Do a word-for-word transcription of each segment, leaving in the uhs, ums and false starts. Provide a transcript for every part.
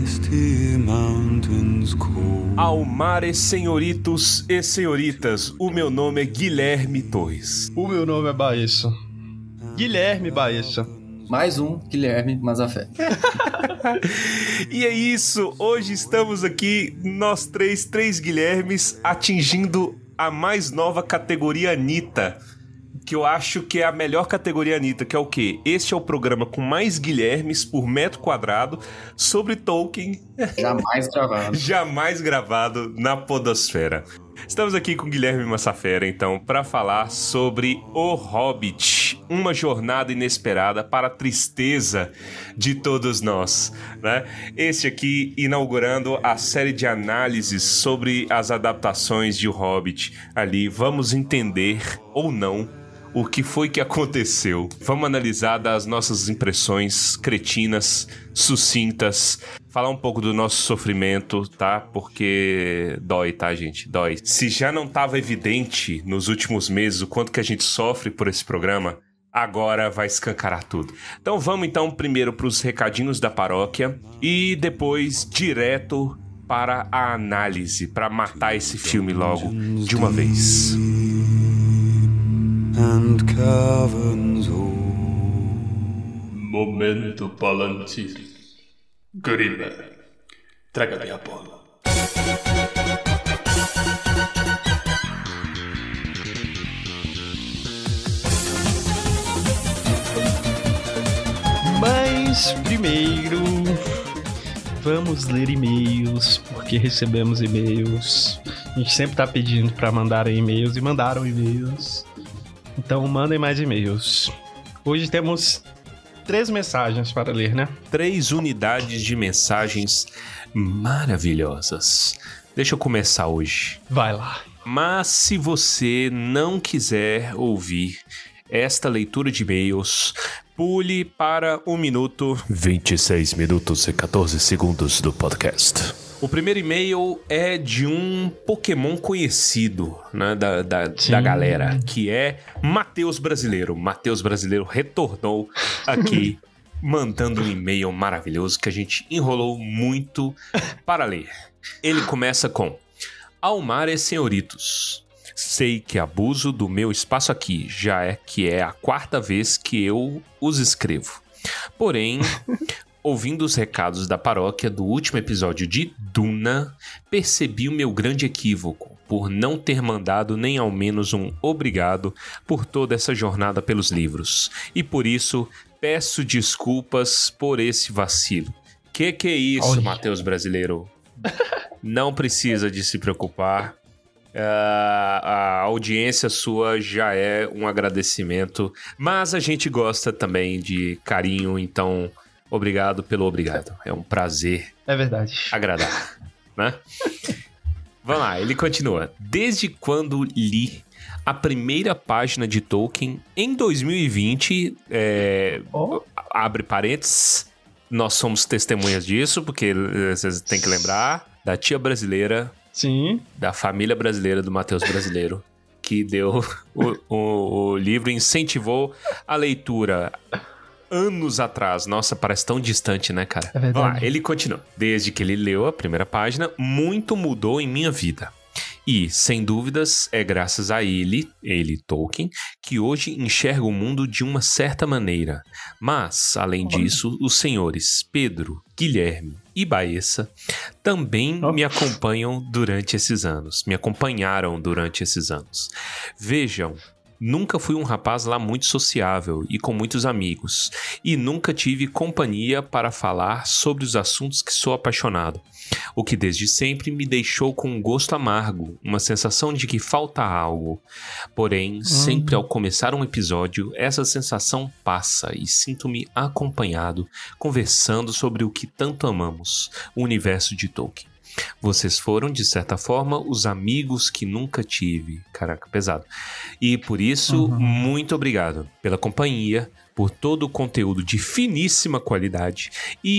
misty mountains cold. Ao mare, senhoritos e senhoritas, o meu nome é Guilherme Torres. O meu nome é Baessa. Guilherme Baessa. Mais um Guilherme Mazafé. E é isso, hoje estamos aqui, nós três, três Guilhermes, atingindo a mais nova categoria Anitta, que eu acho que é a melhor categoria Anitta, que é o quê? Este é o programa com mais Guilhermes por metro quadrado sobre Tolkien. Jamais gravado. Jamais gravado na podosfera. Estamos aqui com Guilherme Massafera, então, para falar sobre O Hobbit, uma jornada inesperada para a tristeza de todos nós, né? Este aqui inaugurando a série de análises sobre as adaptações de O Hobbit. Ali, vamos entender ou não o que foi que aconteceu. Vamos analisar das nossas impressões cretinas, sucintas, falar um pouco do nosso sofrimento, tá? Porque dói, tá, gente? Dói. Se já não estava evidente nos últimos meses o quanto que a gente sofre por esse programa, agora vai escancarar tudo. Então vamos então primeiro para os recadinhos da paróquia e depois direto para a análise, para matar esse filme logo de uma vez. And caverns old. Momento Palantir. Gurima, traga-me a bola. Mas primeiro, vamos ler e-mails, porque recebemos e-mails. A gente sempre tá pedindo pra mandarem e-mails e mandaram e-mails. Então mandem mais e-mails. Hoje temos três mensagens para ler, né? Três unidades de mensagens maravilhosas. Deixa eu começar hoje. Vai lá. Mas se você não quiser ouvir esta leitura de e-mails, pule para um minuto... vinte e seis minutos e catorze segundos do podcast. O primeiro e-mail é de um Pokémon conhecido, né, da, da, da galera, que é Matheus Brasileiro. Matheus Brasileiro retornou aqui, mandando um e-mail maravilhoso que a gente enrolou muito para ler. Ele começa com: Ao mare, senhoritos, sei que abuso do meu espaço aqui, já é que é a quarta vez que eu os escrevo. Porém... ouvindo os recados da paróquia do último episódio de Duna, percebi o meu grande equívoco por não ter mandado nem ao menos um obrigado por toda essa jornada pelos livros. E por isso, peço desculpas por esse vacilo. Que que é isso, Matheus Brasileiro? Não precisa de se preocupar. Uh, a audiência sua já é um agradecimento, mas a gente gosta também de carinho, então... obrigado pelo obrigado. É um prazer. É verdade. Agradar, né? Vamos lá, ele continua. Desde quando li a primeira página de Tolkien em dois mil e vinte, é, oh. abre parênteses, nós somos testemunhas disso, porque vocês têm que lembrar da tia brasileira, sim, da família brasileira do Matheus Brasileiro, que deu o, o, o livro, incentivou a leitura anos atrás. Nossa, parece tão distante, né, cara? É verdade. Vamos lá, ele continua. Desde que ele leu a primeira página, muito mudou em minha vida. E, sem dúvidas, é graças a ele, ele, Tolkien, que hoje enxerga o mundo de uma certa maneira. Mas, além disso, os senhores Pedro, Guilherme e Baessa também oh. me acompanham durante esses anos. Me acompanharam durante esses anos. Vejam, nunca fui um rapaz lá muito sociável e com muitos amigos, e nunca tive companhia para falar sobre os assuntos que sou apaixonado, o que desde sempre me deixou com um gosto amargo, uma sensação de que falta algo. Porém, hum. sempre ao começar um episódio, essa sensação passa e sinto-me acompanhado, conversando sobre o que tanto amamos, o universo de Tolkien. Vocês foram, de certa forma, os amigos que nunca tive. Caraca, pesado. E por isso, uhum. muito obrigado pela companhia, por todo o conteúdo de finíssima qualidade e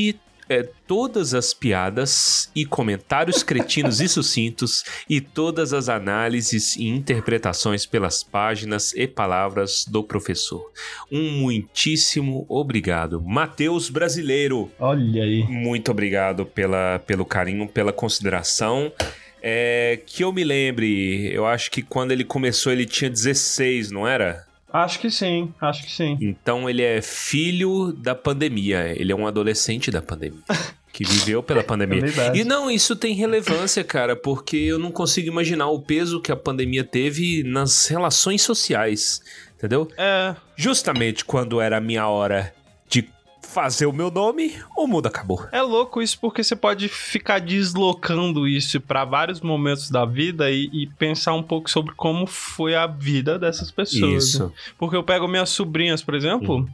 é, todas as piadas e comentários cretinos e sucintos e todas as análises e interpretações pelas páginas e palavras do professor. Um muitíssimo obrigado. Matheus Brasileiro. Olha aí. Muito obrigado pela, pelo carinho, pela consideração. É, que eu me lembre, eu acho que quando ele começou ele tinha dezesseis, não era? Acho que sim, acho que sim. Então ele é filho da pandemia, ele é um adolescente da pandemia, que viveu pela pandemia. É verdade. E não, isso tem relevância, cara, porque eu não consigo imaginar o peso que a pandemia teve nas relações sociais, entendeu? É. Justamente quando era a minha hora de fazer o meu nome, o mundo acabou. É louco isso porque você pode ficar deslocando isso pra vários momentos da vida e, e pensar um pouco sobre como foi a vida dessas pessoas. Isso. Né? Porque eu pego minhas sobrinhas, por exemplo, Hum.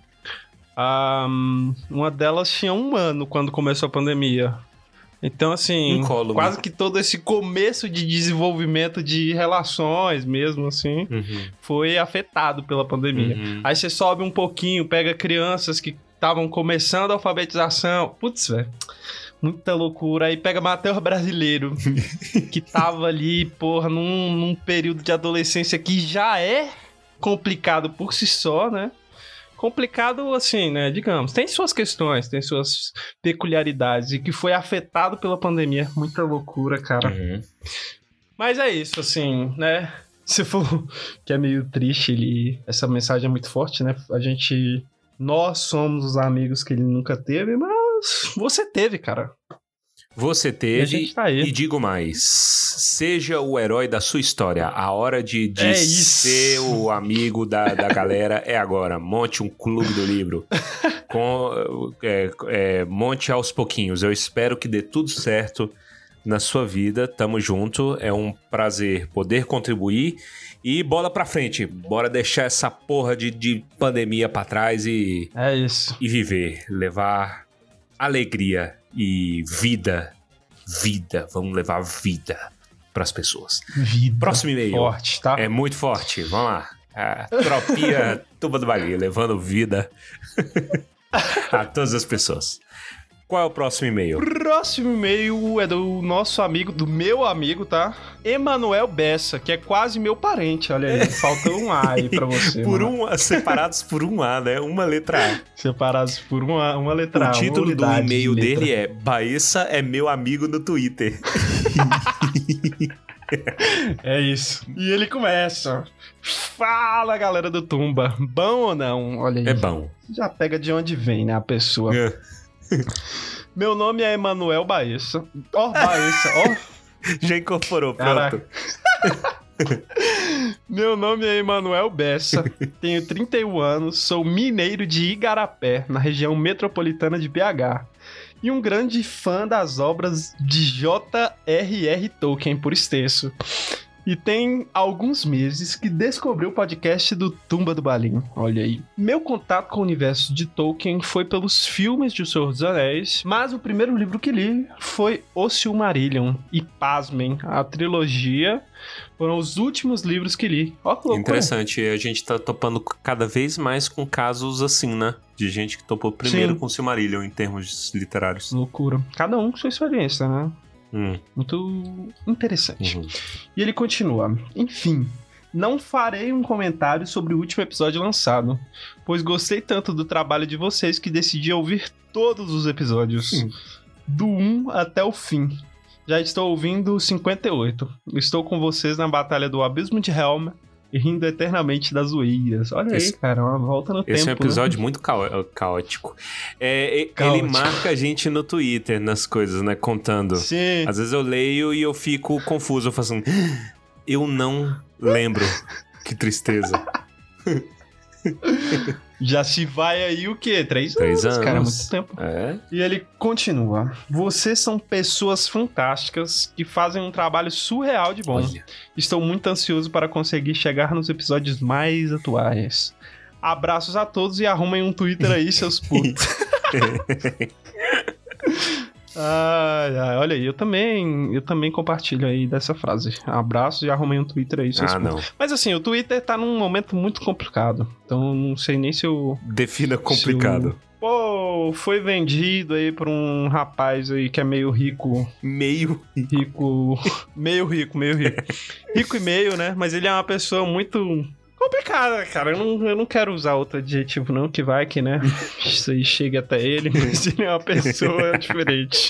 um, uma delas tinha um ano quando começou a pandemia. Então, assim, Incólume. quase que todo esse começo de desenvolvimento de relações mesmo, assim, Uhum. foi afetado pela pandemia. Uhum. Aí você sobe um pouquinho, pega crianças que estavam começando a alfabetização. Putz, velho. Muita loucura. Aí pega Matheus Brasileiro, que tava ali, porra, num, num período de adolescência que já é complicado por si só, né? Complicado, assim, né? Digamos, tem suas questões, tem suas peculiaridades e que foi afetado pela pandemia. Muita loucura, cara. Uhum. Mas é isso, assim, né? Se for que é meio triste, ele... essa mensagem é muito forte, né? A gente... Nós somos os amigos que ele nunca teve, mas você teve, cara. Você E a teve, gente tá aí. e digo mais, seja o herói da sua história. A hora de, de É isso. ser o amigo da, da galera é agora. Monte um clube do livro. Com, é, é, monte aos pouquinhos. Eu espero que dê tudo certo na sua vida. Tamo junto. É um prazer poder contribuir. E bola pra frente. Bora deixar essa porra de, de pandemia pra trás e, É isso. e viver. Levar alegria e vida. Vida. Vamos levar vida pras pessoas. Vida. Próximo e-mail. Forte, tá? É muito forte. Vamos lá. A tropinha Tuba do Balinha, levando vida a todas as pessoas. Qual é o próximo e-mail? Próximo e-mail é do nosso amigo, do meu amigo, tá? Emanuel Bessa, que é quase meu parente, olha aí. Falta um A aí pra você. Por mano. um, separados por um A, né? Uma letra A. Separados por uma, uma letra A. O uma título do unidade e-mail de letra. dele é Baessa é meu amigo no Twitter. É isso. E ele começa. Fala, galera do Tumba. Bom ou não? Olha aí. É bom. Já pega de onde vem, né, a pessoa. É. Meu nome é Emanuel Baessa. Ó, Baessa, ó. Já incorporou, pronto. Caraca. Meu nome é Emanuel Bessa, tenho trinta e um anos, sou mineiro de Igarapé, na região metropolitana de B H, e um grande fã das obras de J R R Tolkien, por extenso. E tem alguns meses que descobri o podcast do Tumba do Balim. Olha aí. Meu contato com o universo de Tolkien foi pelos filmes de O Senhor dos Anéis, mas o primeiro livro que li foi O Silmarillion. E pasmem, a trilogia foram os últimos livros que li. Ó que loucura. Interessante, a gente tá topando cada vez mais com casos assim, né? De gente que topou primeiro Sim. com Silmarillion em termos literários. Loucura. Cada um com sua experiência, né? Hum. Muito interessante. Uhum. E ele continua. Enfim, não farei um comentário sobre o último episódio lançado, pois gostei tanto do trabalho de vocês que decidi ouvir todos os episódios, Hum. do um até o fim. Já estou ouvindo o cinquenta e oito. Estou com vocês na batalha do Abismo de Helm e rindo eternamente das zoeiras. Olha Esse- aí, cara, uma volta no tempo. Esse é um episódio né? muito caó- caótico. É, e- Caótico. Ele marca a gente no Twitter, nas coisas, né? Contando. Sim. Às vezes eu leio e eu fico confuso. Eu falo assim, "Ah, eu não lembro. Que tristeza. Já se vai aí o quê? Três, Três anos, cara, anos. muito tempo. É? E ele continua. Vocês são pessoas fantásticas que fazem um trabalho surreal de bom. Olha. Estou muito ansioso para conseguir chegar nos episódios mais atuais. Abraços a todos e arrumem um Twitter aí, seus putos. Ai, ai, olha aí, eu também, eu também compartilho aí dessa frase. Abraços e arrumem um Twitter aí, seus Ah, putos. não. Mas assim, o Twitter tá num momento muito complicado. Então eu não sei nem se eu... Defina complicado. Pô, foi vendido aí pra um rapaz aí que é meio rico. Meio. Rico. Meio rico, meio rico. Rico e meio, né? Mas ele é uma pessoa muito complicada, cara. Eu não, eu não quero usar outro adjetivo, não, que vai que, né? Isso aí chega até ele, mas ele é uma pessoa diferente.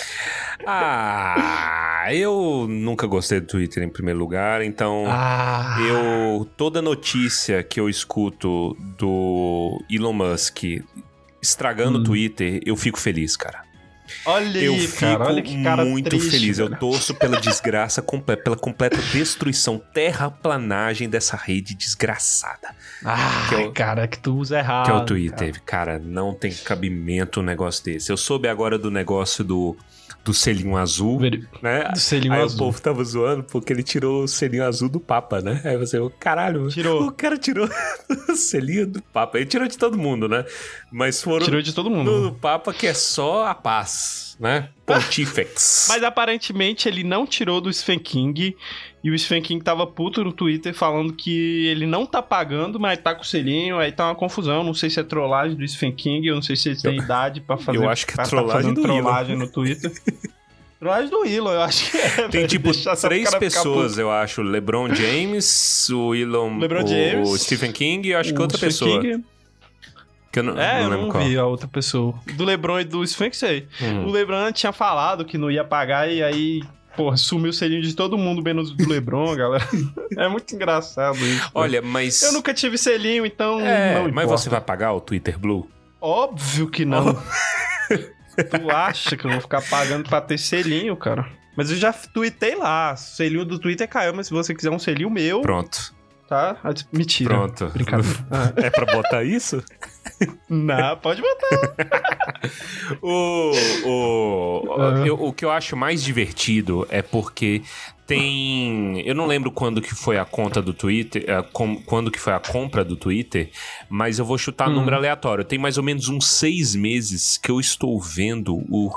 Ah, eu nunca gostei do Twitter em primeiro lugar, então Ah. eu toda notícia que eu escuto do Elon Musk estragando o Hum. Twitter, eu fico feliz, cara. Olha Eu aí, fico cara. Olha que cara muito triste, feliz. velho. Eu torço pela desgraça completa, pela completa destruição, terraplanagem dessa rede desgraçada. Ah, que é o- cara, que tu usa errado. Que é o Twitter. Cara. cara, não tem cabimento um negócio desse. Eu soube agora do negócio do, do selinho azul, Veri- né? Do selinho Aí azul. o povo tava zoando porque ele tirou o selinho azul do Papa, né? Aí você, caralho, Tirou. o cara tirou o selinho do Papa. Ele tirou de todo mundo, né? Mas foram Tirou de todo mundo. do Papa que é só a paz, né? Pontifex. Mas aparentemente ele não tirou do Stephen King. E o Stephen King tava puto no Twitter falando que ele não tá pagando, mas tá com o selinho. Aí tá uma confusão. Não sei se é trollagem do Stephen King. Eu não sei se ele tem Eu- idade pra fazer. eu acho que é pra tá trollagem fazendo do Elon. trollagem no Twitter. Trollagem do Elon, eu acho que é. Tem velho. tipo Deixar só o três cara ficar pessoas, puto. eu acho. LeBron James, o Elon, LeBron o, James, o Stephen King e eu acho que O outra Stephen pessoa. King- Que eu não, É, não eu lembro não qual. vi a outra pessoa. Do LeBron e do Stephen, sei. Hum. O LeBron tinha falado que não ia pagar e aí, porra, sumiu o selinho de todo mundo, menos do LeBron, galera. É muito engraçado isso. Olha, mas... Eu nunca tive selinho, então É, não mas importa. você vai pagar o Twitter Blue? Óbvio que não. Tu acha que eu vou ficar pagando pra ter selinho, cara? Mas eu já tuitei lá. O selinho do Twitter caiu, mas se você quiser um selinho meu, Pronto. tá? Ah, mentira. Pronto. Brincadeira. Ah, É pra botar isso? não, pode botar. o, o, Ah. eu- o que eu acho mais divertido é porque tem... Eu não lembro quando que foi a conta do Twitter, eh, com- quando que foi a compra do Twitter, mas eu vou chutar Hum. número aleatório. Tem mais ou menos uns seis meses que eu estou vendo o...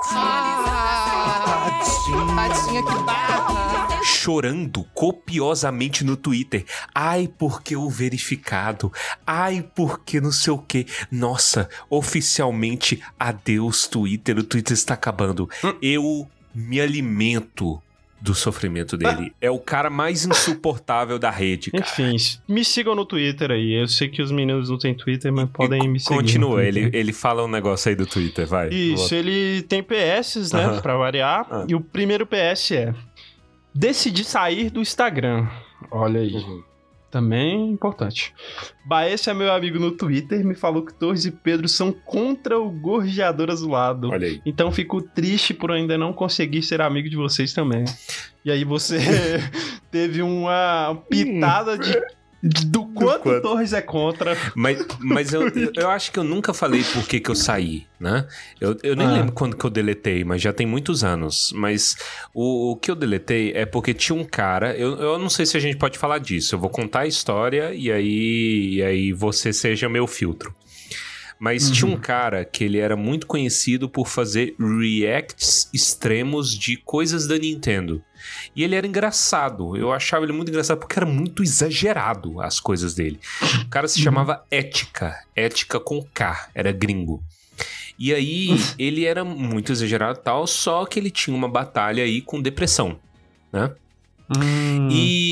chorando copiosamente no Twitter. Ai, porque o verificado. Ai, porque não sei o quê. Nossa, oficialmente, adeus Twitter. O Twitter está acabando. Eu me alimento do sofrimento dele. É o cara mais insuportável da rede, cara. Enfim, me sigam no Twitter aí. Eu sei que os meninos não têm Twitter, mas podem me seguir. no Continua, Twitter. ele, ele fala um negócio aí do Twitter, vai. Isso, ele tem P S, né, Aham. pra variar. Ah. E o primeiro P S é: decidi sair do Instagram. Olha aí. Uhum. Também importante. Baessa é meu amigo no Twitter, me falou que Torres e Pedro são contra o gorjeador azulado. Olha aí. Então fico triste por ainda não conseguir ser amigo de vocês também. E aí você teve uma pitada de, de- do quanto quanto. Torres é contra. Mas, mas eu, eu, eu acho que eu nunca falei por que que eu saí, né? Eu, eu nem Ah. lembro quando que eu deletei, mas já tem muitos anos. Mas o, o que eu deletei é porque tinha um cara... Eu, eu não sei se a gente pode falar disso. Eu vou contar a história e aí, e aí você seja meu filtro. Mas tinha um cara que ele era muito conhecido por fazer reacts extremos de coisas da Nintendo. E ele era engraçado. Eu achava ele muito engraçado porque era muito exagerado as coisas dele. O cara se chamava Ética. Ética com K. Era gringo. E aí, ele era muito exagerado e tal, só que ele tinha uma batalha aí com depressão, né? Hum.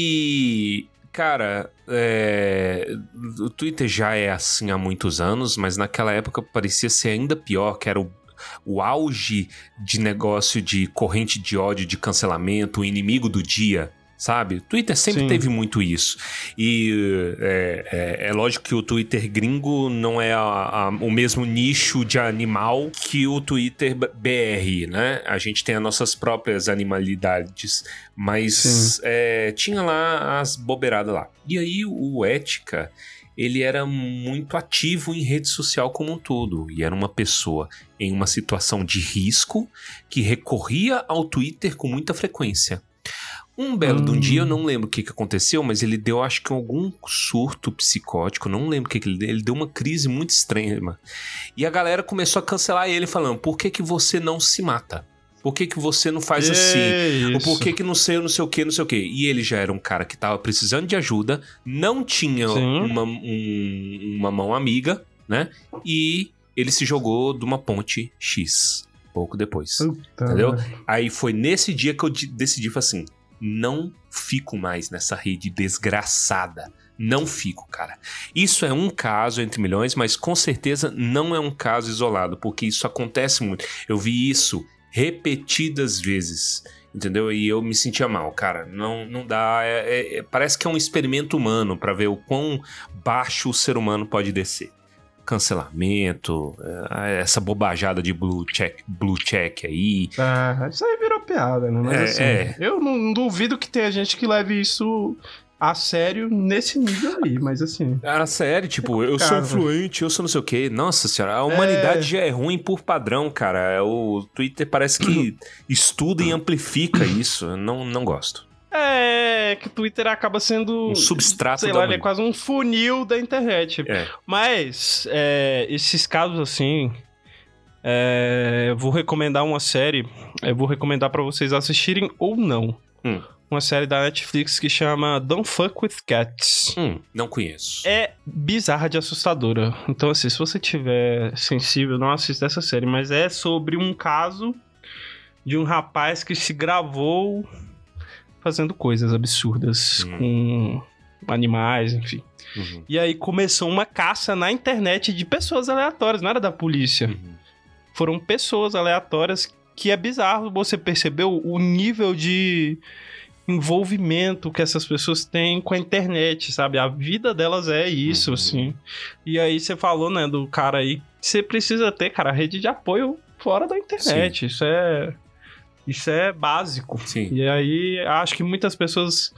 E, cara, é, o Twitter já é assim há muitos anos, mas naquela época parecia ser ainda pior, que era o, o auge de negócio de corrente de ódio, de cancelamento, o inimigo do dia, sabe? O Twitter sempre Sim. teve muito isso. E é, é- é lógico que o Twitter gringo não é a- a- o mesmo nicho de animal que o Twitter B R, né? A gente tem as nossas próprias animalidades, mas Sim. é, tinha lá as bobeiradas lá. E aí o Ética, ele era muito ativo em rede social como um todo, e era uma pessoa em uma situação de risco que recorria ao Twitter com muita frequência. Um belo de um Hum. dia, eu não lembro o que, que aconteceu, mas ele deu, acho que algum surto psicótico, não lembro o que, que ele deu, ele deu uma crise muito extrema. E a galera começou a cancelar ele, falando, por que, que você não se mata? Por que, que você não faz assim? Ou por que que não sei, não sei o que, não sei o que. E ele já era um cara que tava precisando de ajuda, não tinha Sim. uma, um- uma mão amiga, né? E ele se jogou de uma ponte X, pouco depois. Puta, Entendeu? velho. Aí foi nesse dia que eu de- decidi, falei assim, não fico mais nessa rede desgraçada. Não fico, cara. Isso é um caso entre milhões, mas com certeza não é um caso isolado, porque isso acontece muito. Eu vi isso repetidas vezes, entendeu? E eu me sentia mal, cara. Não, não dá. É, é- é- parece que é um experimento humano pra ver o quão baixo o ser humano pode descer. Cancelamento, é, essa bobajada de blue check, blue check aí. Ah, isso aí virou piada, né? Mas É, assim, é. eu não, não duvido que tenha gente que leve isso a sério nesse nível aí, mas assim. Ah, sério, tipo, eu sou complicado. influente, eu sou não sei o quê. Nossa senhora, a humanidade É. já é ruim por padrão, cara. O Twitter parece que estuda e amplifica isso. Eu não, não gosto. É, que o Twitter acaba sendo. Um substrato Sei da lá, ele é humanidade. quase um funil da internet. É. Mas, é, esses casos assim. É, eu vou recomendar uma série. Eu vou recomendar pra vocês assistirem ou não. Hum. Uma série da Netflix que chama Don't Fuck With Cats. Hum, não conheço. É bizarra de assustadora. Então, assim, se você tiver sensível, não assista essa série. Mas é sobre um caso de um rapaz que se gravou fazendo coisas absurdas Hum. com animais, enfim. Uhum, E aí começou uma caça na internet de pessoas aleatórias, não era da polícia. uhum. Foram pessoas aleatórias que é bizarro você perceber o o nível de envolvimento que essas pessoas têm com a internet, sabe? A vida delas é isso, Uhum. assim. E aí você falou, né, do cara aí, você precisa ter, cara, rede de apoio fora da internet. Isso é... Isso é básico. Sim. E aí, acho que muitas pessoas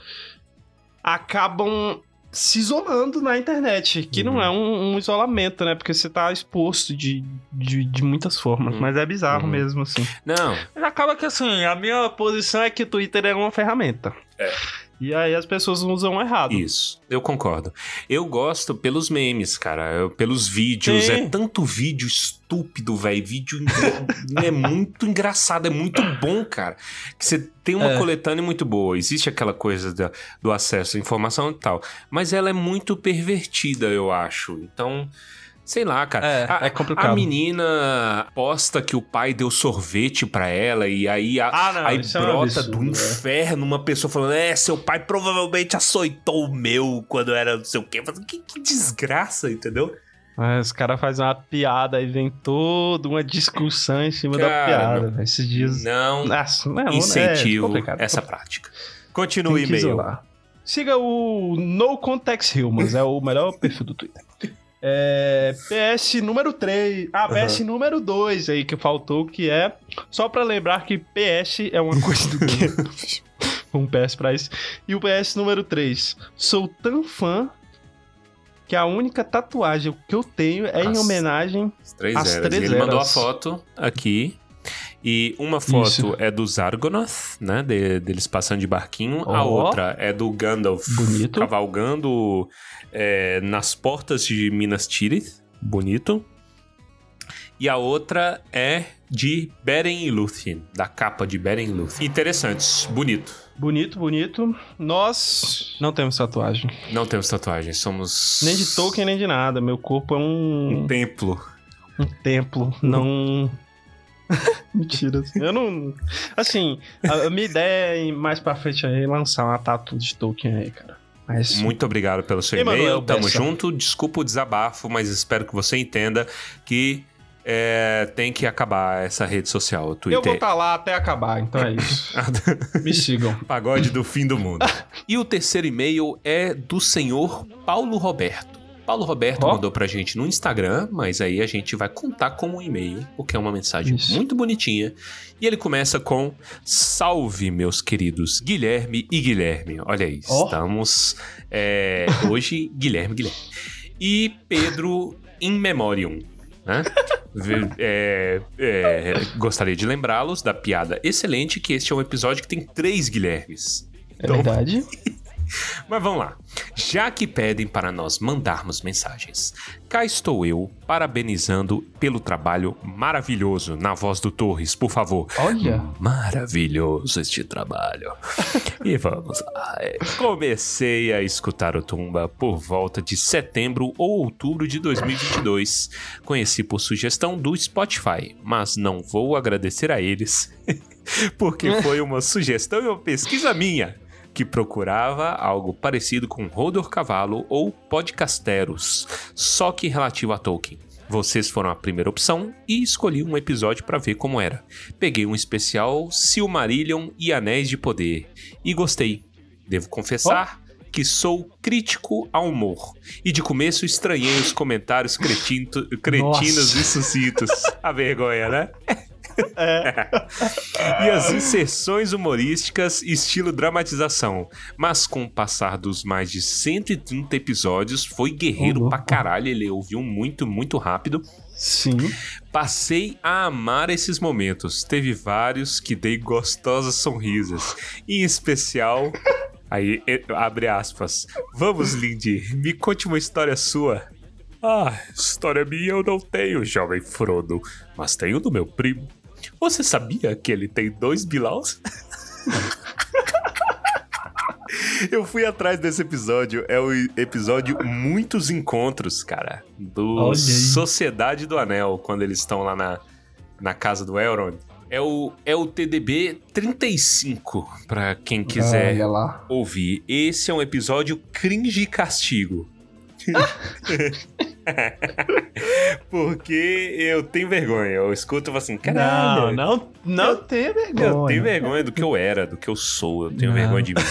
acabam se isolando na internet, que Uhum. não é um, um isolamento, né? Porque você tá exposto de, de, de muitas formas, Uhum. mas é bizarro Uhum. mesmo, assim. Não, Mas acaba que, assim, a minha posição é que o Twitter é uma ferramenta. É. E aí as pessoas usam errado. isso. Eu concordo. Eu gosto pelos memes, cara. eu- pelos vídeos. Sim. É tanto vídeo estúpido, velho. Vídeo é muito engraçado. É muito bom, cara. Que você tem uma É. coletânea muito boa. Existe aquela coisa da- do acesso à informação e tal. Mas ela é muito pervertida, eu acho. Então... Sei lá, cara. É, a, é complicado. A menina posta que o pai deu sorvete pra ela e aí, a, Ah, não, aí isso é um brota absurdo, do é. inferno uma pessoa falando: é, seu pai provavelmente açoitou o meu quando era não sei o quê. Eu falo, Que, que desgraça, entendeu? Mas os caras fazem uma piada e vem toda uma discussão em cima da Cara, piada. não- velho. Esses dias... Não Nossa, não, incentivo é complicado. essa prática. Continue o Tem que e-mail. isolar. Siga o No Context Humans, é o melhor perfil do Twitter. É, P S número três. Ah, P S número dois aí que faltou, que é. Só pra lembrar que P S é uma coisa do que. Um P S pra isso. E o P S número três. Sou tão fã que a única tatuagem que eu tenho é em As- homenagem. As três As eras. três E ele mandou a eras. foto aqui. E uma foto Isso. é do Zargonoth, né? de- deles passando de barquinho. A Ó. outra é do Gandalf Bonito. cavalgando é, nas portas de Minas Tirith. Bonito. E a outra é de Beren e Lúthien, da capa de Beren e Lúthien. Interessantes, bonito. Bonito, bonito. Nós não temos tatuagem. Não temos tatuagem, somos... Nem de Tolkien, nem de nada. Meu corpo é um. Um templo. um templo, não. Mentira. assim. Eu não. Assim, a, a minha ideia é mais pra frente aí lançar uma tatu de Tolkien aí, cara. Mas. Muito obrigado pelo seu Emanuel e-mail, tamo Bessa. junto. Desculpa o desabafo, mas espero que você entenda que é, tem que acabar essa rede social, o Eu Twitter. vou estar lá até acabar, então é isso. Me sigam. Pagode do fim do mundo. E o terceiro e-mail é do senhor Paulo Roberto. Paulo Roberto Ó. mandou pra gente no Instagram, mas aí a gente vai contar como um e-mail, porque é uma mensagem Isso. muito bonitinha. E ele começa com: salve, meus queridos Guilherme e Guilherme. Olha aí, Ó. estamos é, hoje Guilherme, Guilherme. E Pedro in memoriam. Né? Ve- é, é, gostaria de lembrá-los da piada excelente que este é um episódio que tem três Guilhermes. É verdade? Mas vamos lá. Já que pedem para nós mandarmos mensagens, cá estou eu parabenizando pelo trabalho maravilhoso na voz do Torres, por favor. Olha. Maravilhoso este trabalho. E vamos lá. Comecei a escutar o Tumba por volta de setembro ou outubro de dois mil e vinte e dois. Conheci por sugestão do Spotify, mas não vou agradecer a eles, porque foi uma sugestão e uma pesquisa minha, que procurava algo parecido com Rodor Cavalo ou Podcasteros, só que relativo a Tolkien. Vocês foram a primeira opção e escolhi um episódio para ver como era. Peguei um especial Silmarillion e Anéis de Poder e gostei. Devo confessar oh. que sou crítico ao humor e de começo estranhei os comentários cretino, cretinos e sucintos. A vergonha, né? É. E as inserções humorísticas estilo dramatização, mas com o passar dos mais de cento e trinta episódios foi guerreiro oh, pra caralho, ele ouviu muito, muito rápido. Sim. Passei a amar esses momentos, teve vários que dei gostosas sonrisas, em especial, aí abre aspas, vamos Lindy, me conte uma história sua. Ah, história minha eu não tenho, jovem Frodo, mas tenho do meu primo. Você sabia que ele tem dois Bilaus? Eu fui atrás desse episódio. É o episódio Muitos Encontros, cara. Do Sociedade do Anel, quando eles estão lá na, na casa do Elrond. É o, é o T D B trinta e cinco, pra quem quiser ah, lá. ouvir. Esse é um episódio cringe e castigo. Porque eu tenho vergonha. Eu escuto e falo assim, caralho. Não, não, não eu, tenho vergonha. Eu tenho vergonha do que eu era, do que eu sou. Eu tenho não. vergonha de mim.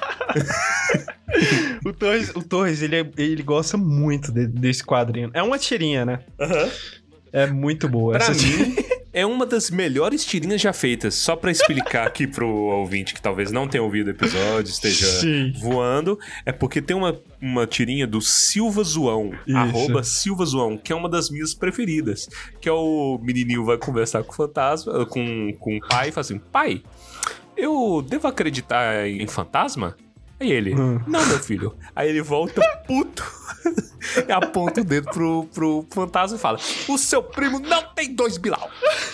o Torres, o Torres ele, é, ele gosta muito de, desse quadrinho. É uma tirinha, né? Aham. Uhum. É muito boa. Pra essa mim, é uma das melhores tirinhas já feitas. Só pra explicar aqui pro ouvinte que talvez não tenha ouvido o episódio, esteja Sim. voando. É porque tem uma, uma tirinha do Silva Zoão, Isso. arroba Silva Zoão, que é uma das minhas preferidas. Que é o menininho vai conversar com o fantasma, com, com o pai e fala assim, pai, eu devo acreditar em fantasma? Aí ele, hum. não, meu filho. Aí ele volta puto e aponta o dedo pro, pro fantasma e fala, o seu primo não tem dois Bilau.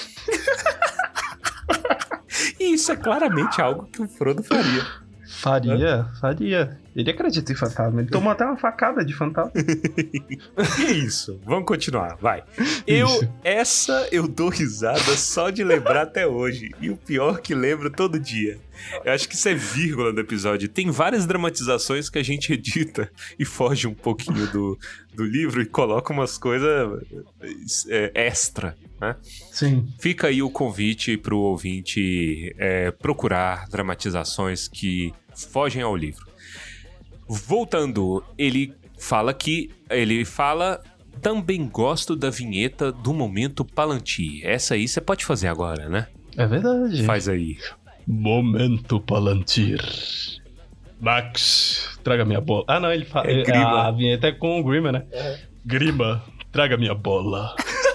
E isso é claramente algo que o Frodo faria. Faria, é? faria. Ele acredita em fantasma. Ele tomou até uma facada de fantasma. E é isso. Vamos continuar, vai. Eu, essa eu dou risada só de lembrar até hoje. E o pior que lembro todo dia. Eu acho que isso é vírgula do episódio. Tem várias dramatizações que a gente edita e foge um pouquinho do, do livro e coloca umas coisas é, extra, né? Sim. Fica aí o convite pro ouvinte é, procurar dramatizações que fogem ao livro. Voltando, ele fala que... Ele fala... Também gosto da vinheta do Momento Palantir. Essa aí você pode fazer agora, né? É verdade. Faz aí. Momento Palantir. Max, traga minha bola. Ah, não, ele fala... É Grima. A vinheta é com o Grima, né? É. Grima, traga minha bola.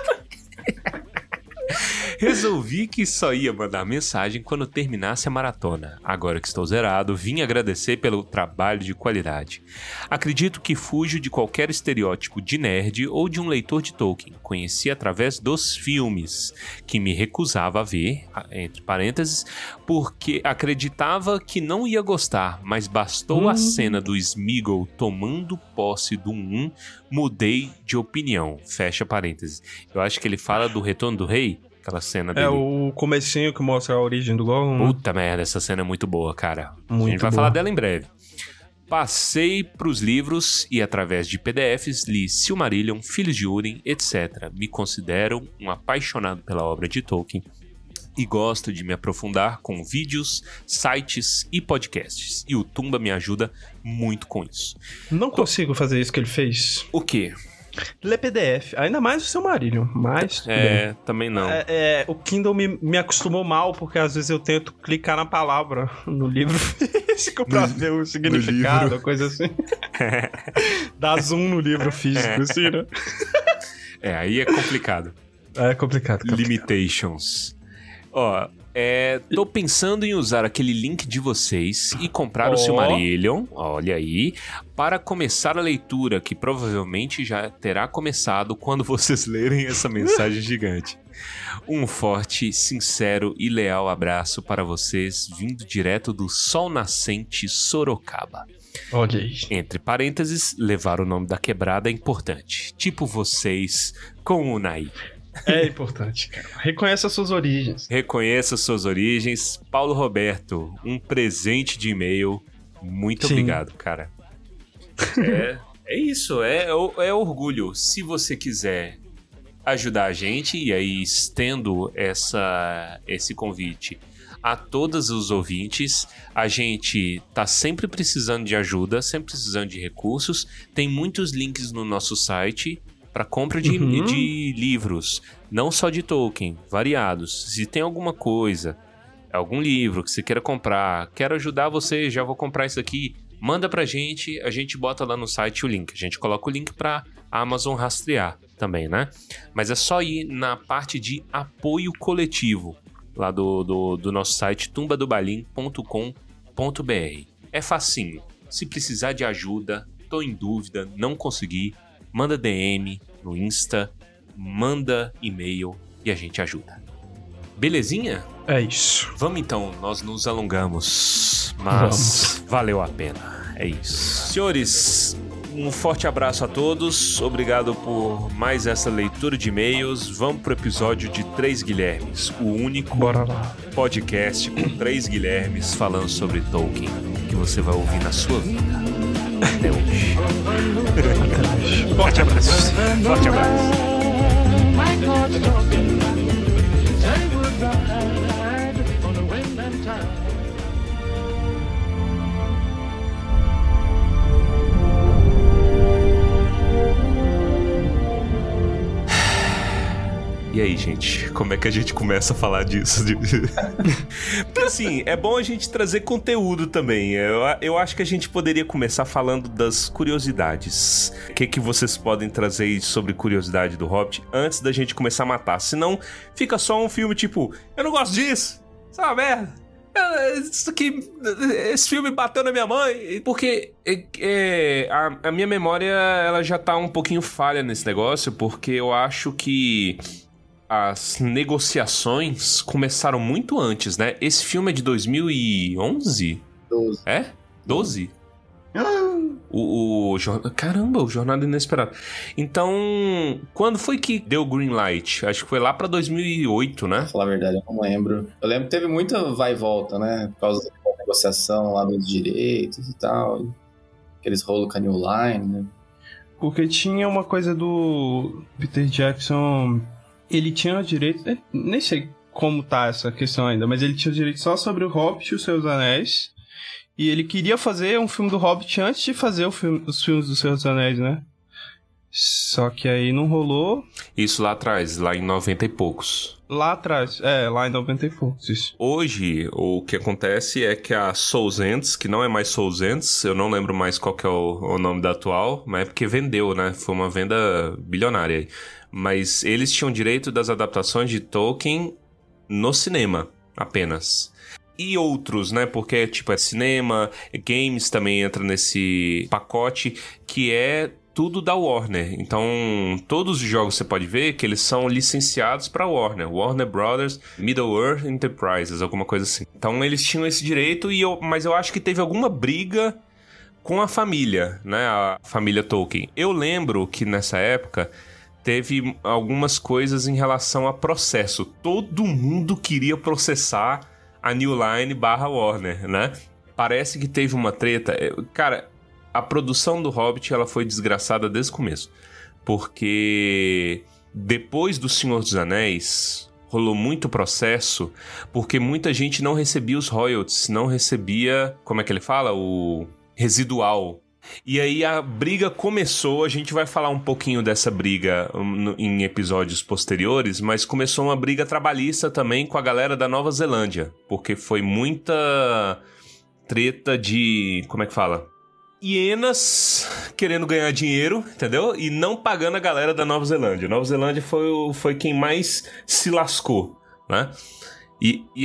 Resolvi que só ia mandar mensagem quando terminasse a maratona. Agora que estou zerado, vim agradecer pelo trabalho de qualidade. Acredito que fujo de qualquer estereótipo de nerd ou de um leitor de Tolkien. Conheci através dos filmes, que me recusava a ver, entre parênteses, porque acreditava que não ia gostar, mas bastou hum. a cena do Sméagol tomando posse do um, mudei de opinião. Fecha parênteses. Eu acho que ele fala do Retorno do Rei. Aquela cena dele. É o comecinho que mostra a origem do Gollum. Puta merda, essa cena é muito boa, cara. Muito a gente vai boa. falar dela em breve. Passei pros livros e através de P D Fs li Silmarillion, Filhos de Húrin, etcétera. Me considero um apaixonado pela obra de Tolkien e gosto de me aprofundar com vídeos, sites e podcasts. E o Tumba me ajuda muito com isso. Não consigo fazer isso que ele fez. O quê? Lê P D F, ainda mais o Silmarillion, mas... É, bem. também não. É, é, o Kindle me, me acostumou mal, porque às vezes eu tento clicar na palavra no livro físico pra no, ver o significado, coisa assim. Dá zoom no livro físico, assim, né? É, aí é complicado. É complicado, complicado. Limitations. Ó, É, tô pensando em usar aquele link de vocês e comprar Oh. o Silmarillion, olha aí, para começar a leitura, que provavelmente já terá começado quando vocês lerem essa mensagem gigante. Um forte, sincero e leal abraço para vocês, vindo direto do Sol Nascente Sorocaba. Olha aí. Entre parênteses, levar o nome da quebrada é importante. Tipo vocês com o Naí. É importante, cara. Reconheça as suas origens. Reconheça suas origens. Paulo Roberto, um presente de e-mail. Muito Sim. obrigado, cara. É, é isso, é, é orgulho. Se você quiser ajudar a gente, e aí estendo essa, esse convite a todos os ouvintes, a gente tá sempre precisando de ajuda, sempre precisando de recursos. Tem muitos links no nosso site para compra de, Uhum. de livros, não só de Tolkien, variados. Se tem alguma coisa, algum livro que você queira comprar, quero ajudar você, já vou comprar isso aqui, manda pra gente, a gente bota lá no site o link. A gente coloca o link pra Amazon rastrear também, né? Mas é só ir na parte de apoio coletivo, lá do, do, do nosso site tumba do balim ponto com ponto b r. É facinho. Se precisar de ajuda, tô em dúvida, não consegui, manda D M no Insta, manda e-mail e a gente ajuda. Belezinha? É isso. Vamos então, nós nos alongamos, mas Vamos. valeu a pena. É isso. Senhores, um forte abraço a todos. Obrigado por mais essa leitura de e-mails. Vamos pro episódio de Três Guilhermes, o único Bora lá. podcast com três Guilhermes falando sobre Tolkien que você vai ouvir na sua vida. Até hoje. Forte abraço. Forte abraço. My thoughts talking, say goodbye on the wind and tide. E aí, gente, como é que a gente começa a falar disso? Porque assim, é bom a gente trazer conteúdo também. Eu, eu acho que a gente poderia começar falando das curiosidades. O que, que vocês podem trazer sobre curiosidade do Hobbit antes da gente começar a matar? Senão, fica só um filme tipo, eu não gosto disso, isso é uma merda. É, Isso aqui, esse filme bateu na minha mãe. Porque é, é, a, a minha memória ela já tá um pouquinho falha nesse negócio, porque eu acho que as negociações começaram muito antes, né? Esse filme é de dois mil e onze? doze. É? doze? O, o jor- Caramba, o Jornada Inesperada. Então, quando foi que deu o green light? Acho que foi lá pra dois mil e oito, né? Pra falar a verdade, eu não lembro. Eu lembro que teve muita vai e volta, né? Por causa da negociação lá dos direitos e tal. Aqueles rolos com a New Line, né? Porque tinha uma coisa do Peter Jackson. Ele tinha o direito. eh, Nem sei como tá essa questão ainda, mas ele tinha o direito só sobre o Hobbit e os Seus Anéis. E ele queria fazer um filme do Hobbit antes de fazer o filme, os filmes dos Seus Anéis, né? Só que aí não rolou. Isso lá atrás, lá em noventa e poucos. Lá atrás, é, lá em noventa e poucos, isso. Hoje, o que acontece é que a Souls Ends, que não é mais Souls Ends, eu não lembro mais qual que é o, o nome da atual, mas é porque vendeu, né? Foi uma venda bilionária aí. Mas eles tinham direito das adaptações de Tolkien no cinema, apenas. E outros, né? Porque, tipo, é cinema, games também entra nesse pacote, que é tudo da Warner. Então, todos os jogos você pode ver que eles são licenciados para Warner. Warner Brothers, Middle-earth Enterprises, alguma coisa assim. Então, eles tinham esse direito, e eu, mas eu acho que teve alguma briga com a família, né? A família Tolkien. Eu lembro que nessa época teve algumas coisas em relação a processo. Todo mundo queria processar a New Line barra Warner, né? Parece que teve uma treta. Cara, a produção do Hobbit ela foi desgraçada desde o começo. Porque depois do Senhor dos Anéis rolou muito processo, porque muita gente não recebia os royalties, não recebia, como é que ele fala? O residual. E aí a briga começou, a gente vai falar um pouquinho dessa briga um, em episódios posteriores, mas começou uma briga trabalhista também com a galera da Nova Zelândia, porque foi muita treta de, como é que fala? Hienas querendo ganhar dinheiro, entendeu? E não pagando a galera da Nova Zelândia. Nova Zelândia foi, o- foi quem mais se lascou, né? E, e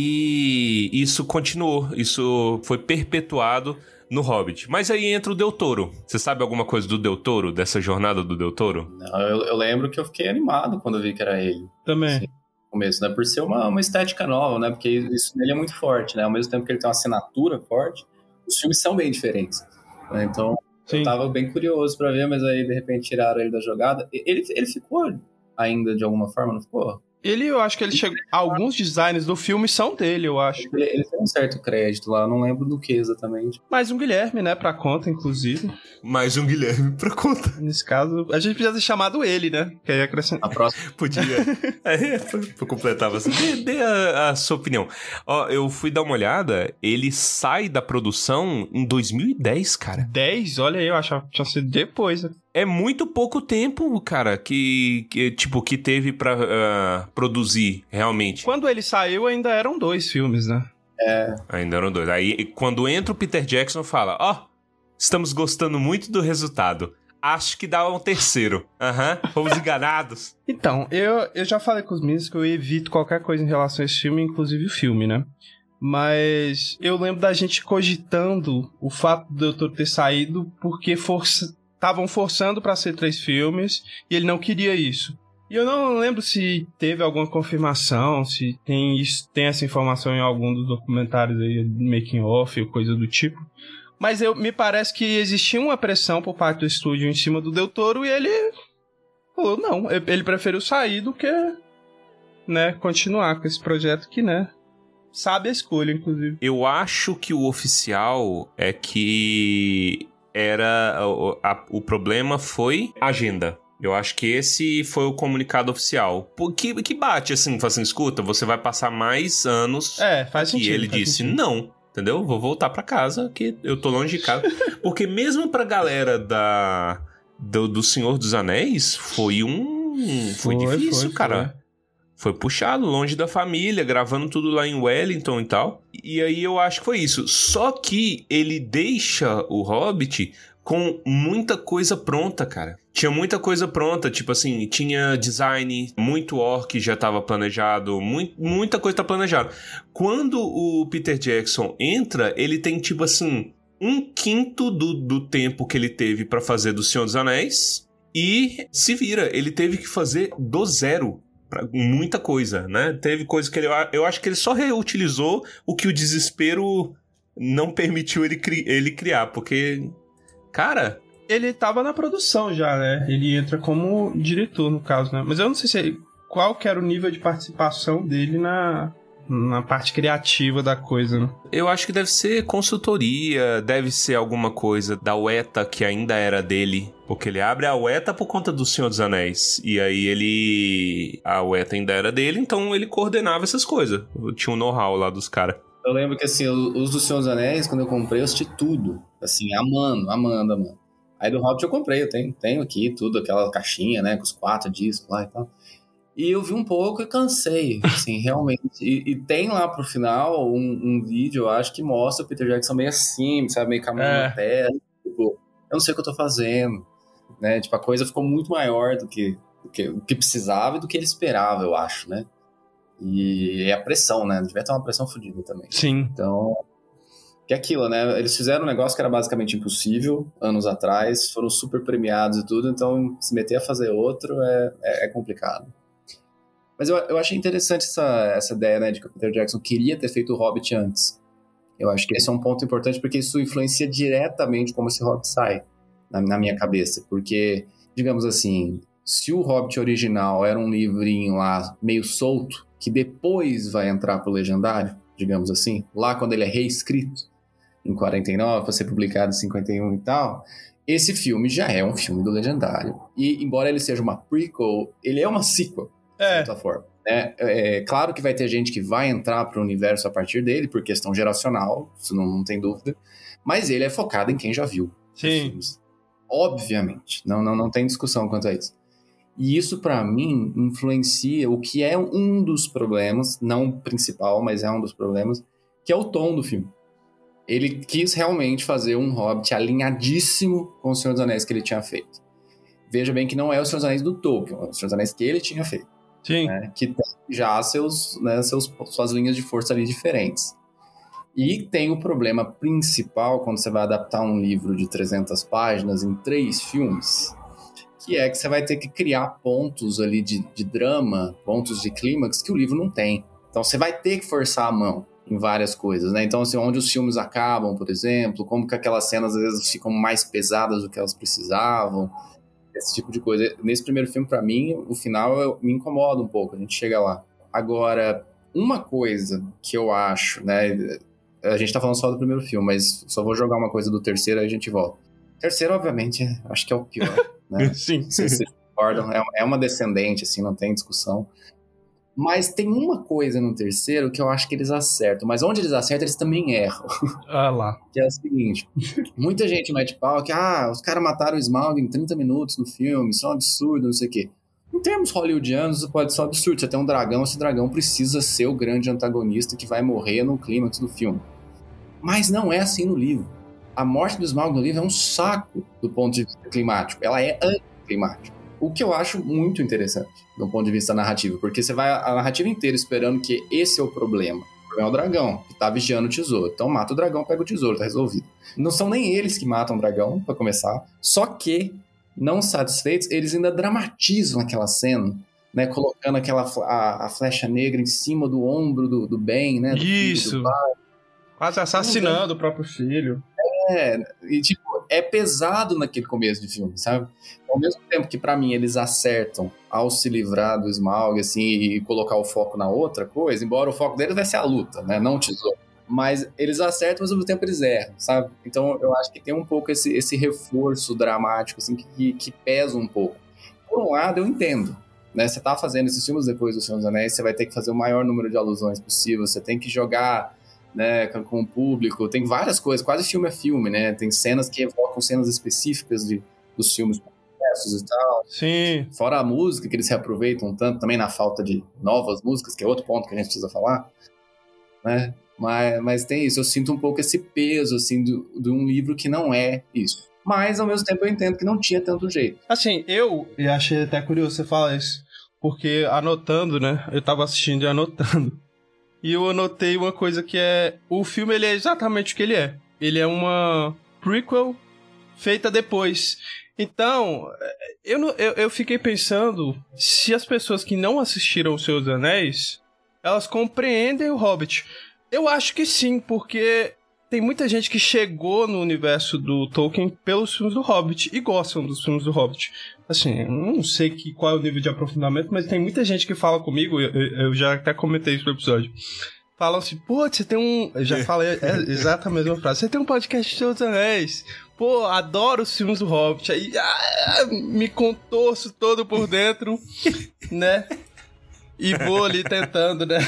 aí, isso continuou, isso foi perpetuado no Hobbit. Mas aí entra o Del Toro. Você sabe alguma coisa do Del Toro, dessa jornada do Del Toro? Não, eu, eu lembro que eu fiquei animado quando eu vi que era ele. Também. Assim, no começo, né? Por ser uma, uma estética nova, né? Porque isso nele é muito forte, né? Ao mesmo tempo que ele tem uma assinatura forte, os filmes são bem diferentes. Né? Então, Sim. eu tava bem curioso pra ver, mas aí, de repente, tiraram ele da jogada. Ele, ele ficou ainda, de alguma forma, não ficou? Ele, eu acho que ele chegou... Alguns designs do filme são dele, eu acho. Ele, ele tem um certo crédito lá, eu não lembro do que exatamente. Mais um Guilherme, né, pra conta, inclusive. Mais um Guilherme pra conta. Nesse caso, a gente podia ter chamado ele, né? Que aí acrescenta. A próxima. Podia. É, pra, pra completar você. Dê, dê a, a sua opinião. Ó, eu fui dar uma olhada, ele sai da produção em dois mil e dez, cara. dez? Olha aí, eu achava que tinha sido depois, né? É muito pouco tempo, cara, que, que tipo, que teve pra uh, produzir, realmente. Quando ele saiu, ainda eram dois filmes, né? É. Ainda eram dois. Aí, quando entra o Peter Jackson, fala, ó, oh, estamos gostando muito do resultado. Acho que dá um terceiro. Aham, uhum, fomos enganados. Então, eu, eu já falei com os meninos que eu evito qualquer coisa em relação a esse filme, inclusive o filme, né? Mas eu lembro da gente cogitando o fato do doutor ter saído porque força... estavam forçando pra ser três filmes e ele não queria isso. E eu não lembro se teve alguma confirmação, se tem, isso, tem essa informação em algum dos documentários aí, making off ou coisa do tipo. Mas eu, me parece que existia uma pressão por parte do estúdio em cima do Del Toro e ele falou, não, ele preferiu sair do que, né, continuar com esse projeto que, né, sabe a escolha, inclusive. Eu acho que o oficial é que era o, a, o problema foi agenda. Eu acho que esse foi o comunicado oficial. Que, que bate, assim, fala assim, escuta, você vai passar mais anos. É, faz aqui. sentido. E ele faz disse, sentido. não, entendeu? Vou voltar pra casa, que eu tô longe de casa. Porque mesmo pra galera da, do, do Senhor dos Anéis, foi um... Foi, foi difícil, foi, cara. Foi. Foi puxado, longe da família, gravando tudo lá em Wellington e tal. E aí eu acho que foi isso. Só que ele deixa o Hobbit com muita coisa pronta, cara. Tinha muita coisa pronta, tipo assim, tinha design, muito orc já estava planejado, muito, muita coisa tá planejada. Quando o Peter Jackson entra, ele tem tipo assim, um quinto do, do tempo que ele teve pra fazer do Senhor dos Anéis e se vira, ele teve que fazer do zero. Muita coisa, né? Teve coisa que ele... Eu acho que ele só reutilizou o que o desespero não permitiu ele, cri, ele criar, porque... Cara... Ele tava na produção já, né? Ele entra como diretor, no caso, né? Mas eu não sei se ele, qual que era o nível de participação dele na, na parte criativa da coisa, né? Eu acho que deve ser consultoria, deve ser alguma coisa da Weta que ainda era dele, porque ele abre a Weta por conta do Senhor dos Anéis, e aí ele... a Weta ainda era dele, então ele coordenava essas coisas. Tinha um know-how lá dos caras. Eu lembro que, assim, os do Senhor dos Anéis, quando eu comprei, eu assisti tudo. Assim, amando, amando, amando. Aí do Hobbit eu comprei, eu tenho, tenho aqui tudo, aquela caixinha, né, com os quatro discos lá e tal. E eu vi um pouco e cansei, assim, realmente. E, e tem lá pro final um, um vídeo, eu acho, que mostra o Peter Jackson meio assim, sabe, meio com a mão É. na tela. Tipo, eu não sei o que eu tô fazendo, né? Tipo, a coisa ficou muito maior do que, do que o que precisava e do que ele esperava, eu acho, né? E é a pressão, né? Devia ter uma pressão fodida também. Sim. Então... Que é aquilo, né? Eles fizeram um negócio que era basicamente impossível anos atrás, foram super premiados e tudo, então se meter a fazer outro é, é, é complicado. Mas eu, eu achei interessante essa, essa ideia, né, de que o Peter Jackson queria ter feito o Hobbit antes. Eu acho que esse é um ponto importante porque isso influencia diretamente como esse Hobbit sai, na, na minha cabeça. Porque, digamos assim, se o Hobbit original era um livrinho lá meio solto, que depois vai entrar pro Legendário, digamos assim, lá quando ele é reescrito, em quarenta e nove, para ser publicado em cinquenta e um e tal, esse filme já é um filme do Legendário. E, embora ele seja uma prequel, ele é uma sequel, de É. certa forma. É, é claro que vai ter gente que vai entrar para o universo a partir dele, por questão geracional, isso não, não tem dúvida, mas ele é focado em quem já viu os Sim. filmes. Obviamente, não, não, não tem discussão quanto a isso. E isso, para mim, influencia o que é um dos problemas, não o principal, mas é um dos problemas, que é o tom do filme. Ele quis realmente fazer um Hobbit alinhadíssimo com o Senhor dos Anéis que ele tinha feito. Veja bem que não é o Senhor dos Anéis do Tolkien, é o Senhor dos Anéis que ele tinha feito. Sim. Né? Que tem já seus, né, seus, suas linhas de força ali diferentes. E tem o problema principal quando você vai adaptar um livro de trezentas páginas em três filmes, que é que você vai ter que criar pontos ali de, de drama, pontos de clímax que o livro não tem. Então você vai ter que forçar a mão em várias coisas, né? Então, assim, onde os filmes acabam, por exemplo, como que aquelas cenas às vezes ficam mais pesadas do que elas precisavam, esse tipo de coisa. Nesse primeiro filme, pra mim, o final eu, me incomoda um pouco, a gente chega lá. Agora, uma coisa que eu acho, né? A gente tá falando só do primeiro filme, mas só vou jogar uma coisa do terceiro e a gente volta. O terceiro, obviamente, acho que é o pior, né? Sim. Se vocês concordam, é, é uma descendente, assim, não tem discussão. Mas tem uma coisa no terceiro que eu acho que eles acertam. Mas onde eles acertam, eles também erram. Ah lá. Que é o seguinte. Muita gente mete pau que, ah, os caras mataram o Smaug em trinta minutos no filme. Isso é um absurdo, não sei o quê. Em termos hollywoodianos, isso pode ser um absurdo. Você tem um dragão, esse dragão precisa ser o grande antagonista que vai morrer no clímax do filme. Mas não é assim no livro. A morte do Smaug no livro é um saco do ponto de vista climático. Ela é anticlimática. O que eu acho muito interessante do ponto de vista narrativo, porque você vai a narrativa inteira esperando que esse é o problema. O problema é o dragão, que tá vigiando o tesouro. Então mata o dragão, pega o tesouro, tá resolvido. Não são nem eles que matam o dragão, pra começar. Só que, não satisfeitos, eles ainda dramatizam aquela cena, né? Colocando aquela, a, a flecha negra em cima do ombro do, do Ben, né? Do Isso. filho, do pai. Quase assassinando o próprio filho. É, e tipo, é pesado naquele começo de filme, sabe? Ao mesmo tempo que pra mim eles acertam ao se livrar do Smaug, assim, e colocar o foco na outra coisa, embora o foco deles vai ser a luta, né? Não o tesouro. Mas eles acertam, mas ao mesmo tempo eles erram, sabe? Então eu acho que tem um pouco esse, esse reforço dramático, assim, que, que pesa um pouco. Por um lado, eu entendo, né? Você tá fazendo esses filmes depois do Senhor dos Anéis, você vai ter que fazer o maior número de alusões possível, você tem que jogar, né, com o público, tem várias coisas, quase filme é filme, né? Tem cenas que evocam cenas específicas de, dos filmes e tal. Sim. Fora a música, que eles reaproveitam tanto, também na falta de novas músicas, que é outro ponto que a gente precisa falar, né? Mas, mas tem isso, eu sinto um pouco esse peso, assim, de, de um livro que não é isso. Mas, ao mesmo tempo, eu entendo que não tinha tanto jeito. Assim, eu... E achei até curioso você falar isso, porque anotando, né? Eu tava assistindo e anotando. E eu anotei uma coisa que é... O filme, ele é exatamente o que ele é. Ele é uma prequel feita depois. Então, eu, não, eu, eu fiquei pensando se as pessoas que não assistiram O Senhor dos Anéis, elas compreendem o Hobbit. Eu acho que sim, porque tem muita gente que chegou no universo do Tolkien pelos filmes do Hobbit e gostam dos filmes do Hobbit. Assim, eu não sei que, qual é o nível de aprofundamento, mas tem muita gente que fala comigo, eu, eu já até comentei isso no episódio. Falam assim, pô, você tem um... Eu já falei é, exata a mesma frase. Você tem um podcast de Senhor dos Anéis. Pô, adoro os filmes do Hobbit. Aí ah, me contorço todo por dentro, né? E vou ali tentando, né?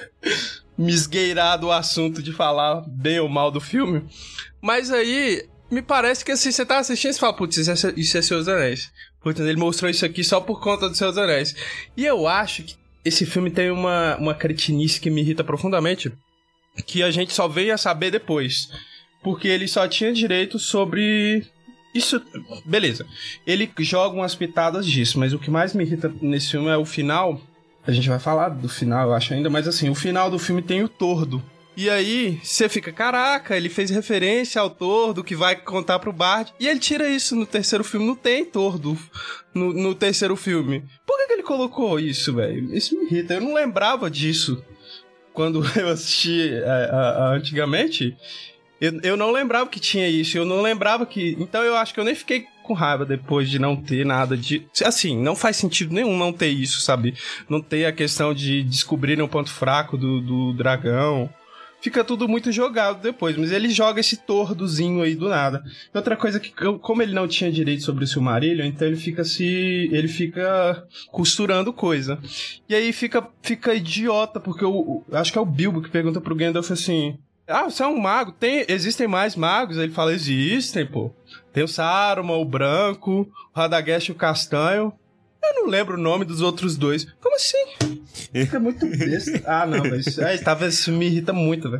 me esgueirar do assunto de falar bem ou mal do filme. Mas aí, me parece que assim, você tá assistindo e você fala, putz, isso é, isso é Senhor dos Anéis. Putz, ele mostrou isso aqui só por conta do Senhor dos Anéis. E eu acho que esse filme tem uma, uma cretinice que me irrita profundamente, que a gente só veio a saber depois. Porque ele só tinha direito sobre... Isso, beleza. Ele joga umas pitadas disso, mas o que mais me irrita nesse filme é o final. A gente vai falar do final, eu acho ainda, mas assim, o final do filme tem o Tordo. E aí, você fica, caraca, ele fez referência ao Tordo que vai contar pro Bard. E ele tira isso no terceiro filme, não tem Tordo no, no terceiro filme. Por que, que ele colocou isso, velho? Isso me irrita, eu não lembrava disso quando eu assisti é, a, a, antigamente. Eu, eu não lembrava que tinha isso, eu não lembrava que... Então eu acho que eu nem fiquei com raiva depois de não ter nada de... Assim, não faz sentido nenhum não ter isso, sabe? Não ter a questão de descobrirem o ponto fraco do, do dragão. Fica tudo muito jogado depois, mas ele joga esse tordozinho aí do nada. Outra coisa que, como ele não tinha direito sobre o Silmarillion, então ele fica se... ele fica costurando coisa. E aí fica, fica idiota, porque eu, eu acho que é o Bilbo que pergunta pro Gandalf assim... Ah, você é um mago? Tem, existem mais magos? Ele fala, existem, pô. Tem o Saruman, o branco, o Radagast e o castanho. Eu não lembro o nome dos outros dois. Como assim? Fica muito besta. Ah, não, mas... É, tava, isso me irrita muito, velho.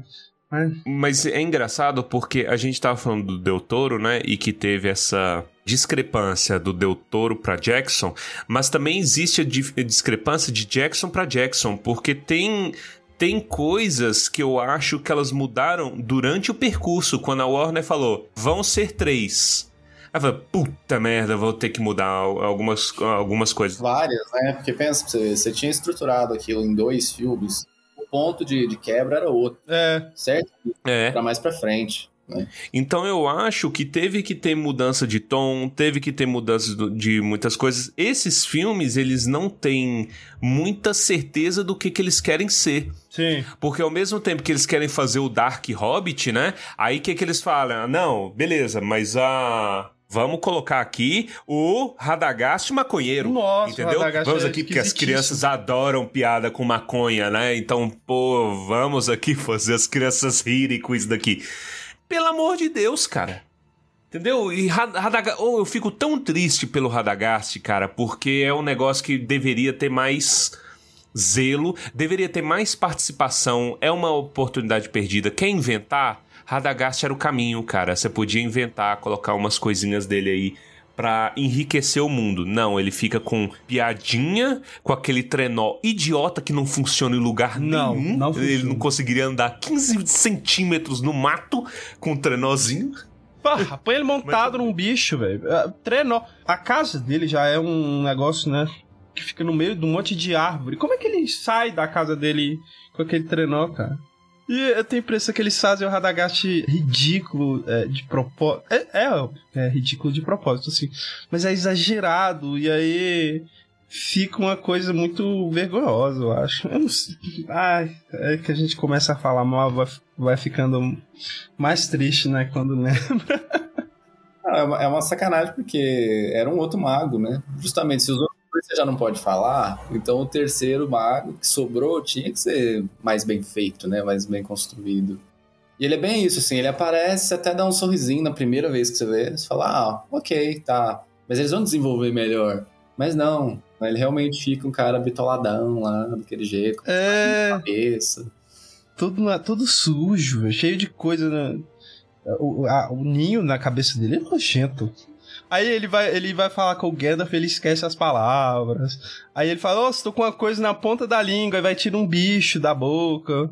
É. Mas é engraçado porque a gente tava falando do Del Toro, né? E que teve essa discrepância do Del Toro pra Jackson, mas também existe a di- discrepância de Jackson pra Jackson, porque tem... Tem coisas que eu acho que elas mudaram durante o percurso, quando a Warner falou, vão ser três. Aí eu falei, puta merda, vou ter que mudar algumas, algumas coisas. Várias, né? Porque pensa pra você ver, você tinha estruturado aquilo em dois filmes, o ponto de, de quebra era outro, É. certo? É. Pra mais pra frente, né? Então eu acho que teve que ter mudança de tom, teve que ter mudança do- de muitas coisas. Esses filmes, eles não têm muita certeza do que, que eles querem ser. Sim. Porque ao mesmo tempo que eles querem fazer o Dark Hobbit, né? Aí o que, que eles falam? Não, beleza, mas a... vamos colocar aqui o Radagast maconheiro. Nossa, entendeu? o Radagast Vamos é aqui porque as esquisitíssimo. crianças adoram piada com maconha, né? Então, pô, vamos aqui fazer as crianças rirem com isso daqui. Pelo amor de Deus, cara. Entendeu? E Radagast... Oh, eu fico tão triste pelo Radagast, cara, porque é um negócio que deveria ter mais zelo, deveria ter mais participação, é uma oportunidade perdida. Quer inventar? Radagast era o caminho, cara. Você podia inventar, colocar umas coisinhas dele aí pra enriquecer o mundo. Não, ele fica com piadinha, com aquele trenó idiota que não funciona em lugar Não, nenhum. não Ele funciona. não conseguiria andar quinze centímetros no mato com um trenózinho. Porra, põe ele montado num bicho, velho. Ah, Trenó. A casa dele já é um negócio, né? Que fica no meio de um monte de árvore. Como é que ele sai da casa dele com aquele trenó, cara? E eu tenho a impressão que eles fazem o Radagast ridículo é, de propósito. É, é, é ridículo de propósito, assim. Mas é exagerado. E aí fica uma coisa muito vergonhosa, eu acho. Eu não sei. Ai, é que a gente começa a falar mal, vai, vai ficando mais triste, né? Quando lembra. Ah, é uma- é uma sacanagem, porque era um outro mago, né? Justamente, se os outros dois você já não pode falar, então o terceiro mago que sobrou tinha que ser mais bem feito, né? Mais bem construído. E ele é bem isso, assim, ele aparece, até dá um sorrisinho na primeira vez que você vê, você fala, ah, ok, tá. Mas eles vão desenvolver melhor. Mas não, ele realmente fica um cara bitoladão lá, daquele jeito, com É. cabeça. Tudo, na- tudo sujo, véio, cheio de coisa. Né? O, a- o ninho na cabeça dele é nojento. Aí ele vai, ele vai falar com o Gandalf, ele esquece as palavras. Aí ele fala, nossa, tô com uma coisa na ponta da língua, aí vai tirar um bicho da boca.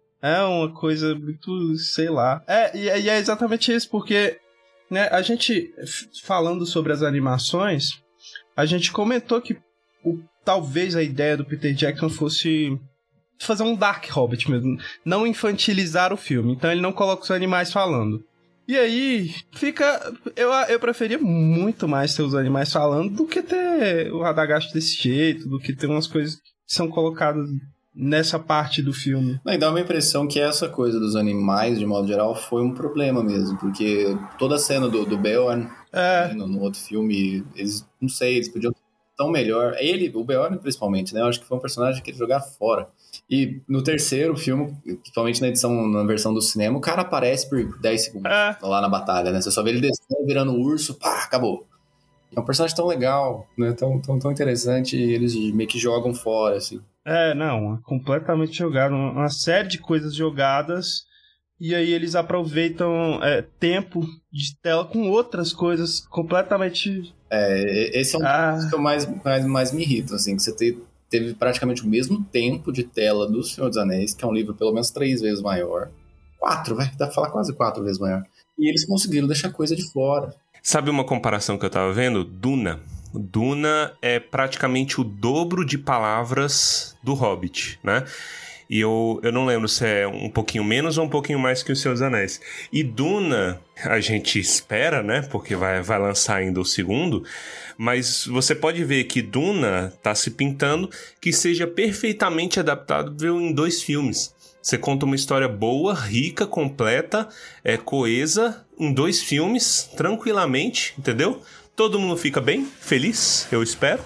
É uma coisa muito, sei lá. É, e, e é exatamente isso, porque né, a gente, f- falando sobre as animações, a gente comentou que o, talvez a ideia do Peter Jackson fosse fazer um Dark Hobbit mesmo, não infantilizar o filme. Então ele não coloca os animais falando. E aí, fica... Eu, eu preferia muito mais ter os animais falando do que ter o Radagast desse jeito, do que ter umas coisas que são colocadas nessa parte do filme. Não, e dá uma impressão que essa coisa dos animais, de modo geral, foi um problema mesmo, porque toda a cena do, do Beorn, É, no, no outro filme, eles, não sei, eles podiam ser tão melhor. Ele, o Beorn principalmente, né? Eu acho que foi um personagem que eles jogaram fora. E no terceiro filme, principalmente na edição, na versão do cinema, o cara aparece por dez segundos É. lá na batalha, né? Você só vê ele descendo, virando um urso, pá, acabou. É um personagem tão legal, né? Tão, tão, tão interessante, e eles meio que jogam fora, assim. é, não, completamente jogado. Uma série de coisas jogadas. E aí eles aproveitam é, tempo de tela com outras coisas completamente... É, esse é um Ah, dos que eu mais, mais, mais me irrito, assim, que você te- teve praticamente o mesmo tempo de tela do Senhor dos Anéis, que é um livro pelo menos três vezes maior. Quatro, vai, dá pra falar quase quatro vezes maior. E eles conseguiram deixar coisa de fora. Sabe uma comparação que eu tava vendo? Duna. Duna é praticamente o dobro de palavras do Hobbit, né? E eu, eu não lembro se é um pouquinho menos ou um pouquinho mais que o Senhor dos Anéis. E Duna, a gente espera, né? Porque vai, vai lançar ainda o segundo. Mas você pode ver que Duna tá se pintando que seja perfeitamente adaptável em dois filmes. Você conta uma história boa, rica, completa, é, coesa, em dois filmes, tranquilamente, entendeu? Todo mundo fica bem, feliz, eu espero.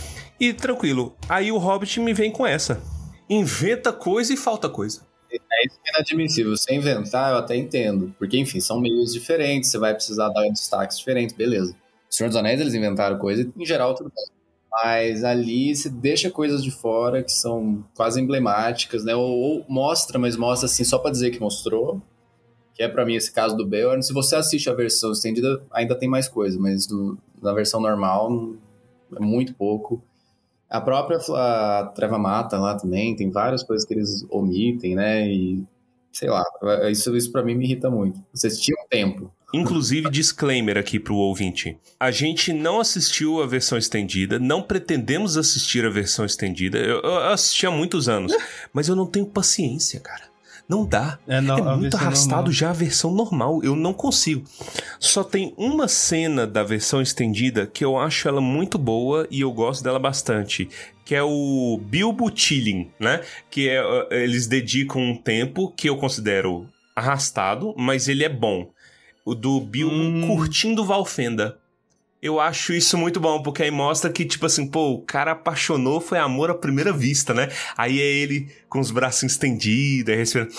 E tranquilo. Aí o Hobbit me vem com essa. Inventa coisa e falta coisa. É isso que é inadmissível. Você inventar, eu até entendo. Porque, enfim, são meios diferentes, você vai precisar dar destaques diferentes, beleza. O Senhor dos Anéis, eles inventaram coisa e, em geral, tudo bem. Mas ali você deixa coisas de fora que são quase emblemáticas, né? Ou, ou mostra, mas mostra assim só pra dizer que mostrou. Que é pra mim esse caso do Beorn. Se você assiste a versão estendida, ainda tem mais coisa, mas do, na versão normal é muito pouco. A própria a Treva Mata lá também, tem várias coisas que eles omitem, né? E sei lá, isso, isso pra mim me irrita muito. Vocês tinham tempo. Inclusive, disclaimer aqui pro ouvinte. A gente não assistiu a versão estendida, não pretendemos assistir a versão estendida. Eu, eu assisti há muitos anos, mas eu não tenho paciência, cara. Não dá. É, não, é muito arrastado normal. Já a versão normal. Eu não consigo. Só tem uma cena da versão estendida que eu acho ela muito boa e eu gosto dela bastante. Que é o Bilbo Chilling, né? Que é, eles dedicam um tempo que eu considero arrastado, mas ele é bom. O do Bilbo hum. curtindo Valfenda. Eu acho isso muito bom, porque aí mostra que, tipo assim, pô, o cara apaixonou, foi amor à primeira vista, né? Aí é ele com os braços estendidos, aí respirando.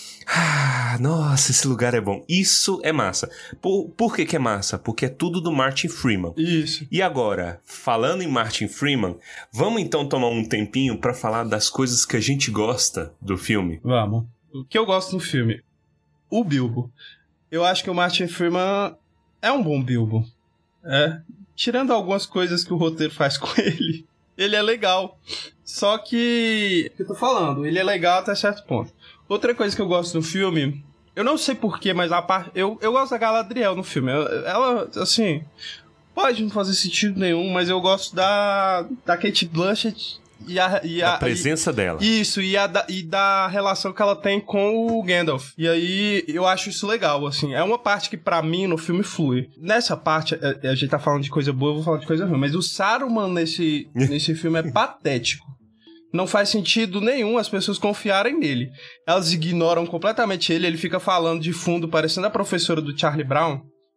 Ah, nossa, esse lugar é bom. Isso é massa. Por, por que que é massa? Porque é tudo do Martin Freeman. Isso. E agora, falando em Martin Freeman, vamos então tomar um tempinho pra falar das coisas que a gente gosta do filme? Vamos. O que eu gosto do filme? O Bilbo. Eu acho que o Martin Freeman é um bom Bilbo. É. Tirando algumas coisas que o roteiro faz com ele, ele é legal. Só que... O que eu tô falando? Ele é legal até certo ponto. Outra coisa que eu gosto no filme... Eu não sei porquê, mas a parte... Eu, eu gosto da Galadriel no filme. Ela, assim... Pode não fazer sentido nenhum, mas eu gosto da... Da Cate Blanchett... E a, e a, a presença e, dela. Isso, e, a, e da relação que ela tem com o Gandalf. E aí, eu acho isso legal, assim. É uma parte que, pra mim, no filme flui. Nessa parte, a, a gente tá falando de coisa boa, eu vou falar de coisa ruim. Mas o Saruman nesse, nesse filme é patético. Não faz sentido nenhum as pessoas confiarem nele. Elas ignoram completamente ele. Ele fica falando de fundo, parecendo a professora do Charlie Brown.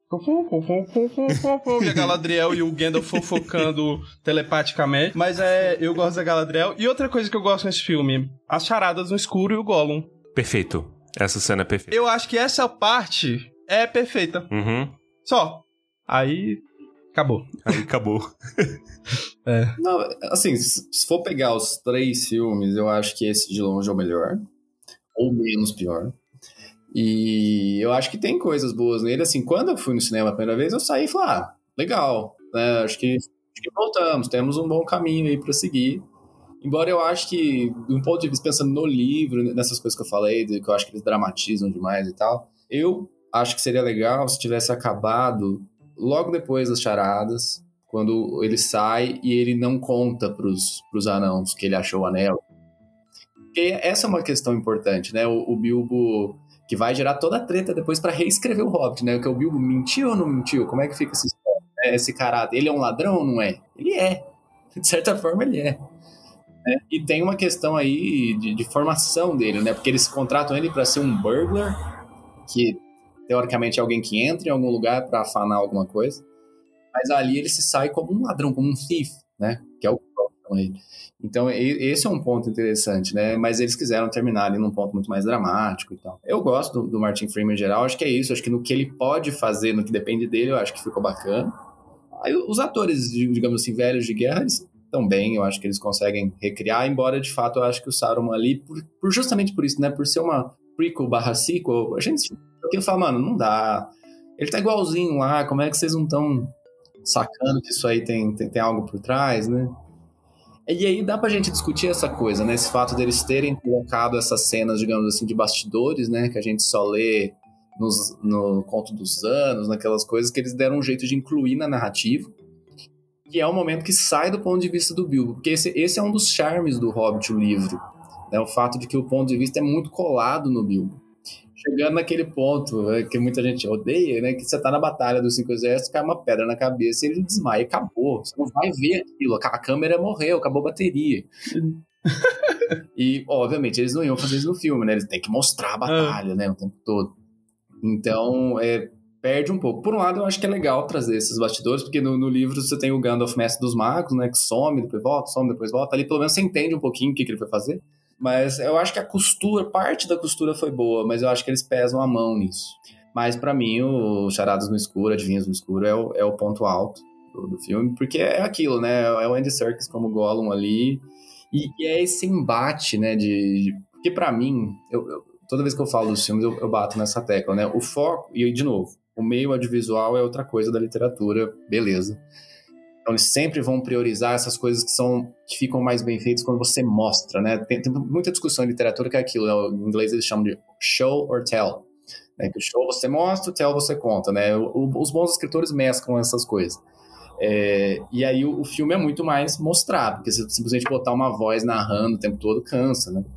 E a Galadriel e o Gandalf fofocando telepaticamente. Mas é, eu gosto da Galadriel. E outra coisa que eu gosto nesse filme: as charadas no escuro e o Gollum. Perfeito. Essa cena é perfeita. Eu acho que essa parte é perfeita. Uhum. Só. Aí... Acabou. Aí acabou. É. Não, assim, se for pegar os três filmes, eu acho que esse de longe é o melhor. Ou menos pior. E eu acho que tem coisas boas nele. Assim, quando eu fui no cinema a primeira vez, eu saí e falei, ah, legal. Né? Acho que, acho que voltamos, temos um bom caminho aí pra seguir. Embora eu acho que, de um ponto de vista, pensando no livro, nessas coisas que eu falei, que eu acho que eles dramatizam demais e tal, eu acho que seria legal se tivesse acabado logo depois das charadas, quando ele sai e ele não conta pros, pros anãos que ele achou o anel. Porque essa é uma questão importante, né? O, o Bilbo... que vai gerar toda a treta depois pra reescrever o Hobbit, né? Que o Bilbo mentiu ou não mentiu? Como é que fica essa história? É, esse caráter, ele é um ladrão ou não é? Ele é. De certa forma, ele é. É. E tem uma questão aí de, de formação dele, né? Porque eles contratam ele pra ser um burglar, que teoricamente é alguém que entra em algum lugar pra afanar alguma coisa. Mas ali ele se sai como um ladrão, como um thief, né? Que é o que colocam ele. Então, esse é um ponto interessante, né? Mas eles quiseram terminar ali num ponto muito mais dramático e tal. Eu gosto do, do Martin Freeman em geral, acho que é isso. Acho que no que ele pode fazer, no que depende dele, eu acho que ficou bacana. Aí os atores, digamos assim, velhos de guerra, eles estão bem, eu acho que eles conseguem recriar, embora, de fato, eu acho que o Saruman ali, por, por justamente por isso, né? Por ser uma prequel barra sequel, a gente... Eu falo, mano, não dá. Ele tá igualzinho lá, como é que vocês não estão sacando que isso aí tem, tem, tem algo por trás, né? E aí dá pra gente discutir essa coisa, né? Esse fato deles terem colocado essas cenas, digamos assim, de bastidores, né? Que a gente só lê nos, no Conto dos Anos, naquelas coisas que eles deram um jeito de incluir na narrativa. Que é um momento que sai do ponto de vista do Bilbo. Porque esse, esse é um dos charmes do Hobbit, o livro. Né? O fato de que o ponto de vista é muito colado no Bilbo. Chegando naquele ponto, né, que muita gente odeia, né? Que você tá na batalha dos cinco exércitos, cai uma pedra na cabeça e ele desmaia e acabou. Você não vai ver aquilo. A câmera morreu, acabou a bateria. E, obviamente, eles não iam fazer isso no filme, né? Eles têm que mostrar a batalha, ah. né? O tempo todo. Então, é, perde um pouco. Por um lado, eu acho que é legal trazer esses bastidores, porque no, no livro você tem o Gandalf, mestre dos magos, né? Que some, depois volta, some, depois volta. Ali, pelo menos, você entende um pouquinho o que, que ele foi fazer. Mas eu acho que a costura, parte da costura foi boa, mas eu acho que eles pesam a mão nisso. Mas pra mim, o Charadas no Escuro, Adivinhos no Escuro, é o, é o ponto alto. do, do filme, porque é aquilo, né? É o Andy Serkis como Gollum ali, e, e é esse embate, né? De, de porque pra mim, eu, eu, toda vez que eu falo dos filmes, eu, eu bato nessa tecla, né? O foco, e de novo, o meio audiovisual é outra coisa da literatura, beleza. Então eles sempre vão priorizar essas coisas que são que ficam mais bem feitas quando você mostra, né? Tem, tem muita discussão em literatura que é aquilo, né? Em inglês eles chamam de show or tell. Né? Que o show você mostra, o tell você conta, né? O, o, os bons escritores mesclam essas coisas. É, e aí o, o filme é muito mais mostrar, porque se simplesmente botar uma voz narrando o tempo todo, cansa, né?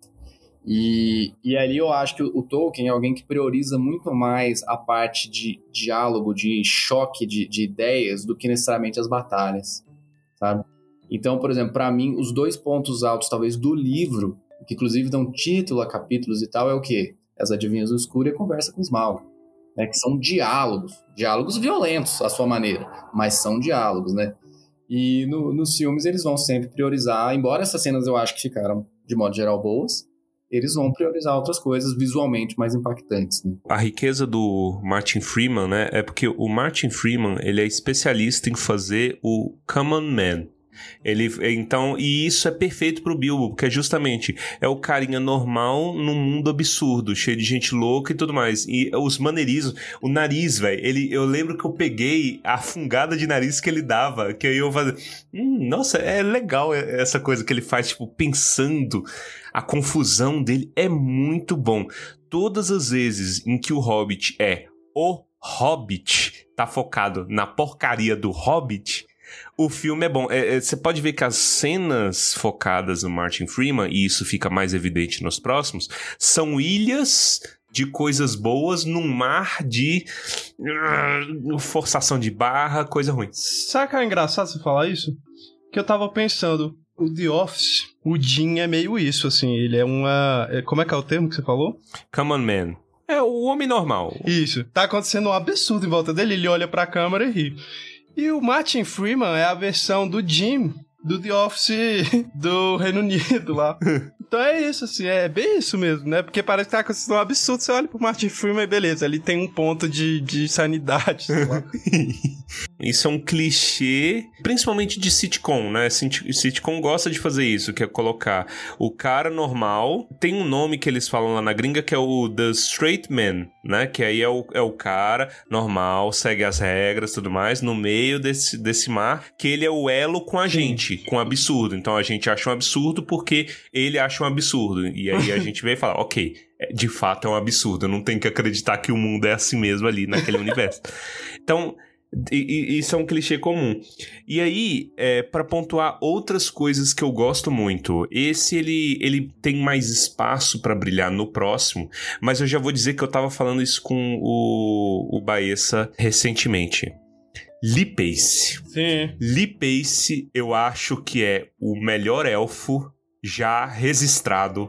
E, e ali eu acho que o, o Tolkien é alguém que prioriza muito mais a parte de diálogo, de choque de, de ideias, do que necessariamente as batalhas, sabe? Então, por exemplo, para mim, os dois pontos altos, talvez, do livro, que inclusive dão título a capítulos e tal, é o quê? As Adivinhas do Escuro e a Conversa com Smaug, né? Que são diálogos, diálogos violentos à sua maneira, mas são diálogos, né? E no, nos filmes eles vão sempre priorizar, embora essas cenas eu acho que ficaram, de modo geral, boas, eles vão priorizar outras coisas visualmente mais impactantes, né? A riqueza do Martin Freeman, né, é porque o Martin Freeman, ele é especialista em fazer o common man. Ele, então, e isso é perfeito pro Bilbo, porque justamente é o carinha normal num mundo absurdo, cheio de gente louca e tudo mais. E os maneirismos, o nariz, velho, ele, eu lembro que eu peguei a fungada de nariz que ele dava, que aí eu fazia, hum, nossa, é legal essa coisa que ele faz, tipo, pensando, a confusão dele é muito bom. Todas as vezes em que o Hobbit é o Hobbit, tá focado na porcaria do Hobbit, o filme é bom. É, é, você pode ver que as cenas focadas no Martin Freeman, e isso fica mais evidente nos próximos, são ilhas de coisas boas num mar de uh, forçação de barra, coisa ruim. Sabe que é engraçado você falar isso? Que eu tava pensando, o The Office, o Jim é meio isso, assim, ele é uma... Como é que é o termo que você falou? Common Man. É o homem normal. Isso. Tá acontecendo um absurdo em volta dele, ele olha pra câmera e ri. E o Martin Freeman é a versão do Jim do The Office do Reino Unido lá. Então é isso, assim, é bem isso mesmo, né? Porque parece que tá acontecendo um absurdo. Você olha pro Martin Freeman e beleza, ele tem um ponto de, de sanidade, sei lá. Isso é um clichê, principalmente de sitcom, né? Sitcom gosta de fazer isso, que é colocar o cara normal. Tem um nome que eles falam lá na gringa que é o The Straight Man, né? Que aí é o, é o cara normal, segue as regras e tudo mais, no meio desse, desse mar, que ele é o elo com a gente, com o absurdo. Então a gente acha um absurdo porque ele acha um absurdo. E aí a gente vem e fala, ok, de fato é um absurdo, eu não tenho que acreditar que o mundo é assim mesmo ali naquele universo. Então, e, e, isso é um clichê comum. E aí, é, para pontuar outras coisas que eu gosto muito, esse ele, ele tem mais espaço para brilhar no próximo, mas eu já vou dizer que eu tava falando isso com o, o Baessa recentemente. Lee Pace. Sim. Lee Pace, eu acho que é o melhor elfo já registrado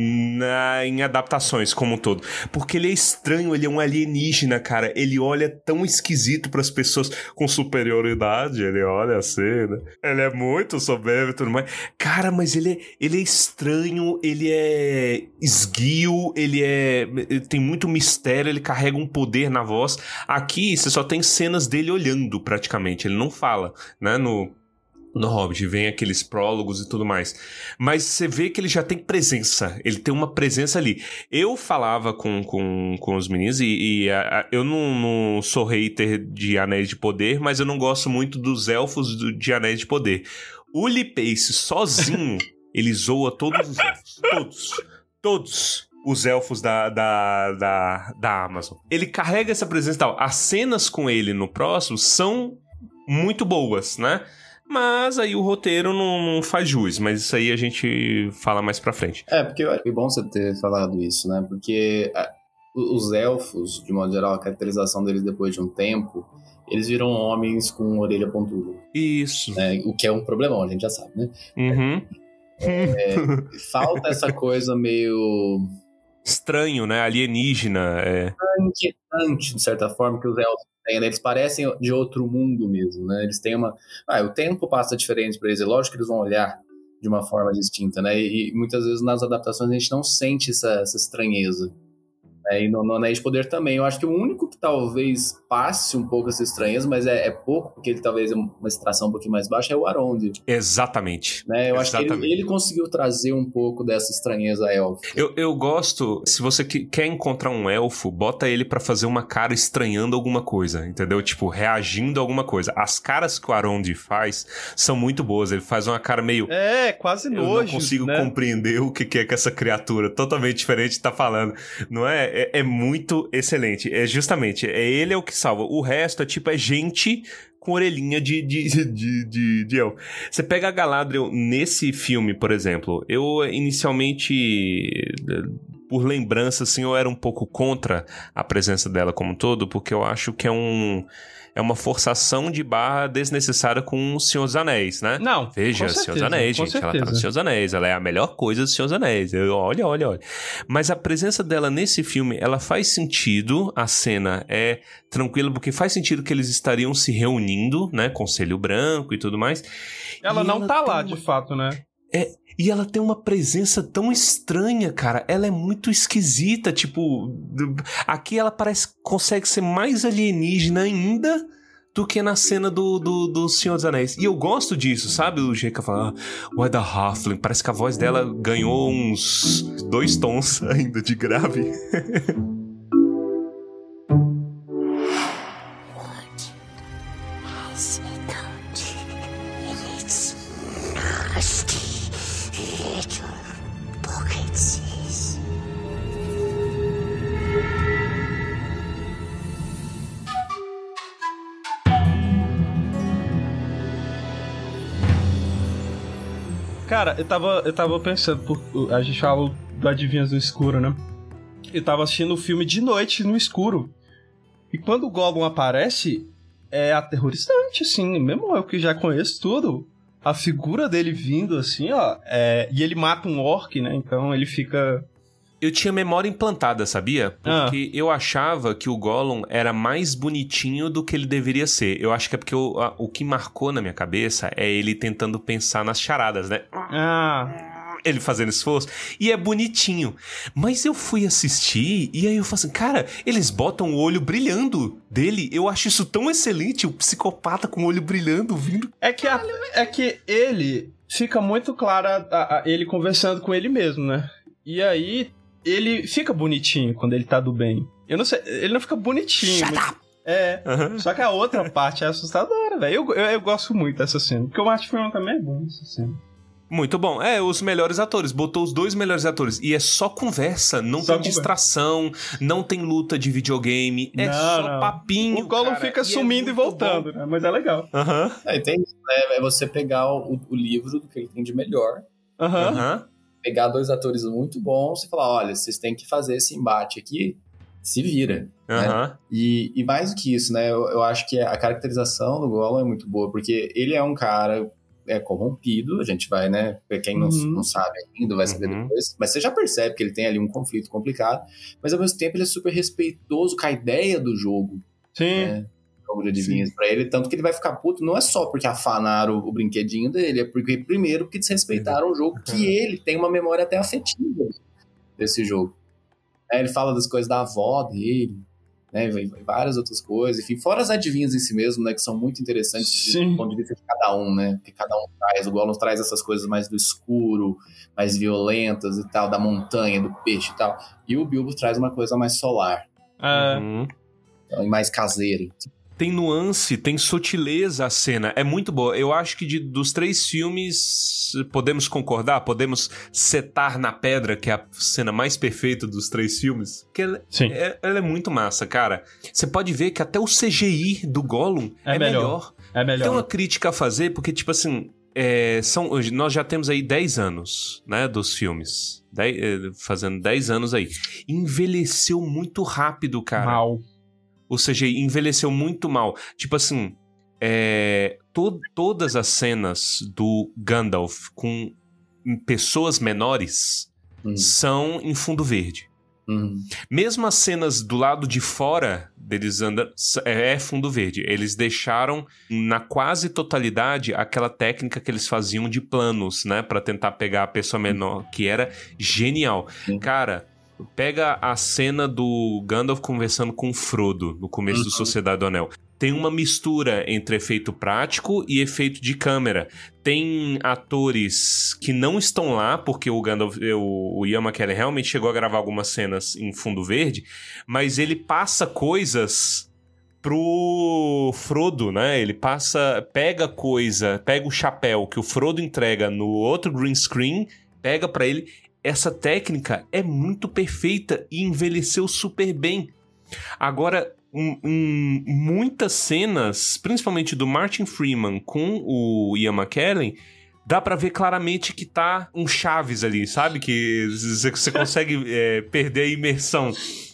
na, em adaptações como um todo. Porque ele é estranho, ele é um alienígena, cara. Ele olha tão esquisito pras pessoas com superioridade. Ele olha assim, né? Ele é muito soberbo e tudo mais. Cara, mas ele é, ele é estranho, ele é esguio, ele é... Ele tem muito mistério, ele carrega um poder na voz. Aqui, você só tem cenas dele olhando, praticamente. Ele não fala, né? No... No Hobbit, vem aqueles prólogos e tudo mais. Mas você vê que ele já tem presença. Ele tem uma presença ali. Eu falava com, com, com os meninos, e, e a, a, eu não, não sou hater de Anéis de Poder, mas eu não gosto muito dos elfos do, de Anéis de Poder. O Lee Pace, sozinho, ele zoa todos os elfos. Todos. Todos. Os elfos da, da, da, da Amazon. Ele carrega essa presença e tal. As cenas com ele no próximo são muito boas, né? Mas aí o roteiro não, não faz jus, mas isso aí a gente fala mais pra frente. É, porque é bom você ter falado isso, né? Porque a, os elfos, de modo geral, a caracterização deles depois de um tempo, eles viram homens com orelha pontuda. Isso. Né? O que é um problemão, a gente já sabe, né? Uhum. É, falta essa coisa meio... estranho, né? Alienígena. É... inquietante, de certa forma, que os elfos têm, né? Eles parecem de outro mundo mesmo, né? Eles têm uma... Ah, o tempo passa diferente para eles, é lógico que eles vão olhar de uma forma distinta, né? E, e muitas vezes nas adaptações a gente não sente essa, essa estranheza. É, e no, no Anéis de Poder também. Eu acho que o único que talvez passe um pouco essa estranheza, mas é, é pouco, porque ele talvez é uma extração um pouquinho mais baixa, é o Arondir. Exatamente. Né? Eu Exatamente. acho que ele, ele conseguiu trazer um pouco dessa estranheza élfica. Eu, eu gosto, se você que, quer encontrar um elfo, bota ele pra fazer uma cara estranhando alguma coisa, entendeu? Tipo, reagindo a alguma coisa. As caras que o Arondir faz são muito boas. Ele faz uma cara meio... É, quase nojo, Eu não consigo né? compreender o que que é que essa criatura totalmente diferente tá falando. Não é? É, é muito excelente. É justamente, é ele é o que salva. O resto é tipo, é gente com orelhinha de, de, de, de, de elfo. Você pega a Galadriel nesse filme, por exemplo. Eu inicialmente, por lembrança, assim, eu era um pouco contra a presença dela como um todo, porque eu acho que é um... É uma forçação de barra desnecessária com o Senhor dos Anéis, né? Não, Veja, com Senhor dos certeza, Anéis, com gente. Ela tá certeza. no Senhor dos Anéis. Ela é a melhor coisa do Senhor dos Anéis. Eu, olha, olha, olha. Mas a presença dela nesse filme, ela faz sentido. A cena é tranquila, porque faz sentido que eles estariam se reunindo, né? Conselho Branco e tudo mais. Ela E não tá tem lá, uma- de fato, né? É, e ela tem uma presença tão estranha, cara. Ela é muito esquisita, tipo... d- Aqui ela parece que consegue ser mais alienígena ainda do que na cena do, do, do Senhor dos Anéis. E eu gosto disso, sabe? O jeito que ela fala, ah, Why the Halfling? Parece que a voz dela ganhou uns dois tons ainda de grave. Cara, eu tava, eu tava pensando, por- a gente falou do Adivinhas no Escuro, né? Eu tava assistindo o filme de noite no escuro. E quando o Gollum aparece, é aterrorizante, assim. Mesmo eu que já conheço tudo, a figura dele vindo, assim, ó. é- E ele mata um orc, né? Então ele fica... Eu tinha memória implantada, sabia? Porque eu achava que o Gollum era mais bonitinho do que ele deveria ser. Eu acho que é porque o, a- o que marcou na minha cabeça é ele tentando pensar nas charadas, né? Ah... Ele fazendo esforço, e é bonitinho. Mas eu fui assistir, e aí eu falei assim, cara, eles botam o olho brilhando dele. Eu acho isso tão excelente, o psicopata com o olho brilhando, vindo. É que, a- é que ele fica muito claro a- a- a- ele conversando com ele mesmo, né? E aí ele fica bonitinho quando ele tá do bem. Eu não sei, ele não fica bonitinho. Shut mas- up! É. Uhum. Só que a outra parte é assustadora, velho. Eu, eu, eu gosto muito dessa cena. Porque o Martin Freeman também é bom nessa cena. Muito bom. É, os melhores atores. Botou os dois melhores atores. E é só conversa. Não Só tem conversa. distração. Não tem luta de videogame. É Não, só não. papinho. O Gollum cara, fica e é sumindo e muito voltando, né? Mas é legal. bom. Aham. É, e tem isso, né? É você pegar o, o livro do que ele tem de melhor, Aham. Aham. pegar dois atores muito bons e falar, olha, vocês têm que fazer esse embate aqui, se vira. Aham. E, e mais do que isso, né? Eu, eu acho que a caracterização do Gollum é muito boa, porque ele é um cara é, corrompido, a gente vai, né? Quem não, Uhum. não sabe ainda vai saber Uhum. depois, mas você já percebe que ele tem ali um conflito complicado, mas ao mesmo tempo ele é super respeitoso com a ideia do jogo, Sim. né? Jogo de adivinhas pra ele, tanto que ele vai ficar puto, não é só porque afanaram o, o brinquedinho dele, é porque, primeiro, porque desrespeitaram o jogo, que ele tem uma memória até afetiva desse jogo. É, ele fala das coisas da avó dele, né, e várias outras coisas, enfim, fora as adivinhas em si mesmo, né, que são muito interessantes Sim. do ponto de vista de cada um, né, porque cada um traz, o Gollum traz essas coisas mais do escuro, mais violentas e tal, da montanha, do peixe e tal, e o Bilbo traz uma coisa mais solar, É. Uhum. e mais caseira. Tem nuance, tem sutileza a cena. É muito boa. Eu acho que de, dos três filmes, podemos concordar? Podemos setar na pedra que é a cena mais perfeita dos três filmes? Que ela, Sim. é, ela é muito massa, cara. Você pode ver que até o C G I do Gollum É é, melhor. melhor. É melhor. Tem uma crítica a fazer, porque, tipo assim, é, são, hoje nós já temos aí dez anos, né, dos filmes. Dez, é, fazendo dez anos aí. Envelheceu muito rápido, cara. Mal. O C G I envelheceu muito mal. Tipo assim, é, to- todas as cenas do Gandalf com pessoas menores Uhum. são em fundo verde. Uhum. Mesmo as cenas do lado de fora deles andando, é é fundo verde. Eles deixaram na quase totalidade aquela técnica que eles faziam de planos, né? Pra tentar pegar a pessoa menor, que era genial. Sim. Cara, Pega a cena do Gandalf conversando com o Frodo no começo Uhum. do Sociedade do Anel. Tem uma mistura entre efeito prático e efeito de câmera. Tem atores que não estão lá, porque o Gandalf, o, o Ian McKellen realmente chegou a gravar algumas cenas em fundo verde, mas ele passa coisas pro Frodo, né? Ele passa, pega coisa, pega o chapéu que o Frodo entrega no outro green screen, pega pra ele. Essa técnica é muito perfeita e envelheceu super bem. Agora, um, um, muitas cenas, principalmente do Martin Freeman com o Ian McKellen, dá pra ver claramente que tá um Chaves ali, sabe? Que você consegue é, perder a imersão.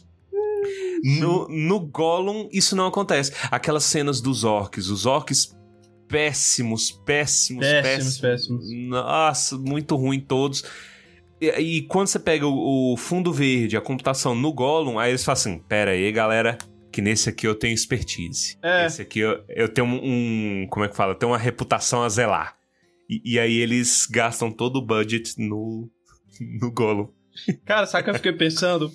No, no Gollum, isso não acontece. Aquelas cenas dos orcs, os orcs péssimos, péssimos, Péssimos, péssimos. péssimos. Nossa, muito ruim todos. E, e quando você pega o, o fundo verde, a computação no Gollum, aí eles falam assim, pera aí, galera, que nesse aqui eu tenho expertise. É. Esse aqui eu, eu tenho um, um... Como é que fala? Eu tenho uma reputação a zelar. E, e aí eles gastam todo o budget no, no Gollum. Cara, sabe o que eu fiquei pensando?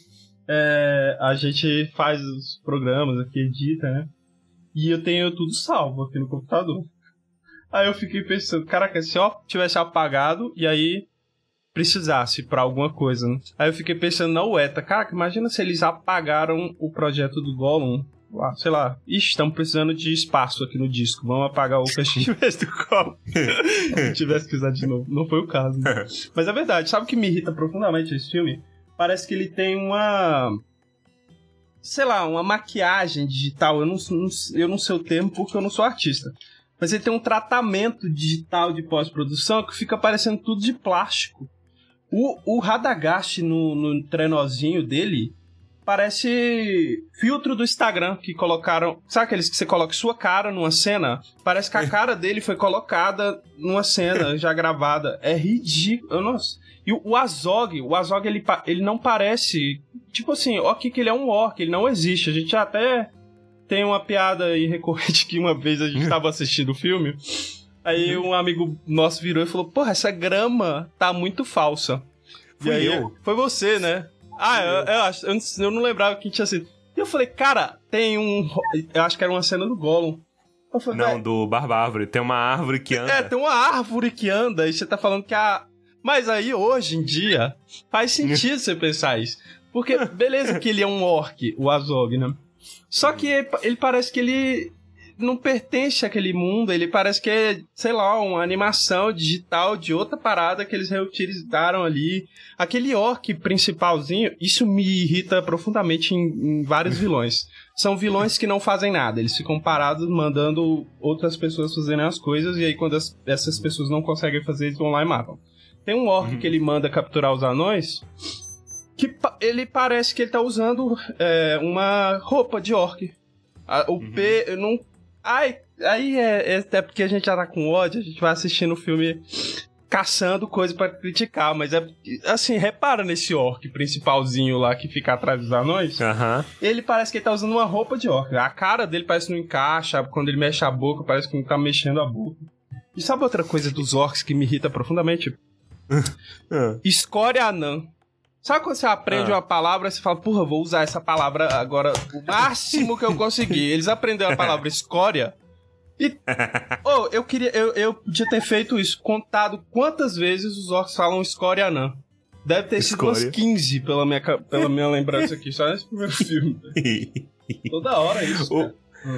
É, a gente faz os programas aqui, edita, né? E eu tenho tudo salvo aqui no computador. Aí eu fiquei pensando, caraca, se eu tivesse apagado e aí precisasse pra alguma coisa, né? Aí eu fiquei pensando na U E T A. Caraca, imagina se eles apagaram o projeto do Gollum. Ah, sei lá, ixi, estamos precisando de espaço aqui no disco. Vamos apagar o caixinho em vez do Gollum. Se tivesse que usar de novo. Não foi o caso, né? Mas é verdade, sabe o que me irrita profundamente esse filme? Parece que ele tem uma... sei lá, uma maquiagem digital. Eu não, não, eu não sei o termo porque eu não sou artista. Mas ele tem um tratamento digital de pós-produção que fica parecendo tudo de plástico. O, o Radagast no, no trenozinho dele parece filtro do Instagram que colocaram... Sabe aqueles que você coloca sua cara numa cena? Parece que a cara dele foi colocada numa cena já gravada. É ridículo. Nossa. E o, o Azog, o Azog ele, ele não parece... Tipo assim, ó que ele é um orc, ele não existe. A gente até tem uma piada aí recorrente que uma vez a gente tava assistindo o filme... Aí um amigo nosso virou e falou, porra, essa grama tá muito falsa. Fui e aí, eu. Foi você, né? Ah, eu, eu, acho, eu, não, eu não lembrava quem tinha sido. E eu falei, cara, tem um... Eu acho que era uma cena do Gollum. Eu falei, Não, do Barba Árvore. Tem uma árvore que anda. É, tem uma árvore que anda e você tá falando que a... Mas aí, hoje em dia, faz sentido você pensar isso. Porque, beleza que ele é um orc, o Azog, né? Só que ele, ele parece que ele... não pertence àquele mundo, ele parece que é, sei lá, uma animação digital de outra parada que eles reutilizaram ali. Aquele orc principalzinho, isso me irrita profundamente em, em vários vilões. São vilões que não fazem nada, eles ficam parados mandando outras pessoas fazerem as coisas, e aí quando as, essas pessoas não conseguem fazer, eles vão lá e matam. Tem um orc uhum. que ele manda capturar os anões, que ele parece que ele tá usando é, uma roupa de orc. O uhum. P, eu não... Ai, aí é, é até porque a gente já tá com ódio, a gente vai assistindo o filme caçando coisa pra criticar, mas é assim, repara nesse orc principalzinho lá que fica atrás dos anões, uhum. ele parece que ele tá usando uma roupa de orc, a cara dele parece que não encaixa, quando ele mexe a boca parece que não tá mexendo a boca. E sabe outra coisa dos orcs que me irrita profundamente? Escória anã. Sabe quando você aprende ah. uma palavra e você fala, porra, vou usar essa palavra agora o máximo que eu conseguir. Eles aprenderam a palavra escória e... oh, eu queria... Eu, eu podia ter feito isso, contado quantas vezes os orcs falam escória anã. Deve ter sido umas quinze pela minha, pela minha lembrança aqui, só nesse primeiro filme. Toda hora isso, cara.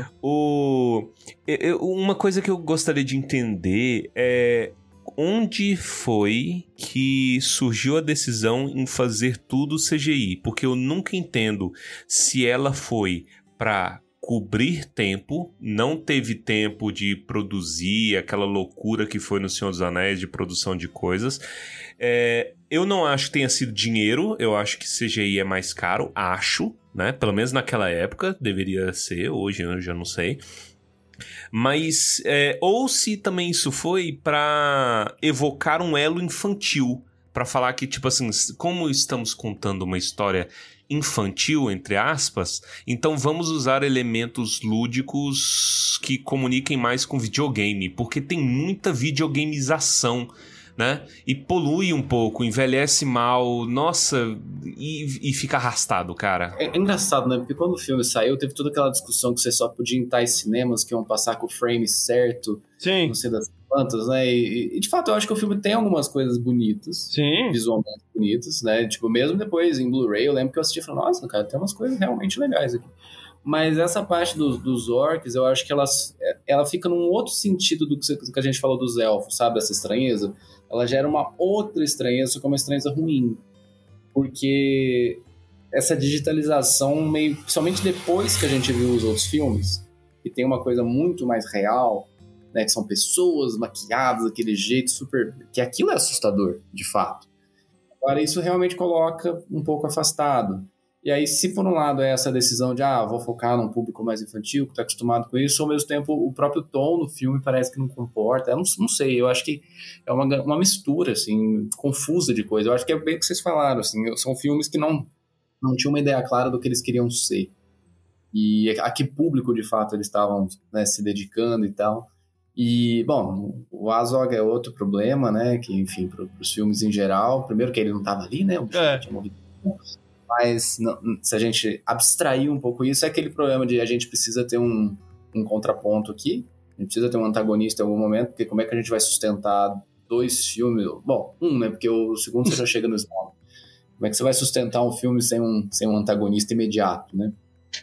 O, o, uma coisa que eu gostaria de entender é... onde foi que surgiu a decisão em fazer tudo C G I? Porque eu nunca entendo se ela foi para cobrir tempo, não teve tempo de produzir aquela loucura que foi no Senhor dos Anéis de produção de coisas. É, eu não acho que tenha sido dinheiro, eu acho que C G I é mais caro, acho, né? Pelo menos naquela época deveria ser, hoje eu já não sei. Mas, é, ou se também isso foi pra evocar um elo infantil, pra falar que, tipo assim, como estamos contando uma história infantil, entre aspas, então vamos usar elementos lúdicos que comuniquem mais com videogame, porque tem muita videogamização, né? E polui um pouco, envelhece mal, nossa, e, e fica arrastado, cara. É, é engraçado, né? Porque quando o filme saiu, teve toda aquela discussão que você só podia entrar em cinemas que iam passar com o frame certo, Sim. não sei das quantas, né? E, e, de fato, eu acho que o filme tem algumas coisas bonitas, Sim. visualmente bonitas, né? Tipo, mesmo depois em Blu-ray, eu lembro que eu assisti e falei, nossa, cara, tem umas coisas realmente legais aqui. Mas essa parte dos, dos orcs, eu acho que elas, ela fica num outro sentido do que, do que a gente falou dos elfos, sabe? Essa estranheza. Ela gera uma outra estranheza, só que é uma estranheza ruim. Porque essa digitalização, meio, principalmente depois que a gente viu os outros filmes, que tem uma coisa muito mais real, né? Que são pessoas maquiadas daquele jeito super... Que aquilo é assustador, de fato. Agora, isso realmente coloca um pouco afastado. E aí, se por um lado é essa decisão de, ah, vou focar num público mais infantil, que está acostumado com isso, ao mesmo tempo o próprio tom do filme parece que não comporta. Eu não, não sei, eu acho que é uma, uma mistura, assim, confusa de coisa. Eu acho que é bem o que vocês falaram, assim, são filmes que não, não tinham uma ideia clara do que eles queriam ser. E a que público, de fato, eles estavam, né, se dedicando e tal. E, bom, o Azog é outro problema, né, que, enfim, para os filmes em geral, primeiro que ele não estava ali, né, o É. tinha morrido. Mas não, se a gente abstrair um pouco isso, é aquele problema de a gente precisa ter um, um contraponto aqui, a gente precisa ter um antagonista em algum momento, porque como é que a gente vai sustentar dois filmes? Bom, um, né, porque o segundo você já chega no Spawn. Como é que você vai sustentar um filme sem um, sem um antagonista imediato, né?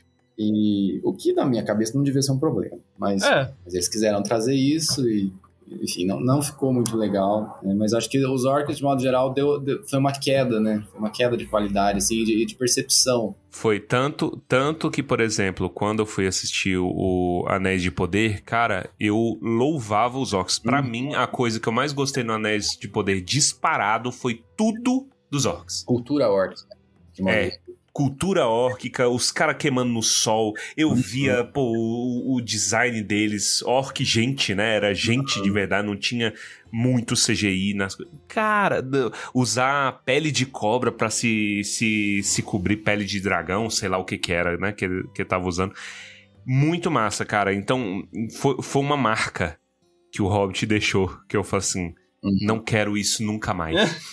E o que na minha cabeça não devia ser um problema, mas, É. mas eles quiseram trazer isso e, enfim, não, não ficou muito legal, né? Mas acho que os orcs, de modo geral, deu, deu, foi uma queda, né? Foi uma queda de qualidade, assim, de, de percepção. Foi tanto, tanto que, por exemplo, quando eu fui assistir o Anéis de Poder, cara, eu louvava os orcs. Pra Hum. mim, a coisa que eu mais gostei no Anéis de Poder disparado foi tudo dos orcs. Cultura orcs, né? De modo É. Cultura órquica, os caras queimando no sol. Eu via, pô, o, o design deles, orc gente, né? Era gente de verdade, não tinha muito C G I nas coisas. Cara, d- usar pele de cobra pra se, se, se cobrir, pele de dragão, sei lá o que que era, né? Que ele que ele tava usando. Muito massa, cara. Então, foi, foi uma marca que o Hobbit deixou, que eu falei assim, Uhum. não quero isso nunca mais.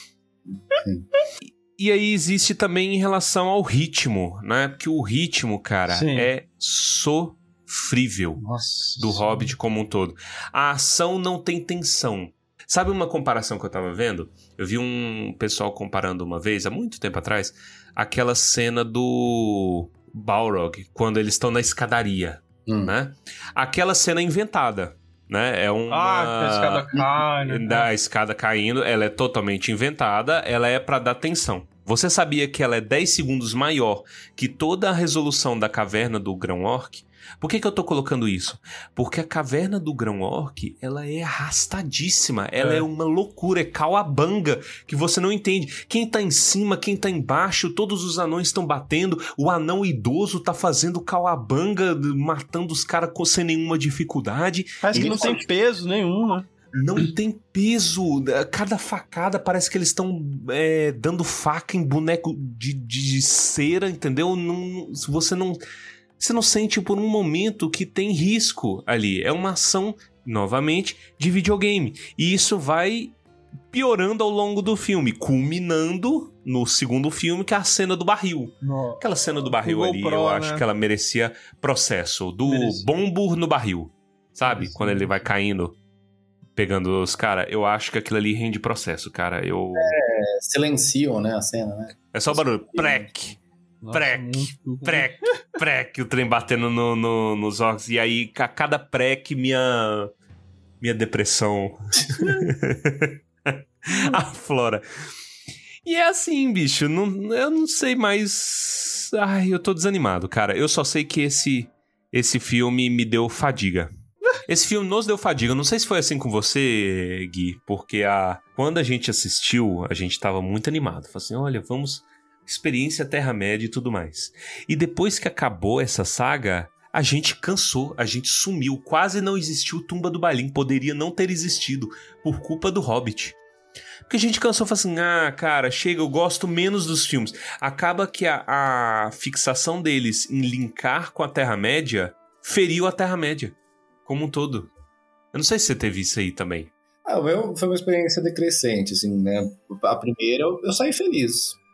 E aí existe também em relação ao ritmo, né? Porque o ritmo, cara, Sim. é sofrível Nossa. do Hobbit como um todo. A ação não tem tensão. Sabe uma comparação que eu tava vendo? Eu vi um pessoal comparando uma vez, há muito tempo atrás, aquela cena do Balrog, quando eles estão na escadaria, Hum. né? Aquela cena é inventada, né? É uma... Ah, a escada cai, né? da escada caindo, ela é totalmente inventada, ela é pra dar tensão. Você sabia que ela é dez segundos maior que toda a resolução da caverna do Grão-Orc? Por que que eu tô colocando isso? Porque a caverna do Grão-Orc, ela é arrastadíssima, ela é. É. uma loucura, é cauabanga, que você não entende. Quem tá em cima, quem tá embaixo, todos os anões estão batendo, o anão idoso tá fazendo cauabanga, matando os caras sem nenhuma dificuldade. Parece que Ele não tem peso nenhum, né? Não tem peso. Cada facada parece que eles estão é, dando faca em boneco de, de cera, entendeu? Não, você não você não sente por um momento que tem risco ali. É uma ação, novamente, de videogame. E isso vai piorando ao longo do filme, culminando no segundo filme, que é a cena do barril. Nossa. Aquela cena do barril O ali, GoPro, eu né? acho que ela merecia processo. Do Merecia. bombo no barril. Sabe? Merecia. Quando ele vai caindo, pegando os... Cara, eu acho que aquilo ali rende processo, cara. Eu... É, silenciam, né, a cena, né? É só o barulho. Prec, Nossa, Prec, muito- prec, prec. O trem batendo no, no- nos orcs. E aí, a cada prec, minha... Minha depressão... aflora. E é assim, bicho. Não, eu não sei mais... Ai, eu tô desanimado, cara. Eu só sei que esse, esse filme me deu fadiga. Esse filme nos deu fadiga. Eu não sei se foi assim com você, Gui, porque a... quando a gente assistiu, a gente tava muito animado. Falei assim, olha, vamos... Experiência Terra-média e tudo mais. E depois que acabou essa saga, a gente cansou, a gente sumiu. Quase não existiu Tumba do Balim. Poderia não ter existido por culpa do Hobbit. Porque a gente cansou e falou assim, ah, cara, chega, eu gosto menos dos filmes. Acaba que a, a fixação deles em linkar com a Terra-média feriu a Terra-média como um todo. Eu não sei se você teve isso aí também. Ah, o meu foi uma experiência decrescente, assim, né? A primeira eu, eu saí feliz.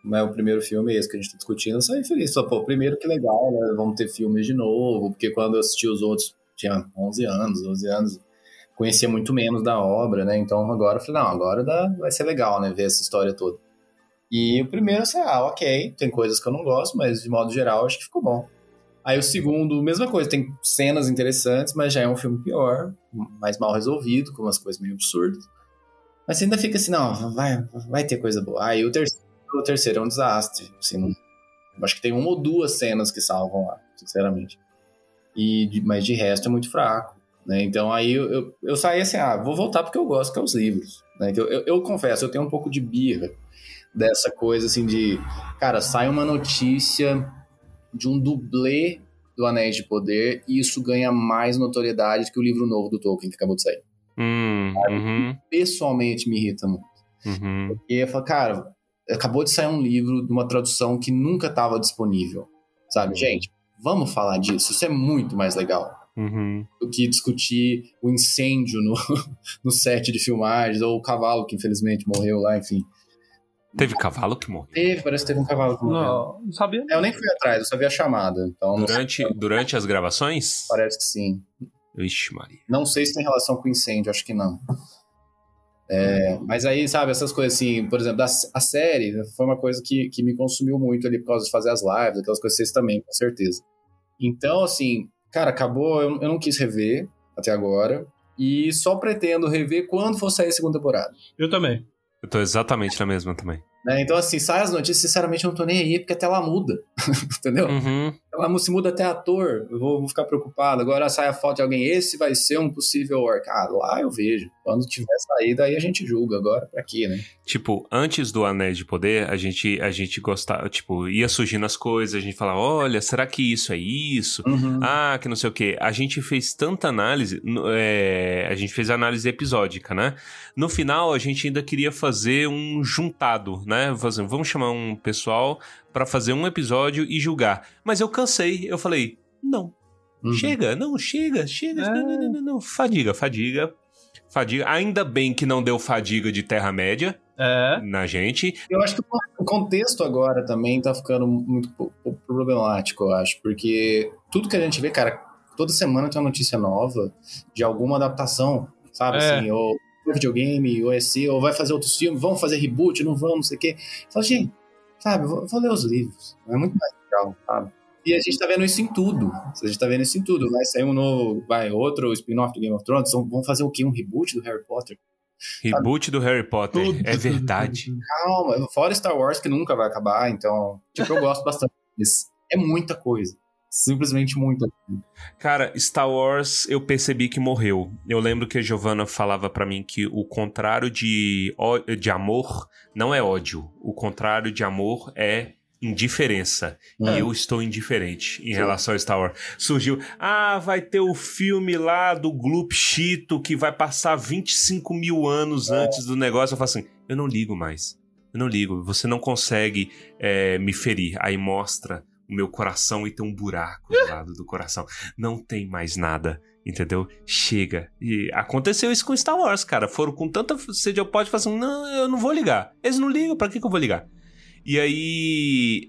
né, o primeiro filme, esse que a gente tá discutindo, eu saí feliz. Só, pô, primeiro que legal, né? Vamos ter filmes de novo, porque quando eu assisti os outros, tinha onze anos, doze anos, conhecia muito menos da obra, né? Então agora eu falei, não, agora dá, vai ser legal, né? Ver essa história toda. E o primeiro, assim, ah, ok, tem coisas que eu não gosto, mas de modo geral acho que ficou bom. Aí o segundo, mesma coisa, tem cenas interessantes, mas já é um filme pior, mais mal resolvido, com umas coisas meio absurdas. Mas você ainda fica assim, não, vai, vai ter coisa boa. Aí o terceiro, o terceiro é um desastre, assim, não, acho que tem uma ou duas cenas que salvam lá, sinceramente. E, de, mas de resto é muito fraco, né? Então aí eu, eu, eu saí assim, ah, vou voltar porque eu gosto, que é os livros, né? Então, eu, eu confesso, eu tenho um pouco de birra dessa coisa, assim, de, cara, sai uma notícia de um dublê do Anéis de Poder e isso ganha mais notoriedade do que o livro novo do Tolkien que acabou de sair. Hum, uhum. Pessoalmente me irrita muito. Uhum. Porque eu falo, cara, acabou de sair um livro de uma tradução que nunca estava disponível, sabe? Uhum. Gente, vamos falar disso, isso é muito mais legal. Uhum. Do que discutir o incêndio no, no set de filmagens ou o cavalo que infelizmente morreu lá, enfim. Teve cavalo que morreu? Teve, parece que teve um cavalo que morreu. Não, não sabia. É, eu nem fui atrás, eu só vi a chamada. Então durante, durante as gravações? Parece que sim. Ixi, Maria. Não sei se tem relação com incêndio, acho que não. É, mas aí, sabe, essas coisas assim, por exemplo, a, a série foi uma coisa que, que me consumiu muito ali por causa de fazer as lives, aquelas coisas, vocês também, com certeza. Então, assim, cara, acabou, eu, eu não quis rever até agora e só pretendo rever quando for sair a segunda temporada. Eu também. Eu tô exatamente na mesma também. Né? Então, assim, sai as notícias, sinceramente, eu não tô nem aí, porque até lá muda, entendeu? Uhum. Ela se muda até ator, eu vou, vou ficar preocupado. Agora sai a foto de alguém, esse vai ser um possível orc. Ah, lá eu vejo. Quando tiver saída, aí a gente julga. Agora, pra quê, né? Tipo, antes do Anéis de Poder, a gente, a gente gostava, tipo, ia surgindo as coisas, a gente falava, olha, será que isso é isso? Uhum. Ah, que não sei o quê. A gente fez tanta análise, é, a gente fez análise episódica, né? No final, a gente ainda queria fazer um juntado, né? Vamos chamar um pessoal pra fazer um episódio e julgar. Mas eu cansei, eu falei, não, uhum. chega, não, chega, chega, é. não, não, não, não, fadiga, fadiga, fadiga. Ainda bem que não deu fadiga de Terra-média é. na gente. Eu acho que o contexto agora também tá ficando muito problemático, eu acho, porque tudo que a gente vê, cara, toda semana tem uma notícia nova de alguma adaptação, sabe, é. assim, ou videogame, ou esse, ou vai fazer outros filmes, vão fazer reboot, não vão, não sei o quê. Fala, gente, sabe, vou, vou ler os livros, é muito mais legal, sabe? E a gente tá vendo isso em tudo, a gente tá vendo isso em tudo, vai sair um novo, vai, outro spin-off do Game of Thrones, vão fazer o quê? Um reboot do Harry Potter? Reboot sabe? Do Harry Potter, tudo, é verdade. Tudo. Calma, fora Star Wars que nunca vai acabar, então, tipo, eu gosto bastante disso. É muita coisa. Simplesmente muita coisa. Cara, Star Wars eu percebi que morreu. Eu lembro que a Giovanna falava pra mim que o contrário de, de amor não é ódio. O contrário de amor é indiferença. É. E eu estou indiferente em Sim. relação a Star Wars. Surgiu, ah, vai ter o filme lá do Gloop Cheeto que vai passar vinte e cinco mil anos é. antes do negócio. Eu falo assim, eu não ligo mais. Eu não ligo. Você não consegue é, me ferir. Aí mostra o meu coração e tem um buraco do lado do coração. Não tem mais nada, entendeu? Chega. E aconteceu isso com Star Wars, cara. Foram com tanta sede ao pote e falaram assim, não, eu não vou ligar. Eles não ligam, pra que que eu vou ligar? E aí,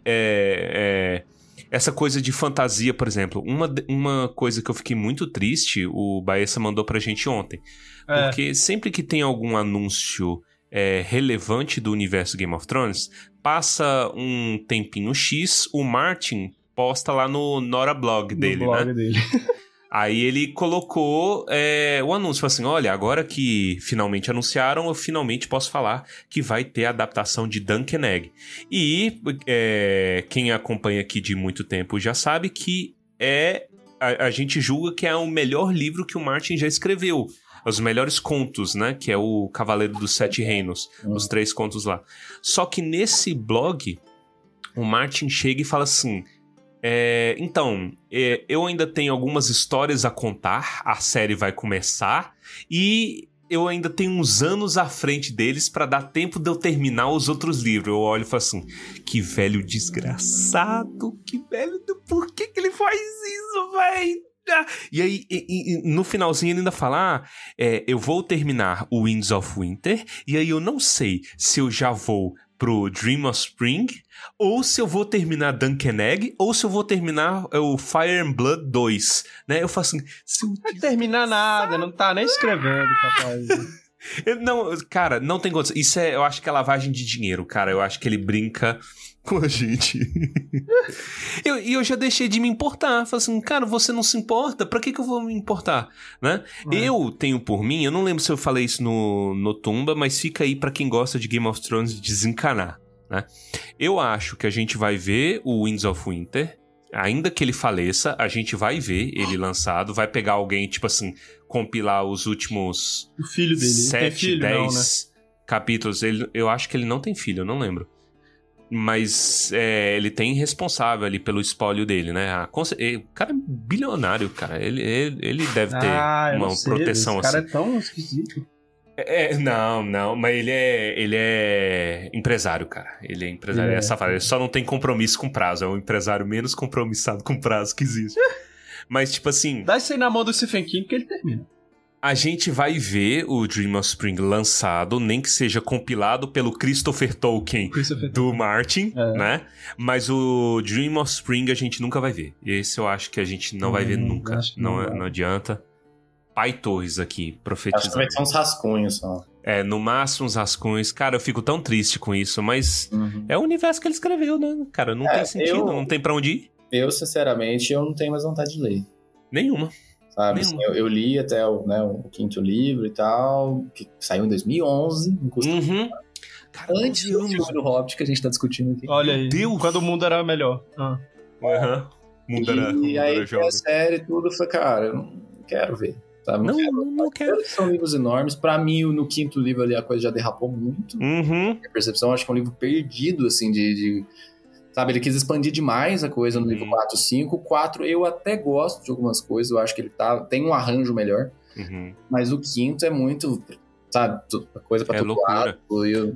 é, é, essa coisa de fantasia, por exemplo, uma, uma coisa que eu fiquei muito triste, o Baessa mandou pra gente ontem. É. Porque sempre que tem algum anúncio é, relevante do universo Game of Thrones, passa um tempinho X, o Martin posta lá no Nora Blog dele, no blog né? dele. Aí ele colocou é, o anúncio, assim, olha, agora que finalmente anunciaram, eu finalmente posso falar que vai ter a adaptação de Dunk and Egg. E é, quem acompanha aqui de muito tempo já sabe que é, a, a gente julga que é o melhor livro que o Martin já escreveu. Os melhores contos, né? Que é o Cavaleiro dos Sete Reinos. Uhum. Os três contos lá. Só que nesse blog, o Martin chega e fala assim... É, então, é, eu ainda tenho algumas histórias a contar, a série vai começar e eu ainda tenho uns anos à frente deles pra dar tempo de eu terminar os outros livros. Eu olho e falo assim, que velho desgraçado, que velho, por que que ele faz isso, velho? E aí, e, e, no finalzinho ele ainda fala, ah, é, eu vou terminar o Winds of Winter e aí eu não sei se eu já vou pro Dream of Spring, ou se eu vou terminar Duncan Egg, ou se eu vou terminar o Fire and Blood dois, né? Eu faço assim... Se eu... Não vai terminar nada, não tá nem escrevendo, capaz. Eu, não, cara, não tem condição. Isso é, eu acho que é lavagem de dinheiro, cara. Eu acho que ele brinca com a gente. E eu, eu já deixei de me importar. Falei assim, cara, você não se importa? Pra que que eu vou me importar? Né? É. Eu tenho por mim, eu não lembro se eu falei isso no, no Tumba, mas fica aí pra quem gosta de Game of Thrones desencanar, né? Eu acho que a gente vai ver o Winds of Winter. Ainda que ele faleça, a gente vai ver ele lançado, vai pegar alguém, tipo assim, compilar os últimos o filho dele. sete, dez capítulos. Ele, eu acho que ele não tem filho, eu não lembro. Mas é, ele tem responsável ali pelo espólio dele, né? A, o cara é bilionário, cara. Ele, ele, ele deve ter ah, uma sei, proteção esse assim. Esse cara é tão esquisito. É, não, não, mas ele é, ele é empresário, cara. Ele é empresário, é, é safado. Ele só não tem compromisso com prazo. É o empresário menos compromissado com prazo que existe. Mas, tipo assim... Dá isso aí na mão do Stephen King que ele termina. A gente vai ver o Dream of Spring lançado, nem que seja compilado pelo Christopher Tolkien Christopher do Martin, é. né? Mas o Dream of Spring a gente nunca vai ver. Esse eu acho que a gente não hum, vai ver nunca. Não, não, não adianta. Pai Torres aqui, profetizando. Acho que vai ser uns rascunhos só. É, no máximo uns rascunhos. Cara, eu fico tão triste com isso, mas uhum. é o universo que ele escreveu, né? Cara, não é, tem sentido, eu, não tem pra onde ir. Eu, sinceramente, eu não tenho mais vontade de ler. Nenhuma. Sabe, Nenhuma. Assim, eu, eu li até o, né, o quinto livro e tal, que saiu em dois mil e onze, uhum. Cara, antes do filme do Hobbit que a gente tá discutindo aqui. Olha aí, Deus. Quando o mundo era melhor. Ah. Uhum. Mundo era, e mundo aí, era jovem. a série e tudo, foi, cara, eu não quero ver. Sabe? Não, não, quero, não, não quero. São livros enormes. Pra mim, no quinto livro ali, a coisa já derrapou muito. Uhum. A percepção, acho que é um livro perdido, assim, de... de sabe, ele quis expandir demais a coisa no uhum. livro quatro, cinco. quatro, eu até gosto de algumas coisas. Eu acho que ele tá, tem um arranjo melhor. Uhum. Mas o quinto é muito, sabe, a coisa pra é todo loucura. lado. Eu,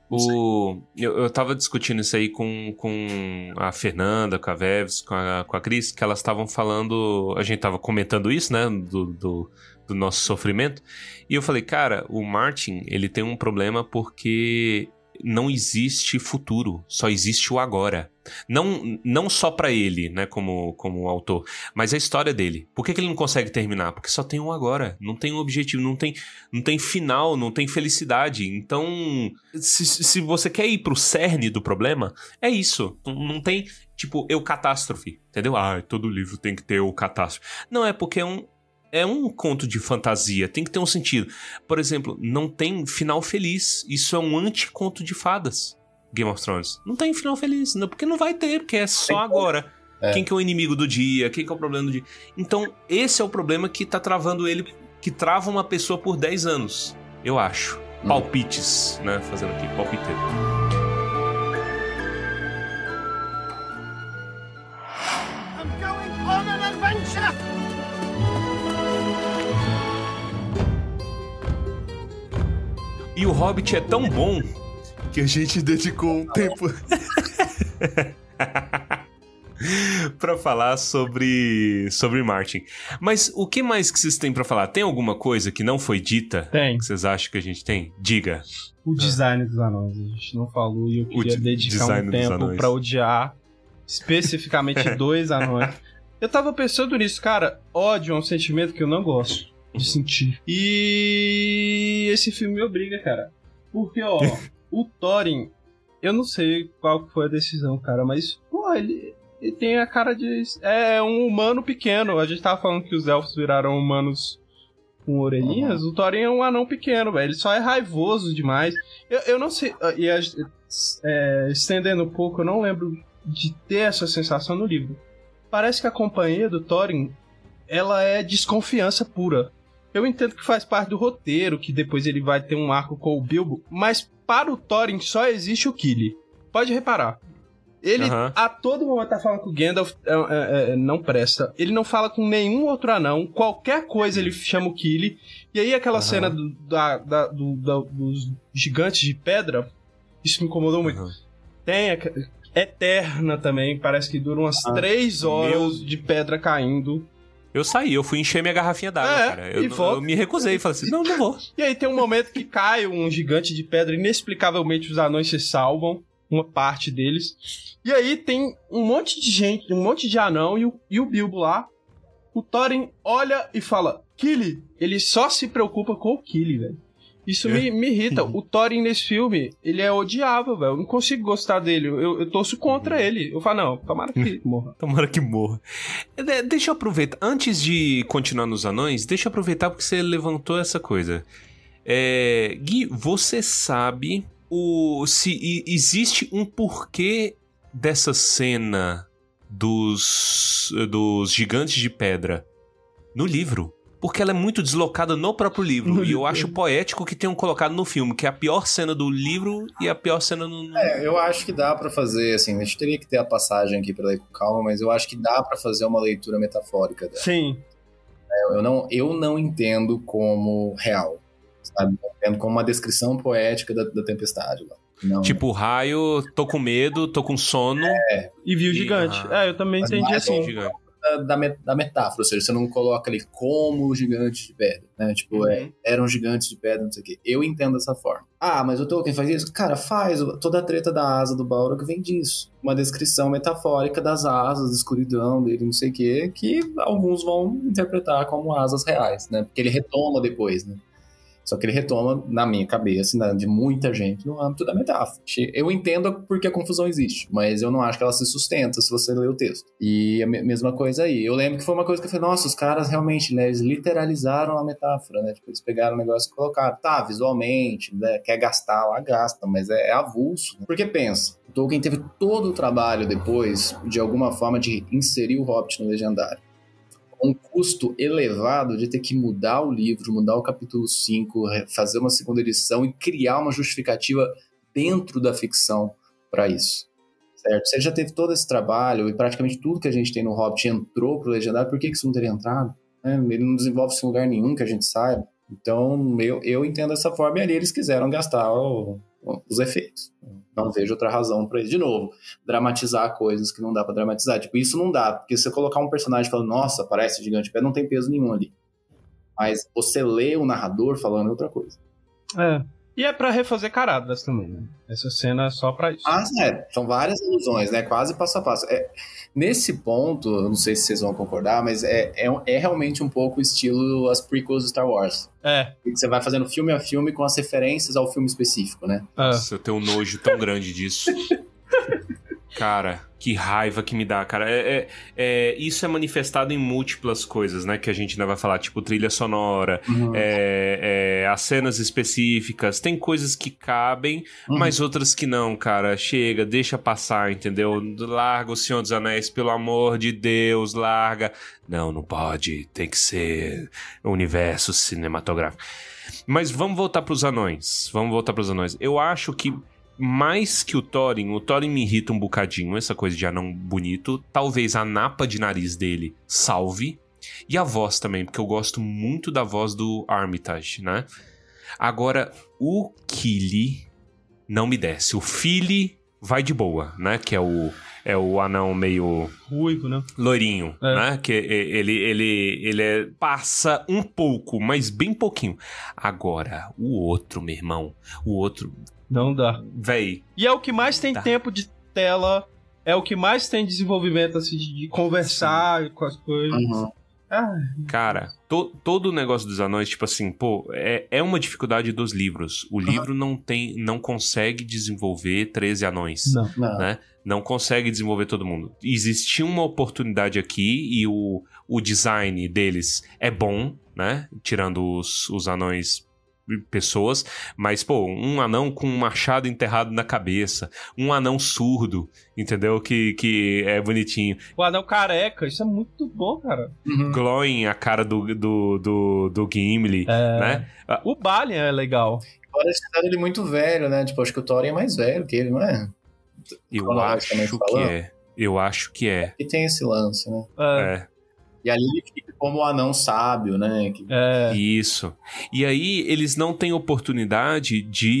o, eu, eu tava discutindo isso aí com, com a Fernanda, com a Veves, com a, com a Cris, que elas estavam falando... A gente tava comentando isso, né, do, do, do nosso sofrimento. E eu falei, cara, o Martin, ele tem um problema porque... não existe futuro, só existe o agora. Não, não só pra ele, né, como, como autor, mas a história dele. Por que, que ele não consegue terminar? Porque só tem um agora, não tem um objetivo, não tem, não tem final, não tem felicidade. Então, se, se você quer ir pro cerne do problema, é isso. Não tem, tipo, eu catástrofe, entendeu? Ah, todo livro tem que ter o catástrofe. Não, é porque é um... É um conto de fantasia, tem que ter um sentido. Por exemplo, não tem final feliz. Isso é um anti-conto de fadas, Game of Thrones. Não tem final feliz, não, porque não vai ter, porque é só agora. É. Quem que é o inimigo do dia, quem que é o problema do dia. Então, esse é o problema que tá travando ele, que trava uma pessoa por dez anos, eu acho. Hum. Palpites, né? Fazendo aqui, palpiteiro. I'm going on an adventure! E o Hobbit é tão bom que a gente dedicou um tempo pra falar sobre, sobre Martin. Mas o que mais que vocês têm pra falar? Tem alguma coisa que não foi dita? Tem. Que vocês acham que a gente tem? Diga. O design dos anões. A gente não falou e eu queria o dedicar um tempo pra odiar especificamente dois anões. Eu tava pensando nisso, cara. Ódio é um sentimento que eu não gosto de sentir. E esse filme me obriga, cara. Porque, ó, o Thorin, eu não sei qual foi a decisão, cara, mas, pô, ele, ele tem a cara de... É um humano pequeno. A gente tava falando que os elfos viraram humanos com orelhinhas. Uhum. O Thorin é um anão pequeno, velho. Ele só é raivoso demais. Eu, eu não sei... E, é, estendendo um pouco, eu não lembro de ter essa sensação no livro. Parece que a companhia do Thorin, ela é desconfiança pura. Eu entendo que faz parte do roteiro, que depois ele vai ter um arco com o Bilbo, mas para o Thorin só existe o Kili. Pode reparar. Ele uhum. a todo momento tá falando que o Gandalf é, é, é, não presta. Ele não fala com nenhum outro anão. Qualquer coisa ele chama o Kili. E aí aquela uhum. cena do, da, da, do, da, dos gigantes de pedra, isso me incomodou muito. Uhum. Tem a, eterna também, parece que dura umas ah, três horas meu... de pedra caindo. Eu saí, eu fui encher minha garrafinha d'água, É, cara. Eu, e volta. eu me recusei, falei assim, não, não vou. E aí tem um momento que cai um gigante de pedra, inexplicavelmente os anões se salvam, uma parte deles. E aí tem um monte de gente, um monte de anão e o, e o Bilbo lá. O Thorin olha e fala, Kili. Ele só se preocupa com o Kili, velho. Isso me, me irrita. O Thorin nesse filme, ele é odiável, velho. Eu não consigo gostar dele. Eu, eu torço contra ele. Eu falo, não, tomara que ele morra. Tomara que morra. De- Deixa eu aproveitar, antes de continuar nos anões, deixa eu aproveitar porque você levantou essa coisa. É, Gui, você sabe o, se i- existe um porquê dessa cena dos, dos gigantes de pedra no livro? Porque ela é muito deslocada no próprio livro. No e eu livro. acho poético que tenham colocado no filme, que é a pior cena do livro e a pior cena no... no- É, eu acho que dá pra fazer, assim, a gente teria que ter a passagem aqui pra ler com calma, mas eu acho que dá pra fazer uma leitura metafórica dela. Sim. Eu não, eu não entendo como real, sabe? Eu entendo como uma descrição poética da, da tempestade lá. Não, Tipo, raio, tô com medo, tô com sono. E viu o E- gigante. ah. É, eu também Mas entendi mais assim. Gigante. da, da, met- da metáfora, ou seja, você não coloca ali como gigantes de pedra, né? Tipo, Uhum. é, eram gigantes de pedra, não sei o quê. Eu entendo dessa forma. Ah, mas o Tolkien faz isso? Cara, faz. Toda a treta da asa do Balrog vem disso. Uma descrição metafórica das asas, da escuridão dele, não sei o quê, que alguns vão interpretar como asas reais, né? Porque ele retoma depois, né? Só que ele retoma, na minha cabeça, né, de muita gente, no âmbito da metáfora. Eu entendo porque a confusão existe, mas eu não acho que ela se sustenta se você ler o texto. E a me- mesma coisa aí. Eu lembro que foi uma coisa que eu falei, nossa, os caras realmente, né, eles literalizaram a metáfora, né? Tipo, eles pegaram o negócio e colocaram. Tá, visualmente, né, quer gastar lá, gasta, mas é, é avulso. Né? Porque pensa, o Tolkien teve todo o trabalho depois, de alguma forma, de inserir o Hobbit no Legendário. Um custo elevado de ter que mudar o livro, mudar o capítulo cinco, fazer uma segunda edição e criar uma justificativa dentro da ficção para isso, certo? Você já teve todo esse trabalho e praticamente tudo que a gente tem no Hobbit entrou pro Legendário, por que que isso não teria entrado? Né? Ele não desenvolve-se em lugar nenhum que a gente saiba. Então, eu, eu entendo dessa forma e ali eles quiseram gastar o, os efeitos. Não vejo outra razão pra isso. De novo, dramatizar coisas que não dá pra dramatizar. Tipo, isso não dá, porque se você colocar um personagem falando, nossa, parece gigante de pé, não tem peso nenhum ali. Mas você lê o narrador falando outra coisa. É. E é pra refazer caradas também, né? Essa cena é só pra isso. Ah, é. São várias ilusões, né? Quase passo a passo. É, nesse ponto, eu não sei se vocês vão concordar, mas é, é, é realmente um pouco o estilo as prequels de Star Wars. É. Que você vai fazendo filme a filme com as referências ao filme específico, né? é. Nossa, eu tenho um nojo tão grande disso. Cara, que raiva que me dá, cara. É, é- é- isso é manifestado em múltiplas coisas, né? Que a gente ainda vai falar, tipo trilha sonora, Uhum. é, é, as cenas específicas. Tem coisas que cabem, Uhum. mas outras que não, cara. Chega, deixa passar, entendeu? Larga o Senhor dos Anéis, pelo amor de Deus, larga. Não, não pode. Tem que ser universo cinematográfico. Mas vamos voltar pros anões. Vamos voltar pros anões. Eu acho que mais que o Thorin, o Thorin me irrita um bocadinho, essa coisa de anão bonito. Talvez a napa de nariz dele salve. E a voz também, porque eu gosto muito da voz do Armitage, né? Agora, o Kili não me desce. O Fili vai de boa, né? Que é o, é o anão meio Ruivo, né? loirinho, É. né? Que ele, ele, ele é- passa um pouco, mas bem pouquinho. Agora, o outro, meu irmão, o outro, Não dá. véi, E é o que mais tem Tá. tempo de tela, é o que mais tem desenvolvimento, assim, de de conversar com as coisas. Uhum. Ah, cara, to- todo o negócio dos anões, tipo assim, pô, é, é uma dificuldade dos livros. O livro não tem, não consegue desenvolver treze anões. não. Não. Né? Não consegue desenvolver todo mundo. Existia uma oportunidade aqui e o, o design deles é bom, né? Tirando os, os anões pessoas, mas, pô, um anão com um machado enterrado na cabeça, um anão surdo, entendeu? Que, que é bonitinho. O anão careca, isso é muito bom, cara. Uhum. Glowing a cara do, do, do, do Gimli, É. né? O Balin é legal. Agora eles fizeram ele muito velho, né? Tipo, acho que o Thorin é mais velho que ele, não é? Eu Cronologicamente acho que falando. é. Eu acho que é. E tem esse lance, né? É. É. E ali ele fica como o anão sábio, né? Que... É. Isso. E aí eles não têm oportunidade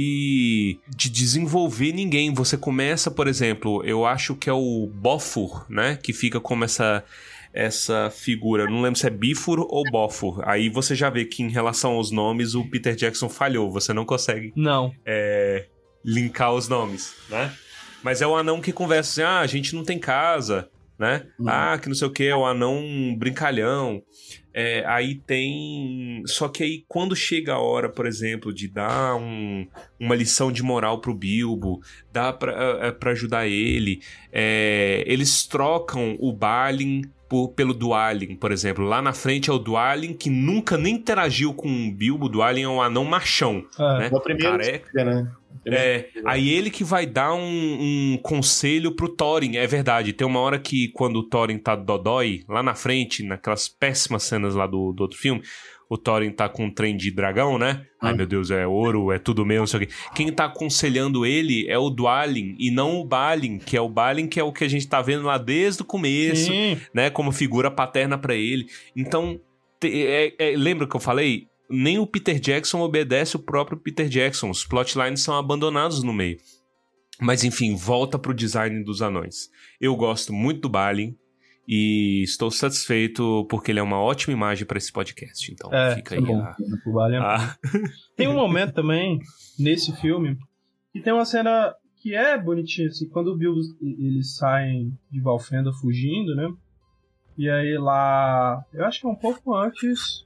de, de desenvolver ninguém. Você começa, por exemplo, eu acho que é o Bofur, né? Que fica como essa, essa figura. Não lembro se é Bifur ou Bofur. Aí você já vê que em relação aos nomes o Peter Jackson falhou. Você não consegue Não. é, linkar os nomes, né? Mas é o anão que conversa assim, ah, a gente não tem casa, né? Uhum. Ah, que não sei o que, é o anão brincalhão. É, aí tem... Só que aí quando chega a hora, por exemplo, de dar um, uma lição de moral pro Bilbo, dá pra, pra ajudar ele, é, eles trocam o Balin por, pelo Dwalin, por exemplo. Lá na frente é o Dwalin, que nunca nem interagiu com o Bilbo. O Dwalin é um anão machão, É. né? É o primeiro Careca. que né? É, aí ele que vai dar um, um conselho pro Thorin, é verdade. Tem uma hora que quando o Thorin tá dodói, lá na frente, naquelas péssimas cenas lá do, do outro filme, o Thorin tá com um trem de dragão, né? Ah. Ai meu Deus, é ouro, é tudo meu, não sei o quê. Quem tá aconselhando ele é o Dwalin e não o Balin, que é o Balin que é o que a gente tá vendo lá desde o começo, Sim. né? Como figura paterna pra ele. Então, te- é- é- lembra que eu falei? Nem o Peter Jackson obedece o próprio Peter Jackson. Os plotlines são abandonados no meio. Mas enfim, volta pro design dos anões. Eu gosto muito do Balin e estou satisfeito porque ele é uma ótima imagem para esse podcast. Então É, fica é aí bom. a... O Balin é a- Tem um momento também, nesse filme, que tem uma cena que é bonitinha, assim, quando o Bilbo, eles saem de Valfenda fugindo, né? E aí lá, eu acho que é um pouco antes...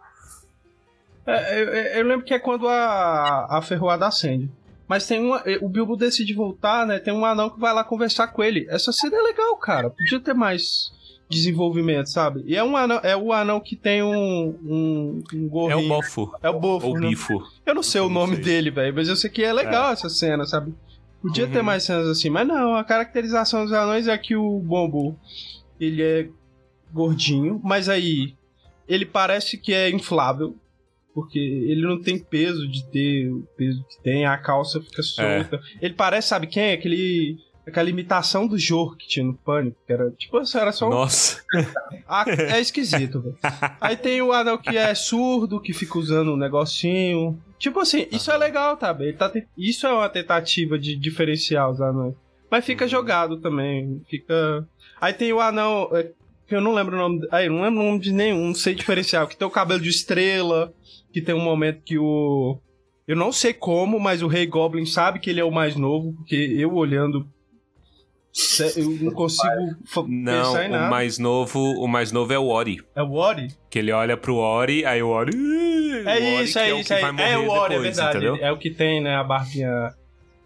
É, eu, eu lembro que é quando a, a ferroada acende. Mas tem uma, o Bilbo decide voltar, né? Tem um anão que vai lá conversar com ele. Essa cena é legal, cara. Podia ter mais desenvolvimento, sabe? E é, um anão, é o anão que tem um, um, um É gorrinho. o Bofo. É o Bofo, Ou né? Bifo. Eu não sei Eu o não nome sei. dele, velho, mas eu sei que é legal essa cena, sabe? Podia ter Uhum. mais cenas assim, mas não, a caracterização dos anões é que o Bombo, ele é gordinho, mas aí ele parece que é inflável, porque ele não tem peso de ter o peso que tem, a calça fica solta. Ele parece, sabe quem? Aquele... Aquela imitação do Jor que tinha no Pânico, que era tipo, era só um... Nossa. Ah, é esquisito, velho. Aí tem o anão que é surdo, que fica usando um negocinho. Tipo assim, isso é legal, tá? Ele tá te... Isso é uma tentativa de diferenciar os anões. Mas fica jogado também. Fica. Aí tem o anão. é, Que eu não lembro o nome. Aí, não lembro o nome de nenhum, não sei diferenciar. Que tem o cabelo de estrela. Que tem um momento que o. Eu não sei como, mas o Rei Goblin sabe que ele é o mais novo. Porque eu olhando. Eu não consigo fa- Não, pensar em nada. o mais novo, o mais novo é o Ori. É o Ori? Que ele olha pro Ori, aí o Ori. É o Ori isso, que é o isso. que É, vai é morrer o Ori, é depois, verdade. entendeu? É o que tem, né? A barbinha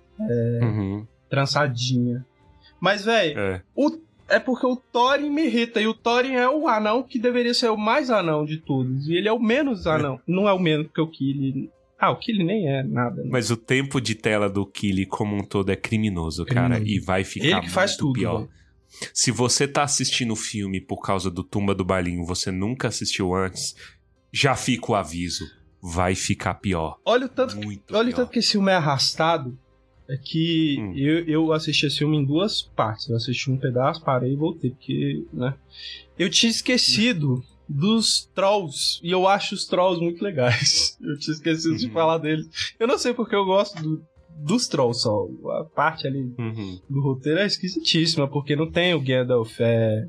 Uhum, trançadinha. Mas, velho, é. o... é porque o Thorin me irrita. E o Thorin é o anão que deveria ser o mais anão de todos. E ele é o menos anão. Não é o menos, porque o Kili... Ah, o Kili nem é nada. Né? Mas o tempo de tela do Killy como um todo é criminoso, cara. Criminoso. E vai ficar Ele que faz muito tudo, pior. velho. Se você tá assistindo o filme por causa do Tumba do Balinho, você nunca assistiu antes, já fica o aviso. Vai ficar pior. Olha o tanto, Muito olha o pior. tanto que esse filme é arrastado. É que Hum. eu, eu assisti esse filme em duas partes. Eu assisti um pedaço, parei e voltei. Porque, né? Eu tinha esquecido dos Trolls. E eu acho os Trolls muito legais. Eu tinha esquecido de Uhum. falar deles. Eu não sei porque eu gosto do- dos Trolls só. A parte ali Uhum. do roteiro é esquisitíssima. Porque não tem o Gandalf é,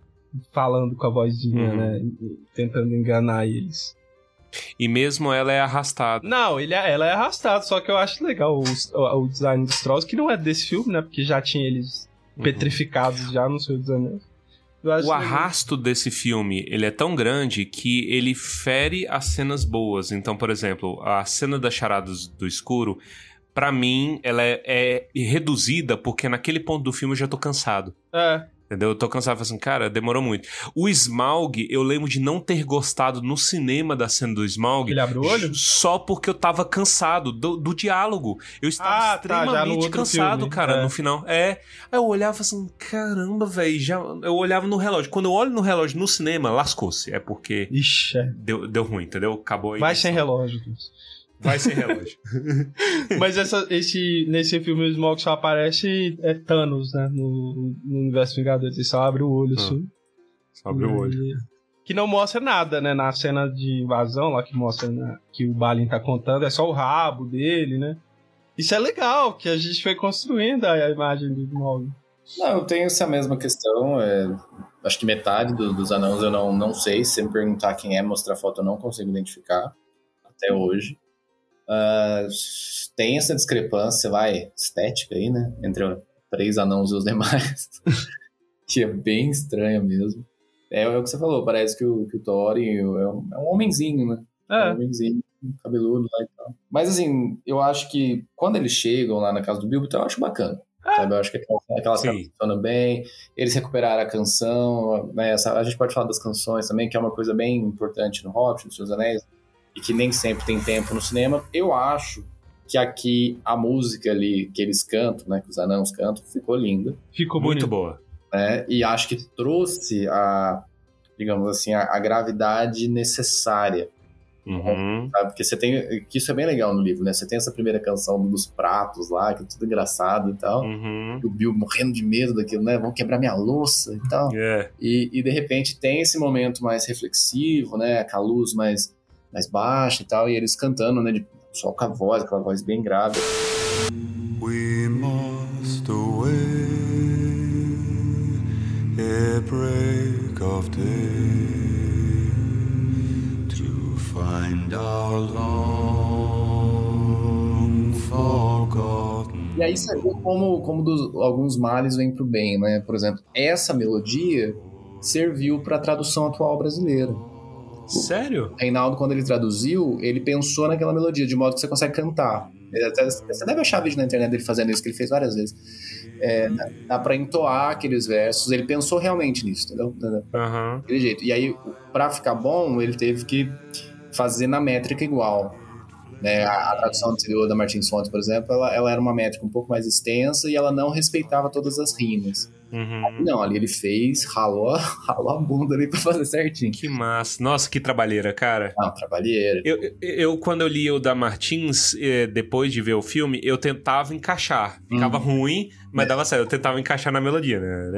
falando com a vozinha, Uhum. né? e- Tentando enganar eles. E mesmo ela é arrastada. Não, ele é- ela é arrastada, só que eu acho legal os- o, o design dos Trolls, que não é desse filme, né? Porque já tinha eles petrificados já no seu design. Eu acho O legal. arrasto desse filme, ele é tão grande que ele fere as cenas boas. Então, por exemplo, a cena das charadas do escuro, pra mim, ela é, é reduzida porque naquele ponto do filme eu já tô cansado. É, Entendeu? Eu tô cansado, assim, cara, demorou muito. O Smaug, eu lembro de não ter gostado no cinema da cena do Smaug. ele abre o olho? Só porque eu tava cansado do, do diálogo. Eu estava Ah, tá, já no extremamente outro cansado, filme, cara, é. no final. É. Aí eu olhava assim, caramba, velho. Já... Eu olhava no relógio. Quando eu olho no relógio no cinema, lascou-se. É porque Ixi, é. deu, deu ruim, entendeu? Acabou a Vai edição. sem relógio. Vai sem relógio. Mas essa, esse, nesse filme o Smaug só aparece é Thanos, né? No, no universo Vingadores. Ele só abre o olho, Ah, assim. Abre o olho. E- Que não mostra nada, né? Na cena de invasão lá que mostra, né, que o Balin tá contando, é só o rabo dele, né? Isso é legal, que a gente foi construindo a, a imagem do Smaug. Não, eu tenho essa mesma questão. É, acho que metade do- dos anãos eu não, não sei. Se você me perguntar quem é, mostrar foto, eu não consigo identificar até hoje. Ah, tem essa discrepância, vai, estética aí, né? Entre os três anãos e os demais. Que é bem estranha mesmo. É, é o que você falou, parece que o, que o Thorin é um, é um homenzinho, né? É um É, homenzinho, cabeludo lá e tal. Mas assim, eu acho que quando eles chegam lá na casa do Bilbo, então eu acho bacana. Sabe? Eu acho que aquela, aquela cena Sim. funciona bem. Eles recuperaram a canção, né? Essa- a gente pode falar das canções também, que é uma coisa bem importante no Hobbit, nos Seus Anéis, e que nem sempre tem tempo no cinema. Eu acho que aqui a música ali que eles cantam, né? Que os anãos cantam, ficou linda. ficou Muito bonito. boa. Né? E acho que trouxe a, digamos assim, a, a gravidade necessária. Uhum. Sabe? Porque você tem. Que isso é bem legal no livro, né? Você tem essa primeira canção dos pratos lá, que é tudo engraçado e tal. Uhum. E o Bill morrendo de medo daquilo, né? Vão quebrar minha louça e tal. É. E, e de repente tem esse momento mais reflexivo, né? Com a luz mais, mais baixa e tal. E eles cantando, né? De, só com a voz, aquela voz bem grave. We must away ere break of day to find our long forgotten. E aí você vê como, como dos- alguns males vêm pro bem, né? Por exemplo, essa melodia serviu para a tradução atual brasileira. Sério? Reinaldo, quando ele traduziu, ele pensou naquela melodia, de modo que você consegue cantar. Ele até- Você deve achar vídeo na internet dele fazendo isso, que ele fez várias vezes. É, dá- dá pra entoar aqueles versos. Ele pensou realmente nisso, entendeu? Aham. Daquele jeito. E aí, pra ficar bom, ele teve que fazer na métrica igual. Né? A, a tradução anterior da Martins Fontes, por exemplo, ela, ela era uma métrica um pouco mais extensa e ela não respeitava todas as rimas. Uhum. Não, ali ele fez, ralou, a- ralou a bunda ali pra fazer certinho. Que massa. Nossa, que trabalheira, cara. Ah, trabalheira. Eu, eu, eu, quando eu li o da Martins, eh, depois de ver o filme, eu tentava encaixar. Ficava ruim, mas dava certo. Eu tentava encaixar na melodia,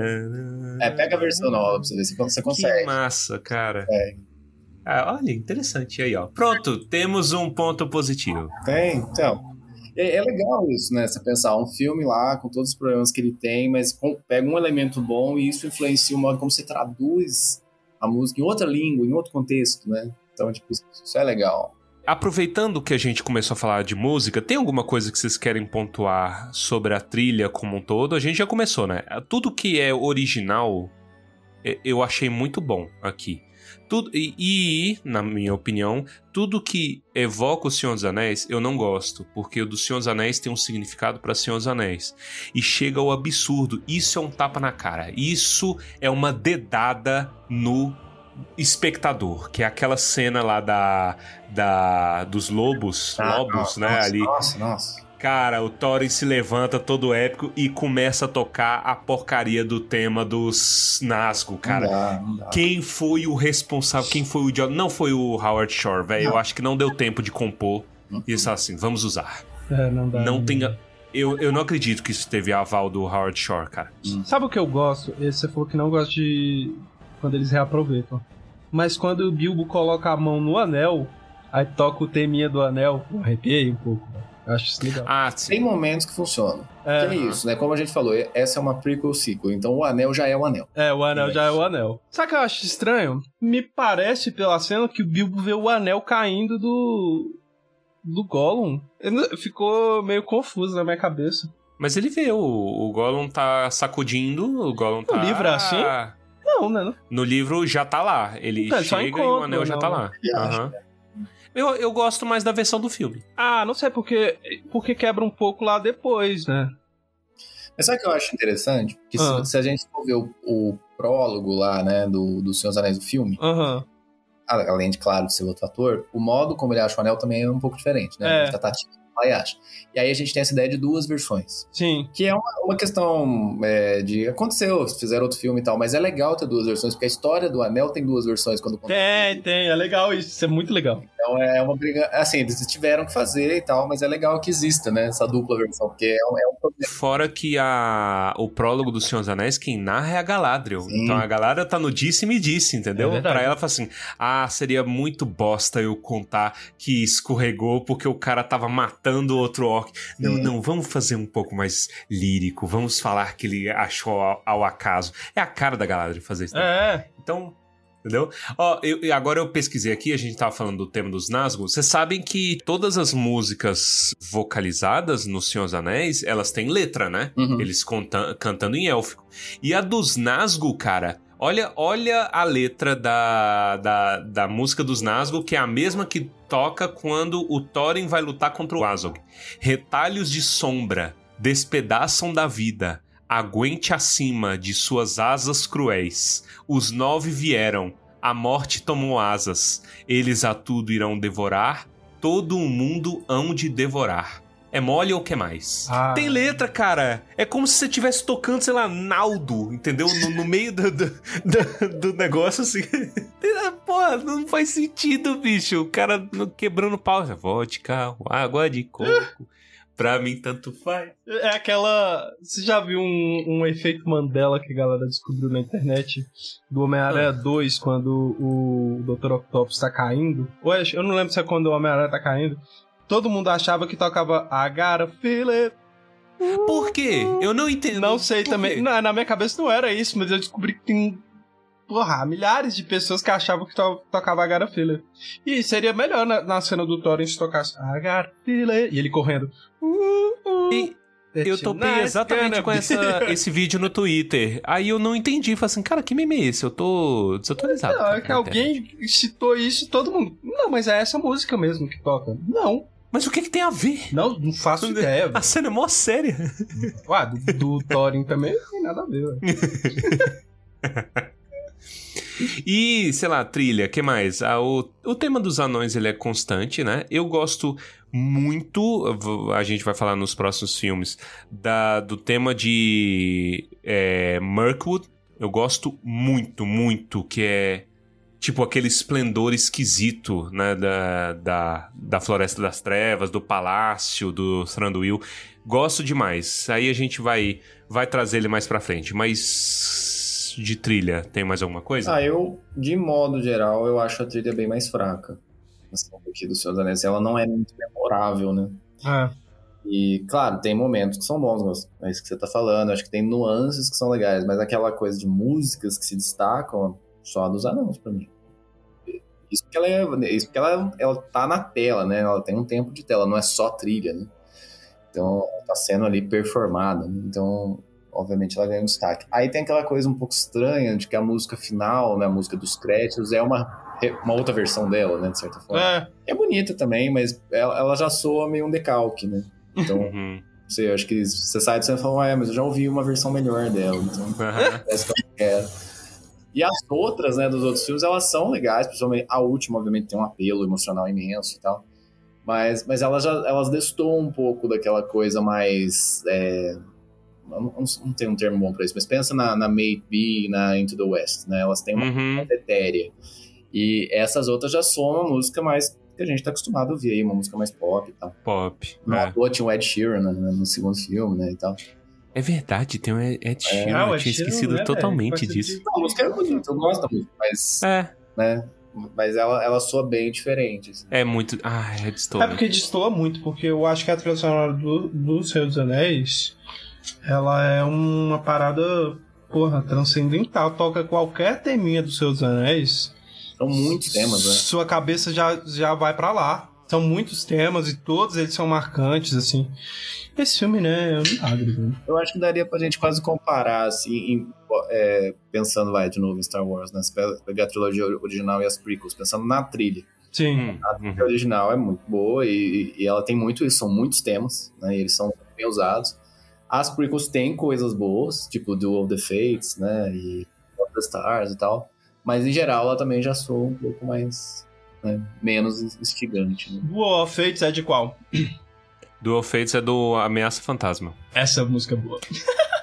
né? É, pega a versão nova pra você ver se você Que consegue. massa, cara. É. Ah, olha, interessante aí, ó. Pronto, temos um ponto positivo. Tem, então. É, é legal isso, né? Você pensar um filme lá com todos os problemas que ele tem, mas com- pega um elemento bom e isso influencia o modo como você traduz a música em outra língua, em outro contexto, né? Então, tipo, isso isso é legal. Aproveitando que a gente começou a falar de música, tem alguma coisa que vocês querem pontuar sobre a trilha como um todo? A gente já começou, né? Tudo que é original, eh, eu achei muito bom aqui. Tudo, e, e, na minha opinião, tudo que evoca o Senhor dos Anéis, eu não gosto, porque o do Senhor dos Anéis tem um significado para Senhor dos Anéis. E chega ao absurdo. Isso é um tapa na cara. Isso é uma dedada no espectador, que é aquela cena lá da, da dos lobos, lobos, nossa, né, nossa, ali. Nossa, nossa. Cara, o Thorin se levanta todo épico e começa a tocar a porcaria do tema dos Nazgûl, cara. Não dá, não dá. Quem foi o responsável? Quem foi o idiota? Não foi o Howard Shore, velho. Eu acho que não deu tempo de compor. E isso assim, vamos usar. É, não dá. Não tem. Eu, eu não acredito que isso teve aval do Howard Shore, cara. Sabe o que eu gosto? Esse você falou que não gosta de quando eles reaproveitam. Mas quando o Bilbo coloca a mão no anel, aí toca o teminha do anel, eu arrepiei um pouco. Eu acho isso legal. Ah, sim. Tem momentos que funcionam. É, Que é isso, né? Como a gente falou, essa é uma prequel sequel, então o anel já é o anel. é, o anel já é o anel. Sabe o que eu acho estranho? Me parece pela cena que o Bilbo vê o anel caindo do. do Gollum. Ele ficou meio confuso na minha cabeça. Mas ele vê, o, o Gollum tá sacudindo, o Gollum tá... livro é assim? Não, né? No livro já tá lá. Ele Não, ele só chega e encontra o anel o já anel, tá né? lá. Eu acho. Aham. Eu, eu gosto mais da versão do filme. Ah, não sei porque, porque quebra um pouco lá depois, né? Mas sabe o que eu acho interessante? Que Ah. se, se a gente for ver o, o prólogo lá, né, do, do Senhor dos Anéis do filme, Aham. a- além de, claro, de ser outro ator, o modo como ele acha o anel também é um pouco diferente, né? É. A Tatativa vai e acha. E aí a gente tem essa ideia de duas versões. Sim. Que é uma, uma questão é, de... Aconteceu, fizeram outro filme e tal, mas é legal ter duas versões, porque a história do anel tem duas versões quando Tem, tem. É legal isso. Isso é muito legal. Então Então é uma briga. Assim, eles tiveram que fazer e tal, mas é legal que exista, né? Essa dupla versão, porque é um, é um problema. Fora que a, o prólogo do Senhor dos Anéis, quem narra é a Galadriel. Sim. Então a Galadriel tá no disse-me disse, entendeu? É verdade. Pra ela, fala assim, ah, seria muito bosta eu contar que escorregou porque o cara tava matando outro orc. Não, Sim. não, vamos fazer um pouco mais lírico, vamos falar que ele achou ao, ao acaso. É a cara da Galadriel fazer isso. É, Então... Entendeu? Ó, eu, e agora eu pesquisei aqui, a gente tava falando do tema dos Nazgûl. Vocês sabem que todas as músicas vocalizadas no Senhor dos Anéis, elas têm letra, né? Uhum. Eles conta- cantando em élfico. E a dos Nazgûl, cara, olha, olha a letra da, da, da música dos Nazgûl, que é a mesma que toca quando o Thorin vai lutar contra o Azog. Retalhos de sombra despedaçam da vida. Aguente acima de suas asas cruéis. Os nove vieram, a morte tomou asas. Eles a tudo irão devorar, todo o mundo hão de devorar. É mole ou que mais? Ah. Tem letra, cara. É como se você estivesse tocando, sei lá, Naldo, entendeu? No, no meio do, do, do, do negócio, assim. Porra, não faz sentido, bicho. O cara quebrando pau. Vodka, água de coco. Pra mim, tanto faz. é aquela... Você já viu um, um efeito Mandela que a galera descobriu na internet? Do Homem-Aranha Ah. dois, quando o doutor Octopus tá caindo. Ué, eu não lembro se é quando o Homem-Aranha tá caindo. Todo mundo achava que tocava I gotta feel it. Por quê? Eu não entendo. Não sei Por também. quê? Na, na minha cabeça não era isso, mas eu descobri que tem... Porra, milhares de pessoas que achavam que to tocava I gotta feel it. E seria melhor na, na cena do Thorin se tocasse I gotta feel it. E ele correndo. Uh, uh, E eu topei nice exatamente gonna com be. essa, esse vídeo no Twitter. Aí eu não entendi. Falei assim, cara, que meme é esse? Eu tô desatualizado. Não, cara, é que na internet. alguém citou isso, todo mundo. Não, mas é essa música mesmo que toca. Não, Mas o que que tem a ver? não, não faço ideia. A cena é mó séria. Ué, do, do Thorin também não tem nada a ver, velho. E, sei lá, trilha, que mais? Ah, o, o tema dos anões, ele é constante, né? Eu gosto muito, v- a gente vai falar nos próximos filmes, da, do tema de é, Mirkwood. Eu gosto muito, muito, que é tipo aquele esplendor esquisito, né? Da, da, da Floresta das Trevas, do Palácio, do Thranduil. Gosto demais. Aí a gente vai, vai trazer ele mais pra frente, mas... De trilha, tem mais alguma coisa? Ah, eu, de modo geral, eu acho a trilha bem mais fraca. Assim, aqui do Senhor dos Anéis, ela não é muito memorável, né? Ah, E, claro, tem momentos que são bons, mas é isso que você tá falando. Acho que tem nuances que são legais, mas aquela coisa de músicas que se destacam, só a dos anãos pra mim. Isso porque ela, é, isso porque ela, ela tá na tela, né? Ela tem um tempo de tela, não é só trilha, né? Então, ela tá sendo ali performada, né? Então, obviamente, ela ganha um destaque. Aí tem aquela coisa um pouco estranha de que a música final, né? A música dos créditos é uma, uma outra versão dela, né? De certa forma. é. É bonita também, mas ela, ela já soa meio um decalque, né? Então, Uhum. não sei, eu acho que você sai do cinema e fala, ah, mas eu já ouvi uma versão melhor dela, então Aham. essa que eu quero. E as outras, né, dos outros filmes, elas são legais, principalmente a última, obviamente, tem um apelo emocional imenso e tal, mas, mas elas, já, elas destoam um pouco daquela coisa mais... É, não, não, não tem um termo bom pra isso, mas pensa na, na May It Be e na Into the West, né, elas têm uma Uhum. mais etérea. E essas outras já são uma música mais que a gente tá acostumado a ouvir aí, uma música mais pop e tal. Pop. Não, É. à toa tinha o Ed Sheeran né, no segundo filme, né, e tal. É verdade, tem o Ed Sheeran. Ah, o eu Ed tinha Sheeran, esquecido né, velho? totalmente Faz disso. sentido. Não, a música é bonita, eu gosto da música, mas, É, né, mas ela, ela soa bem diferente. Assim. é muito... Ah, é É destoa. porque destoa muito, porque eu acho que a trilha sonora do, do Senhor dos Anéis, ela é uma parada, porra, transcendental. Toca qualquer teminha do Senhor dos Anéis, São muitos temas, né? sua cabeça já, já vai pra lá. São muitos temas e todos eles são marcantes, assim. Esse filme, né, é um milagre, né? Eu acho que daria pra gente quase comparar, assim, em- é, pensando, vai, de novo em Star Wars, né? Se pegar a trilogia original e as prequels, pensando na trilha. Sim. Hum, A trilha original é muito boa e, e ela tem muito isso, são muitos temas, né? E eles são bem usados. As prequels têm coisas boas, tipo Duel of the Fates, né? E Of the Stars e tal. Mas, em geral, ela também já soa um pouco mais... Né? Menos instigante, né? Duel of Fates é de qual? Duel Fates é do Ameaça Fantasma. Essa música é boa.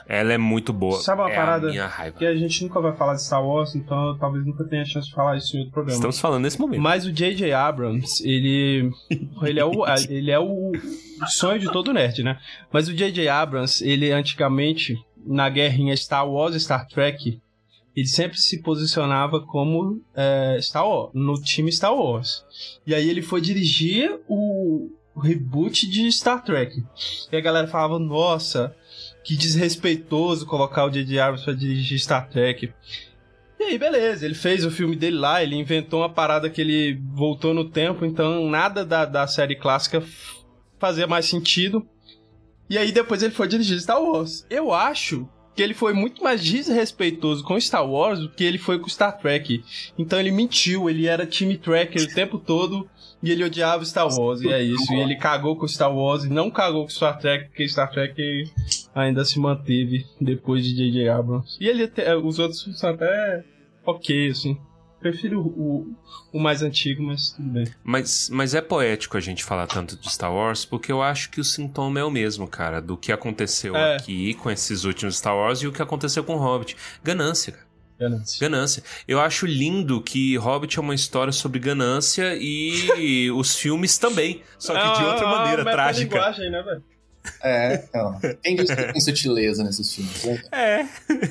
Ela é muito boa. Sabe uma é parada a minha raiva. que a gente nunca vai falar de Star Wars, então eu talvez nunca tenha chance de falar isso em outro programa. Estamos falando nesse momento. Mas o J J. Abrams, ele, ele, é o, ele é o sonho de todo nerd, né? Mas o J J. Abrams, ele antigamente, na guerrinha Star Wars e Star Trek, ele sempre se posicionava como é, Star Wars, no time Star Wars. E aí ele foi dirigir o, o reboot de Star Trek. E a galera falava, nossa, que desrespeitoso colocar o J J. Abrams pra dirigir Star Trek. E aí, beleza, ele fez o filme dele lá, ele inventou uma parada que ele voltou no tempo, então nada da, da série clássica fazia mais sentido. E aí depois ele foi dirigir Star Wars. Eu acho que ele foi muito mais desrespeitoso com Star Wars do que ele foi com Star Trek. Então ele mentiu, ele era time Tracker o tempo todo e ele odiava Star Wars, e é isso. E ele cagou com Star Wars e não cagou com Star Trek, porque Star Trek ainda se manteve depois de J J. Abrams. E ele até, os outros são até ok, assim. Prefiro o, o mais antigo, mas tudo bem. Mas, mas é poético a gente falar tanto de Star Wars, porque eu acho que o sintoma é o mesmo, cara, do que aconteceu É. aqui com esses últimos Star Wars e o que aconteceu com Hobbit. Ganância, cara. Ganância. Ganância. Eu acho lindo que Hobbit é uma história sobre ganância e os filmes também, só que de outra maneira trágica. Linguagem, né, velho? É, então. Quem disse que tem sutileza nesses filmes? Né? É.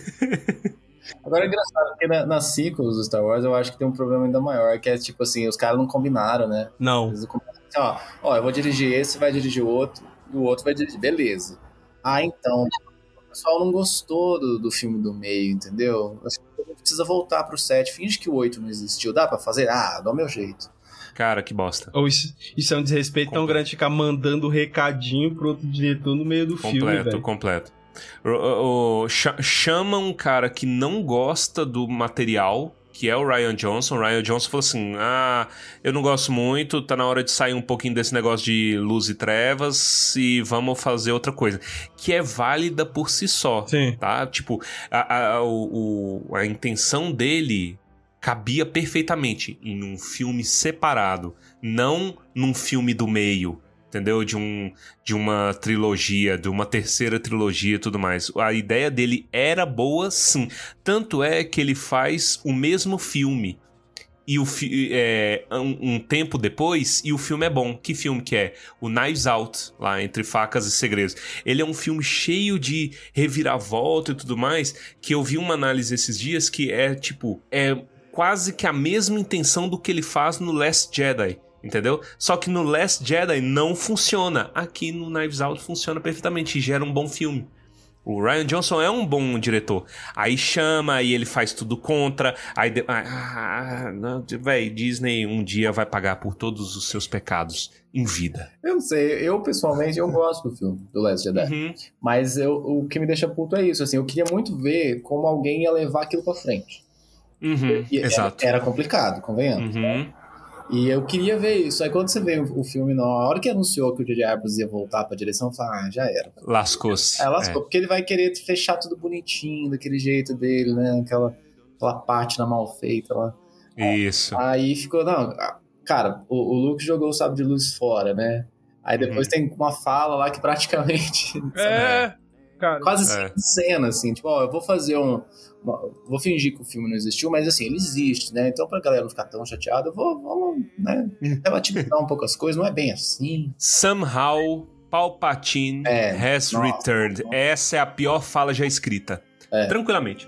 Agora é engraçado, porque na, nas sequels do Star Wars eu acho que tem um problema ainda maior, que é tipo assim, os caras não combinaram, né? Não. Eles combinaram assim, ó, ó, eu vou dirigir esse, vai dirigir o outro, e o outro vai dirigir, beleza. Ah, então, o pessoal não gostou do, do filme do meio, entendeu? Acho que a gente precisa voltar pro set, finge que o oito não existiu, dá pra fazer? Ah, dá o meu jeito. Cara, que bosta. Ou isso, isso é um desrespeito tão grande ficar mandando recadinho pro outro diretor no meio do filme, Completo, velho. completo. O, o, o, cha- chama um cara que não gosta do material, que é o Rian Johnson. O Rian Johnson falou assim, ah, eu não gosto muito, tá na hora de sair um pouquinho desse negócio de luz e trevas e vamos fazer outra coisa. Que é válida por si só, Sim. tá? Tipo, a, a, o, o- a intenção dele cabia perfeitamente em um filme separado, não num filme do meio, entendeu? De, um, de uma trilogia, de uma terceira trilogia e tudo mais. A ideia dele era boa, sim. Tanto é que ele faz o mesmo filme e o fi- é, um, um tempo depois, e o filme é bom. Que filme que é? O Knives Out, lá, Entre Facas e Segredos. Ele é um filme cheio de reviravolta e tudo mais, que eu vi uma análise esses dias que é, tipo, é quase que a mesma intenção do que ele faz no Last Jedi. Entendeu? Só que no Last Jedi não funciona. Aqui no Knives Out funciona perfeitamente e gera um bom filme. O Rian Johnson é um bom diretor. Aí chama, aí ele faz tudo contra. Aí, de... ah, não, véi, Disney um dia vai pagar por todos os seus pecados em vida. Eu não sei, eu pessoalmente eu gosto do filme, do Last Jedi. Uhum. Mas eu, o que me deixa puto é isso, assim, eu queria muito ver como alguém ia levar aquilo pra frente. Uhum, E exato. Era, era complicado, convenhamos. Uhum. E eu queria ver isso. Aí quando você vê o, o filme, na hora que anunciou que o J J. Abrams ia voltar pra direção, eu falei, ah, já era. Lascou-se. Aí lascou, porque ele vai querer fechar tudo bonitinho, daquele jeito dele, né? Aquela, aquela pátina mal feita lá. É. Isso. Aí ficou, não, cara, o, o Luke jogou o sabre de luz fora, né? Aí depois Uhum. tem uma fala lá que praticamente É, cara. quase É. sem cena, assim, tipo, ó, eu vou fazer um. uma- vou fingir que o filme não existiu, mas assim, ele existe, né? Então, pra galera não ficar tão chateada, eu vou, vamos, né, relativizar um pouco as coisas, não é bem assim. Somehow Palpatine É, has nossa, returned. nossa. Essa é a pior fala já escrita. É. Tranquilamente.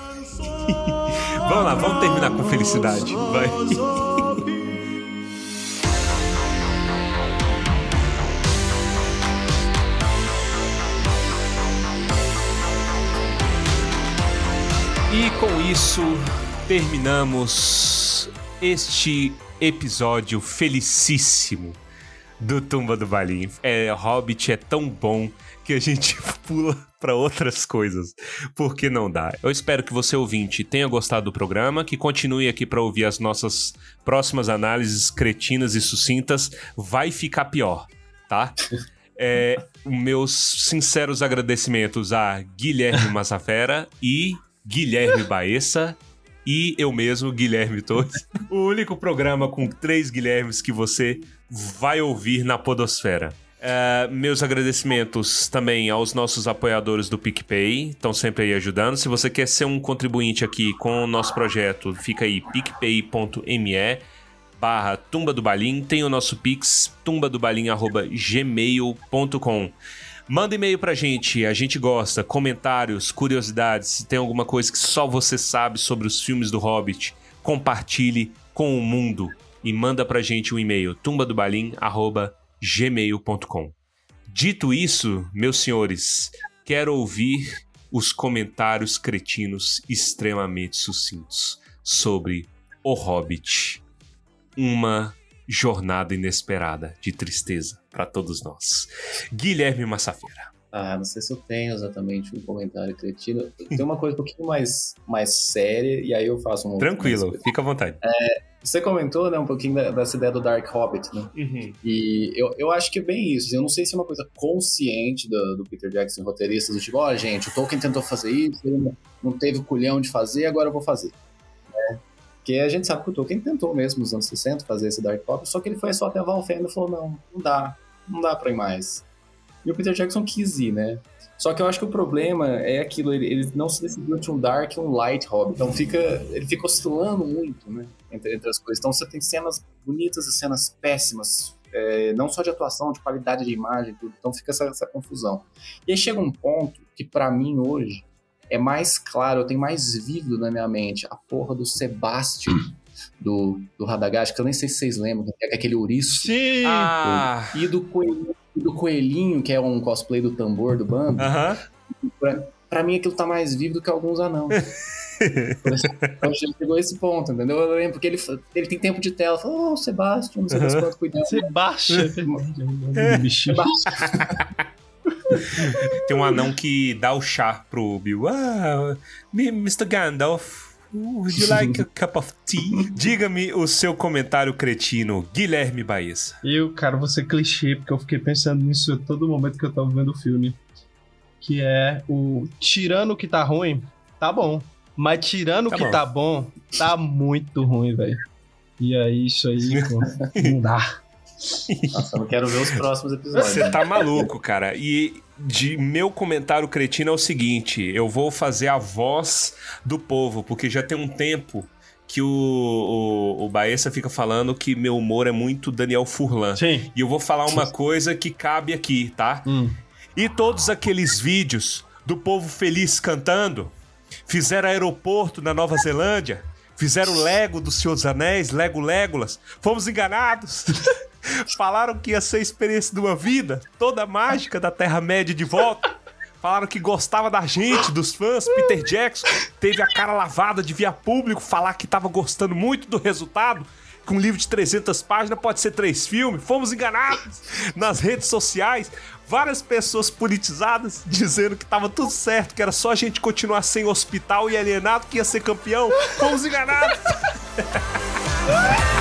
Vamos lá, vamos terminar com felicidade. Vai. E com isso, terminamos este episódio felicíssimo do Tumba do Balim. É, Hobbit é tão bom que a gente pula para outras coisas, porque não dá. Eu espero que você, ouvinte, tenha gostado do programa, que continue aqui para ouvir as nossas próximas análises cretinas e sucintas. Vai ficar pior, tá? É, meus sinceros agradecimentos a Guilherme Massafera e Guilherme Baessa e eu mesmo, Guilherme Torres. O único programa com três Guilhermes que você vai ouvir na podosfera. Uh, meus agradecimentos também aos nossos apoiadores do PicPay, estão sempre aí ajudando. Se você quer ser um contribuinte aqui com o nosso projeto, fica aí picpay.me barra Tumba do Balim. Tem o nosso pix, tumbadobalim arroba gmail ponto com. Manda e-mail pra gente, a gente gosta, comentários, curiosidades, se tem alguma coisa que só você sabe sobre os filmes do Hobbit, compartilhe com o mundo e manda pra gente um e-mail, tumbadobalim arroba gmail ponto com. Dito isso, meus senhores, quero ouvir os comentários cretinos extremamente sucintos sobre O Hobbit, uma jornada inesperada de tristeza para todos nós. Guilherme Massafeira. Ah, não sei se eu tenho exatamente um comentário cretino. Tem uma coisa um pouquinho mais, mais séria, e aí eu faço um... Tranquilo, fica à vontade. É, você comentou, né, um pouquinho da, dessa ideia do Dark Hobbit, né? Uhum. E eu, eu acho que é bem isso. Eu não sei se é uma coisa consciente do, do Peter Jackson, roteirista, do tipo, ó, oh, gente, o Tolkien tentou fazer isso, ele não, não teve o culhão de fazer, agora eu vou fazer. Né? Porque a gente sabe que o Tolkien tentou mesmo nos anos sessenta fazer esse Dark Hobbit, só que ele foi só até a Valfenda e falou, não, não dá, não dá pra ir mais. E o Peter Jackson quis ir, né? Só que eu acho que o problema é aquilo, ele, ele não se decidiu entre um Dark e um Light Hobbit. Então fica, ele fica oscilando muito, né? Entre, entre as coisas. Então você tem cenas bonitas e cenas péssimas. É, não só de atuação, de qualidade de imagem, tudo. Então fica essa, essa confusão. E aí chega um ponto que pra mim hoje é mais claro, eu tenho mais vívido na minha mente a porra do Sebastian do, do Radagast, que eu nem sei se vocês lembram, que é aquele ouriço. Sim! Ah. E do coelhinho. do coelhinho, que é um cosplay do tambor do bando, uh-huh. pra, pra mim aquilo tá mais vivo do que alguns anãos. Então chegou a esse ponto, entendeu? Eu lembro porque ele, ele tem tempo de tela, falou, oh, Sebastião, não sei das quantas, cuidado. Sebastião, é bichinho. Tem um anão que dá o chá pro Bill. Ah, mister Gandalf, would you like a cup of tea? Diga-me o seu comentário cretino, Guilherme Baeza. Eu, cara, vou ser clichê, porque eu fiquei pensando nisso a todo momento que eu tava vendo o filme. Que é o tirando o que tá ruim, tá bom. Mas tirando tá o que bom. tá bom, tá muito ruim, velho. E aí, isso aí, pô, não dá. Nossa, eu não quero ver os próximos episódios. Você tá maluco, cara. E de meu comentário cretino é o seguinte, eu vou fazer a voz do povo, porque já tem um tempo que o, o, o Baessa fica falando que meu humor é muito Daniel Furlan. Sim. E eu vou falar uma coisa que cabe aqui, tá? Hum. E todos aqueles vídeos do povo feliz cantando, fizeram aeroporto na Nova Zelândia, fizeram Lego do Senhor dos Anéis, Lego Legolas, fomos enganados. Falaram que ia ser a experiência de uma vida, toda mágica da Terra-média de volta. Falaram que gostava da gente, dos fãs. Peter Jackson teve a cara lavada de via público, falar que tava gostando muito do resultado, que um livro de trezentas páginas pode ser três filmes. Fomos enganados nas redes sociais. Várias pessoas politizadas dizendo que tava tudo certo, que era só a gente continuar sem hospital e alienado que ia ser campeão. Fomos enganados.